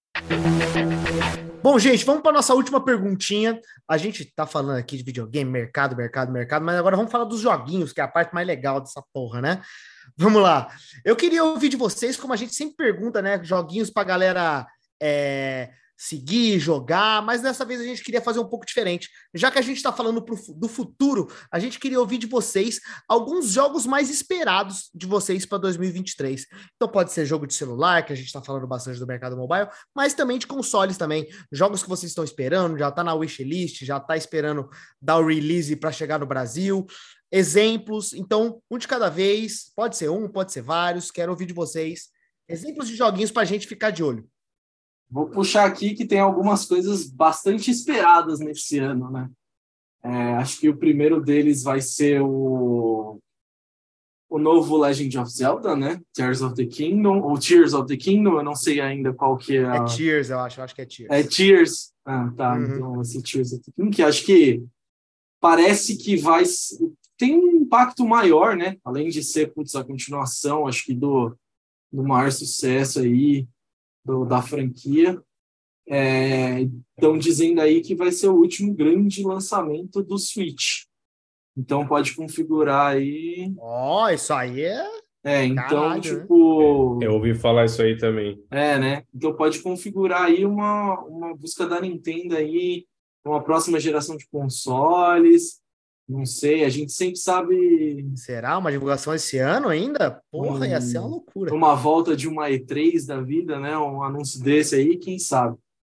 Bom, gente, vamos para nossa última perguntinha. A gente tá falando aqui de videogame, mercado, mercado, mercado, mas agora vamos falar dos joguinhos, que é a parte mais legal dessa porra, né? Vamos lá. Eu queria ouvir de vocês, como a gente sempre pergunta, né? Joguinhos pra galera é, seguir, jogar, mas dessa vez a gente queria fazer um pouco diferente. Já que a gente está falando pro, do futuro, a gente queria ouvir de vocês alguns jogos mais esperados de vocês para dois mil e vinte e três. Então pode ser jogo de celular, que a gente está falando bastante do mercado mobile, mas também de consoles também. Jogos que vocês estão esperando, já está na wishlist, já está esperando dar o release para chegar no Brasil. Exemplos, então, um de cada vez, pode ser um, pode ser vários, quero ouvir de vocês. Exemplos de joguinhos para a gente ficar de olho. Vou puxar aqui que tem algumas coisas bastante esperadas nesse ano, né? É, acho que o primeiro deles vai ser o, o novo Legend of Zelda, né? Tears of the Kingdom, ou Tears of the Kingdom, eu não sei ainda qual que é a... É Tears, eu acho, eu acho que é Tears. É Tears. Ah, tá, uhum. Então vai ser Tears of the Kingdom, que acho que parece que vai... Tem um impacto maior, né? Além de ser, putz, a continuação, acho que do, do maior sucesso aí, Do, da franquia. Estão é, dizendo aí que vai ser o último grande lançamento do Switch. Então pode configurar aí. Ó, oh, isso aí é. É, então, Caralho, tipo. Né? Eu ouvi falar isso aí também. É, né? Então pode configurar aí uma, uma busca da Nintendo aí, uma próxima geração de consoles. Não sei, a gente sempre sabe... Será uma divulgação esse ano ainda? Porra, um, ia ser uma loucura. Uma volta de uma E três da vida, né? Um anúncio desse aí, quem sabe?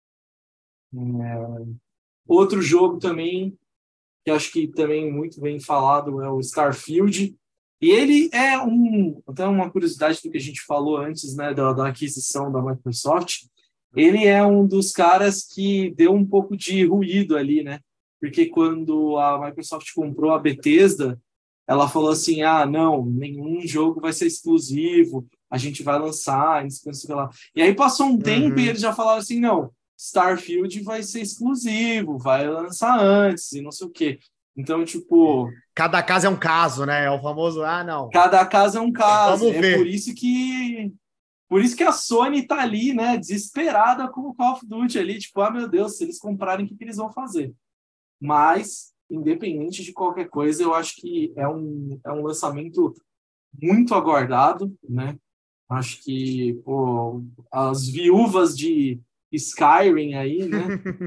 É... Outro jogo também, que acho que também muito bem falado, é o Starfield. E ele é um... Até uma curiosidade do que a gente falou antes, né? Da, da aquisição da Microsoft. Ele é um dos caras que deu um pouco de ruído ali, né? Porque quando a Microsoft comprou a Bethesda, ela falou assim, ah, não, nenhum jogo vai ser exclusivo, a gente vai lançar, isso, isso, lá. E aí passou um tempo uhum. e eles já falaram assim, não, Starfield vai ser exclusivo, vai lançar antes, e não sei o quê. Então, tipo... Cada caso é um caso, né? É o famoso, ah, não. Cada caso é um caso. Vamos é ver. Por isso que... Por isso que a Sony tá ali, né, desesperada com o Call of Duty ali, tipo, ah, meu Deus, se eles comprarem, o que, que eles vão fazer? Mas, independente de qualquer coisa, eu acho que é um, é um lançamento muito aguardado, né? Acho que pô, as viúvas de Skyrim aí, né?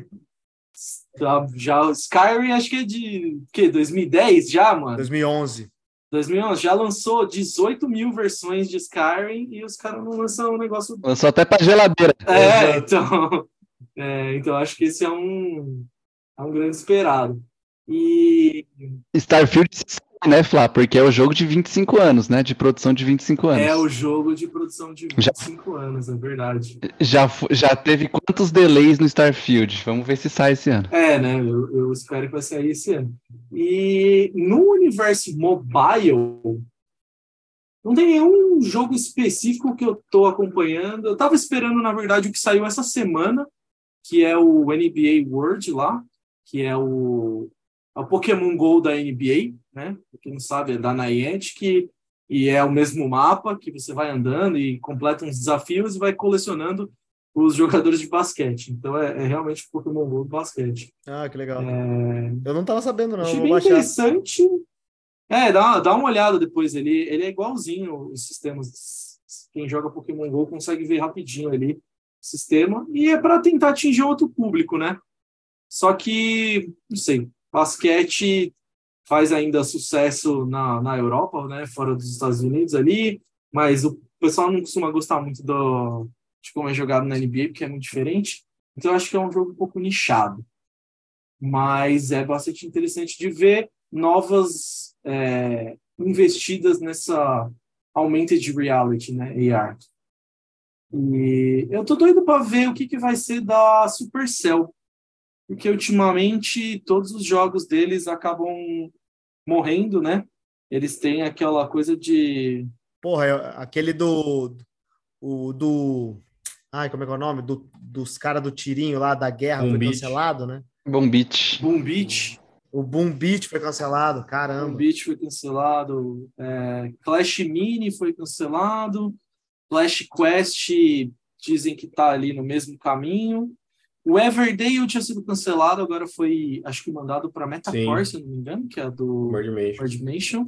já, Skyrim acho que é de que, dois mil e dez já, mano? dois mil e onze. dois mil e onze, já lançou dezoito mil versões de Skyrim e os caras não lançam um negócio... Lançou até pra geladeira. É, então... É, então, acho que esse é um... É um grande esperado. E... Starfield, né, Flá? Porque é o jogo de vinte e cinco anos, né? De produção de vinte e cinco anos. É o jogo de produção de vinte e cinco já, anos, é verdade. Já, já teve quantos delays no Starfield? Vamos ver se sai esse ano. É, né? Eu, eu espero que vai sair esse ano. E no universo mobile, não tem nenhum jogo específico que eu tô acompanhando. Eu tava esperando, na verdade, o que saiu essa semana, que é o N B A World lá, que é o, é o Pokémon Go da N B A, né? Pra quem não sabe, é da Niantic, e é o mesmo mapa que você vai andando e completa uns desafios e vai colecionando os jogadores de basquete. Então é, é realmente o Pokémon Go do basquete. Ah, que legal. É... Eu não tava sabendo, não. Achei Vou bem baixar. interessante. É, dá, dá uma olhada depois. Ele, ele é igualzinho os sistemas. Quem joga Pokémon Go consegue ver rapidinho ali o sistema. E é para tentar atingir outro público, né? Só que, não sei, basquete faz ainda sucesso na, na Europa, né, fora dos Estados Unidos ali, mas o pessoal não costuma gostar muito do, de como é jogado na N B A, porque é muito diferente. Então, eu acho que é um jogo um pouco nichado. Mas é bastante interessante de ver novas é, investidas nessa augmented reality, né, A R. E eu tô doido para ver o que, que vai ser da Supercell, porque ultimamente todos os jogos deles acabam morrendo, né? Eles têm aquela coisa de... Porra, eu- aquele do... O do... Ai, como é que é o nome? Do, dos caras do tirinho lá da guerra Boom foi Beach. cancelado, né? Bom beat. Boom Beach. O Boom Beach foi cancelado, Boom caramba. Beach foi cancelado. É, Clash Mini foi cancelado. Flash Quest dizem que tá ali no mesmo caminho. O Everdale tinha sido cancelado, agora foi, acho que mandado para Metacore, Sim. se eu não me engano, que é a do Birdmation. Birdmation.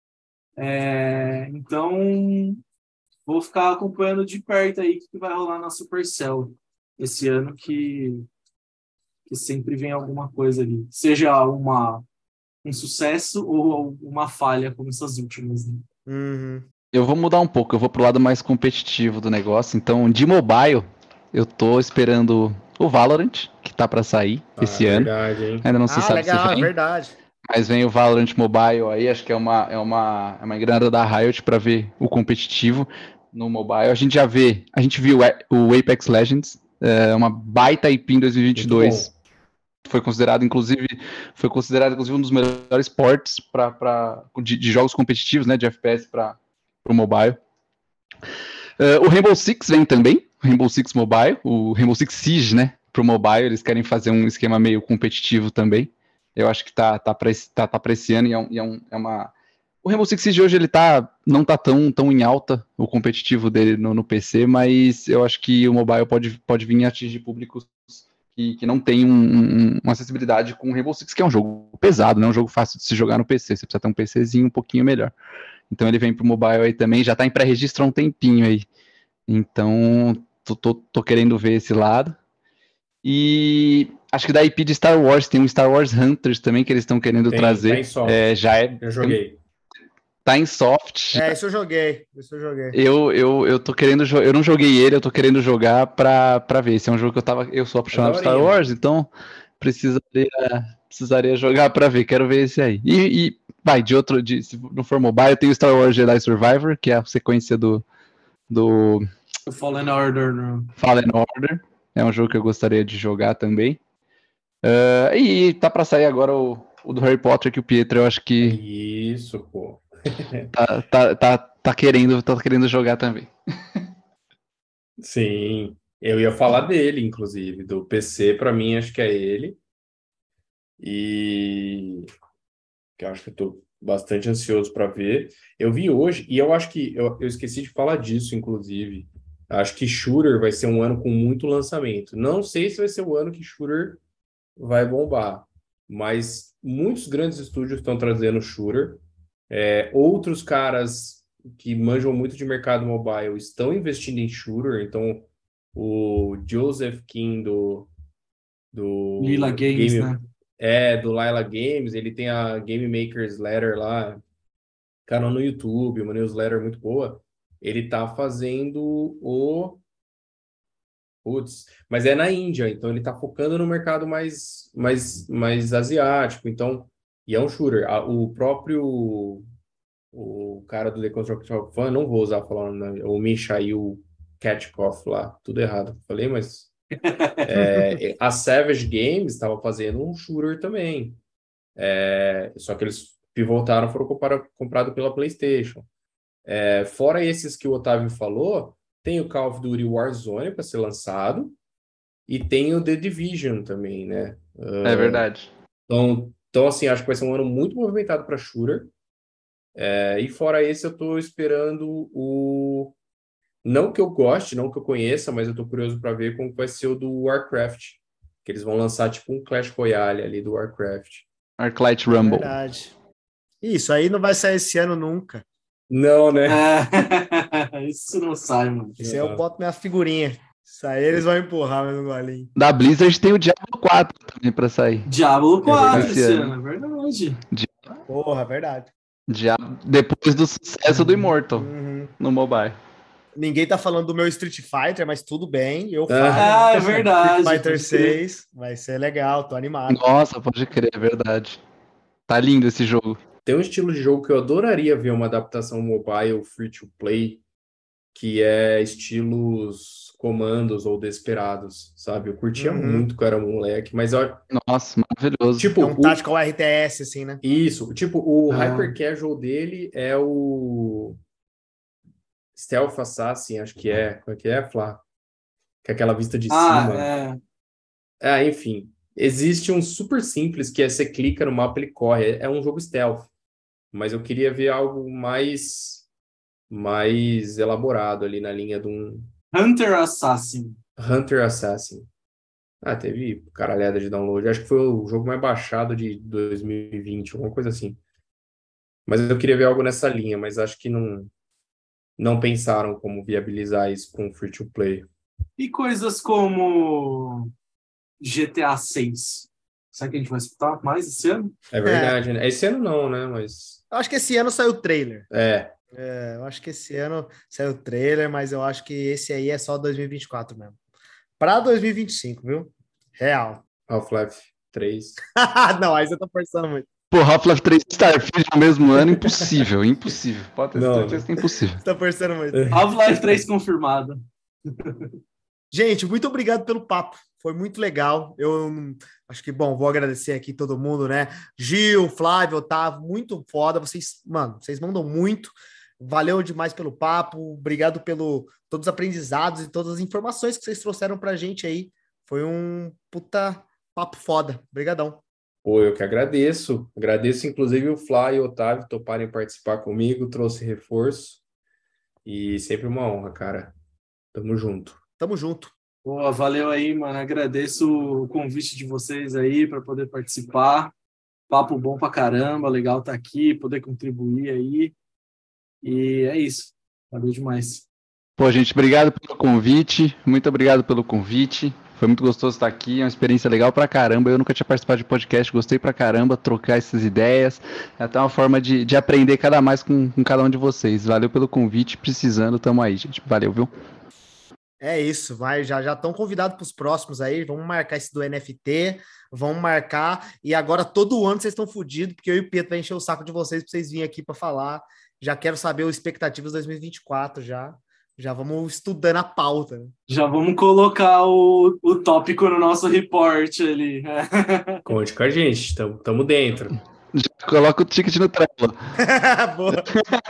É, então, vou ficar acompanhando de perto aí o que vai rolar na Supercell esse ano, que, que sempre vem alguma coisa ali. Seja uma, um sucesso ou uma falha, como essas últimas. Né? Uhum. Eu vou mudar um pouco, eu vou pro lado mais competitivo do negócio. Então, de mobile, eu tô esperando o Valorant, que tá pra sair Ah, esse é ano. verdade, hein? Ainda não se Ah, sabe legal, se é vem, verdade. mas vem o Valorant Mobile aí, acho que é uma, é uma, é uma engrenada da Riot pra ver o competitivo no mobile. A gente já vê, a gente viu o Apex Legends, é uma baita I P em dois mil e vinte e dois. Muito Foi considerado, inclusive, foi considerado, inclusive, um dos melhores ports pra, pra, de, de jogos competitivos, né, de F P S para o mobile. Uh, o Rainbow Six vem também, o Rainbow Six Mobile, o Rainbow Six Siege, né, pro mobile, eles querem fazer um esquema meio competitivo também. Eu acho que tá, tá, pra, esse, tá, tá pra esse ano e, é, um, e é, um, é uma... O Rainbow Six Siege hoje, ele tá, não tá tão, tão em alta, o competitivo dele no, no P C, mas eu acho que o mobile pode, pode vir a atingir públicos que, que não tem um, um, uma acessibilidade com o Rainbow Six, que é um jogo pesado, não é um jogo fácil de se jogar no P C, você precisa ter um PCzinho um pouquinho melhor. Então ele vem pro mobile aí também, já tá em pré-registro há um tempinho aí. Então, tô, tô, tô querendo ver esse lado. E acho que da I P de Star Wars, tem um Star Wars Hunters também que eles estão querendo Tem, trazer. tá em soft. É, já é, Eu joguei. Tá em soft. É, isso eu joguei. Isso eu joguei. Eu, eu, eu tô querendo jo- eu não joguei ele, eu tô querendo jogar pra, pra ver. Esse é um jogo que eu tava. Eu sou apaixonado por Star daorinha, Wars, mano. então precisaria, precisaria jogar pra ver. Quero ver esse aí. E, e vai, de outro, de, se não for mobile, tem o Star Wars Jedi Survivor, que é a sequência do, do O Fallen Order. No... Fallen Order. É um jogo que eu gostaria de jogar também. Uh, e tá pra sair agora o, o do Harry Potter, que o Pietro, eu acho que Isso, pô. tá, tá, tá, tá, querendo, tá querendo jogar também. Sim, eu ia falar dele, inclusive, do P C, pra mim, acho que é ele. E que eu acho que eu tô bastante ansioso para ver. Eu vi hoje, e eu acho que eu, eu esqueci de falar disso, inclusive. Acho que Shooter vai ser um ano com muito lançamento. Não sei se vai ser o ano que Shooter vai bombar, mas muitos grandes estúdios estão trazendo Shooter. É, outros caras que manjam muito de mercado mobile estão investindo em Shooter. Então, o Joseph King do, do Lila Games, Game, né? É, do Lila Games, ele tem a Game Maker's Letter lá, canal no YouTube, uma newsletter muito boa. Ele tá fazendo o... Putz, mas é na Índia, então ele tá focando no mercado mais, mais, mais asiático, então... E é um shooter. A- O próprio... O cara do The Construction Fan, não vou usar falar o nome, o Mikhail Katkov lá, tudo errado, falei, mas... É, a Savage Games estava fazendo um shooter também. É, só que eles pivotaram, foram compara- comprados pela PlayStation. É, fora esses que o Otávio falou, tem o Call of Duty Warzone para ser lançado e tem o The Division também, né? É verdade. Então, então, assim, acho que vai ser um ano muito movimentado para shooter. É, e fora esse, eu estou esperando o... Não que eu goste, não que eu conheça, mas eu tô curioso para ver como vai ser o do Warcraft. Que eles vão lançar tipo um Clash Royale ali do Warcraft. Arclight Rumble. Verdade. Isso aí não vai sair esse ano nunca. Não, né? É, isso não sai, mano. Esse aí eu boto minha figurinha. Isso aí eles vão empurrar mais um golinho. Da Blizzard tem o Diablo quatro também pra sair. Diablo quatro verdade. esse ano, é verdade. Porra, verdade. Diablo, depois do sucesso do Immortal Uhum. no mobile. Ninguém tá falando do meu Street Fighter, mas tudo bem, eu Ah, falo. Ah, é verdade. Street Fighter pode crer. seis, vai ser legal, tô animado. Nossa, pode crer, é verdade. Tá lindo esse jogo. Tem um estilo de jogo que eu adoraria ver uma adaptação mobile free to play, que é estilos comandos ou Desperados, sabe? Eu curtia Uhum. muito quando era moleque, mas eu, Nossa, maravilhoso. tipo, É um o- Tactical R T S, assim, né? isso, tipo, o Ah. hyper casual dele é o Stealth Assassin, acho que é. Como é que é, Flá? Que é aquela vista de Ah, cima. é. Ah, enfim. Existe um super simples que é você clica no mapa, ele corre. É um jogo stealth. Mas eu queria ver algo mais, mais elaborado ali na linha de um Hunter Assassin. Hunter Assassin. Ah, teve caralhada de download. Acho que foi o jogo mais baixado de dois mil e vinte, alguma coisa assim. Mas eu queria ver algo nessa linha, mas acho que não, não pensaram como viabilizar isso com free to play. E coisas como G T A seis. Será que a gente vai escutar mais esse ano? É verdade, né? Esse ano não, né? Mas Eu acho que esse ano saiu o trailer. é, É, eu acho que esse ano saiu o trailer, mas eu acho que esse aí é só dois mil e vinte e quatro mesmo. Pra dois mil e vinte e cinco, viu? Real. Half-Life três. Não, aí você tá forçando muito. Pô, Half-Life três e Starfield no mesmo ano, impossível, impossível. Pode ter Não, certeza que é impossível. Você tá forçando muito. Half-Life três confirmado. Gente, muito obrigado pelo papo. Foi muito legal. Eu hum, acho que, bom, vou agradecer aqui todo mundo, né? Gil, Flávio, Otávio, muito foda. Vocês, mano, vocês mandam muito. Valeu demais pelo papo. Obrigado pelo todos os aprendizados e todas as informações que vocês trouxeram pra gente aí. Foi um puta papo foda. Obrigadão. Pô, eu que agradeço. Agradeço, inclusive, o Flá e o Otávio toparem participar comigo, trouxe reforço. E sempre uma honra, cara. Tamo junto. Tamo junto. Boa, valeu aí, mano. Agradeço o convite de vocês aí para poder participar. Papo bom pra caramba, legal estar aqui, poder contribuir aí. E é isso. Valeu demais. Pô, gente, obrigado pelo convite. Muito obrigado pelo convite. Foi muito gostoso estar aqui, é uma experiência legal pra caramba. Eu nunca tinha participado de podcast, gostei pra caramba, trocar essas ideias. É até uma forma de, de aprender cada mais com, com cada um de vocês. Valeu pelo convite, precisando, tamo aí, gente. Valeu, viu? É isso, vai, já já estão convidados para os próximos aí, vamos marcar esse do N F T, vamos marcar, e agora todo ano vocês estão fodidos, porque eu e o Pedro vai encher o saco de vocês para vocês virem aqui para falar. Já quero saber as expectativas dois mil e vinte e quatro já. Já vamos estudando a pauta. Né? Já vamos colocar o, o tópico no nosso report ali. Conte com a gente, tamo, tamo dentro. Já coloca o ticket no trelo. Boa.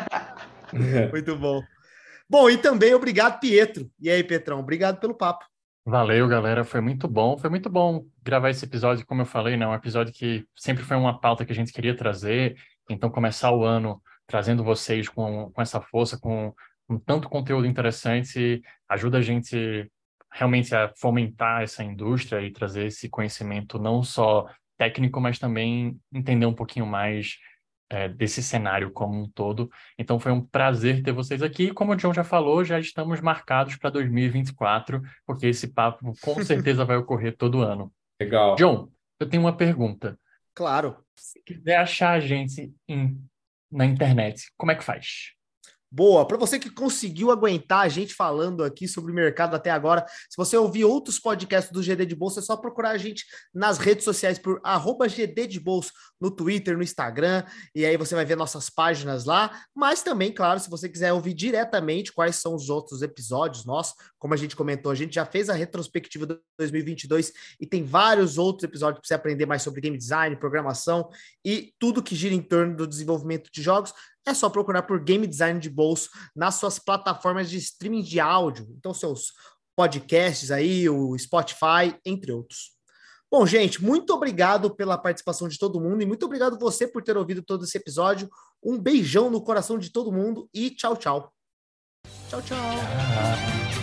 Muito bom. Bom, e também obrigado, Pietro. E aí, Petrão, obrigado pelo papo. Valeu, galera. Foi muito bom. Foi muito bom gravar esse episódio, como eu falei, né? Um episódio que sempre foi uma pauta que a gente queria trazer. Então, começar o ano trazendo vocês com, com essa força, com, com tanto conteúdo interessante, ajuda a gente realmente a fomentar essa indústria e trazer esse conhecimento não só técnico, mas também entender um pouquinho mais é, desse cenário como um todo. Então foi um prazer ter vocês aqui. Como o John já falou, já estamos marcados para dois mil e vinte e quatro, porque esse papo com certeza vai ocorrer todo ano. Legal. John, eu tenho uma pergunta. Claro. Se quiser achar a gente em, na internet, como é que faz? Boa, para você que conseguiu aguentar a gente falando aqui sobre o mercado até agora, se você ouvir outros podcasts do G D de Bolsa, é só procurar a gente nas redes sociais por arroba G D de Bolsa, no Twitter, no Instagram, e aí você vai ver nossas páginas lá, mas também, claro, se você quiser ouvir diretamente quais são os outros episódios nossos, como a gente comentou, a gente já fez a retrospectiva do dois mil e vinte e dois e tem vários outros episódios para você aprender mais sobre game design, programação e tudo que gira em torno do desenvolvimento de jogos. É só procurar por Game Design de Bolso nas suas plataformas de streaming de áudio, então seus podcasts aí, o Spotify, entre outros. Bom, gente, muito obrigado pela participação de todo mundo e muito obrigado você por ter ouvido todo esse episódio. Um beijão no coração de todo mundo e tchau, tchau. Tchau, tchau. Ah.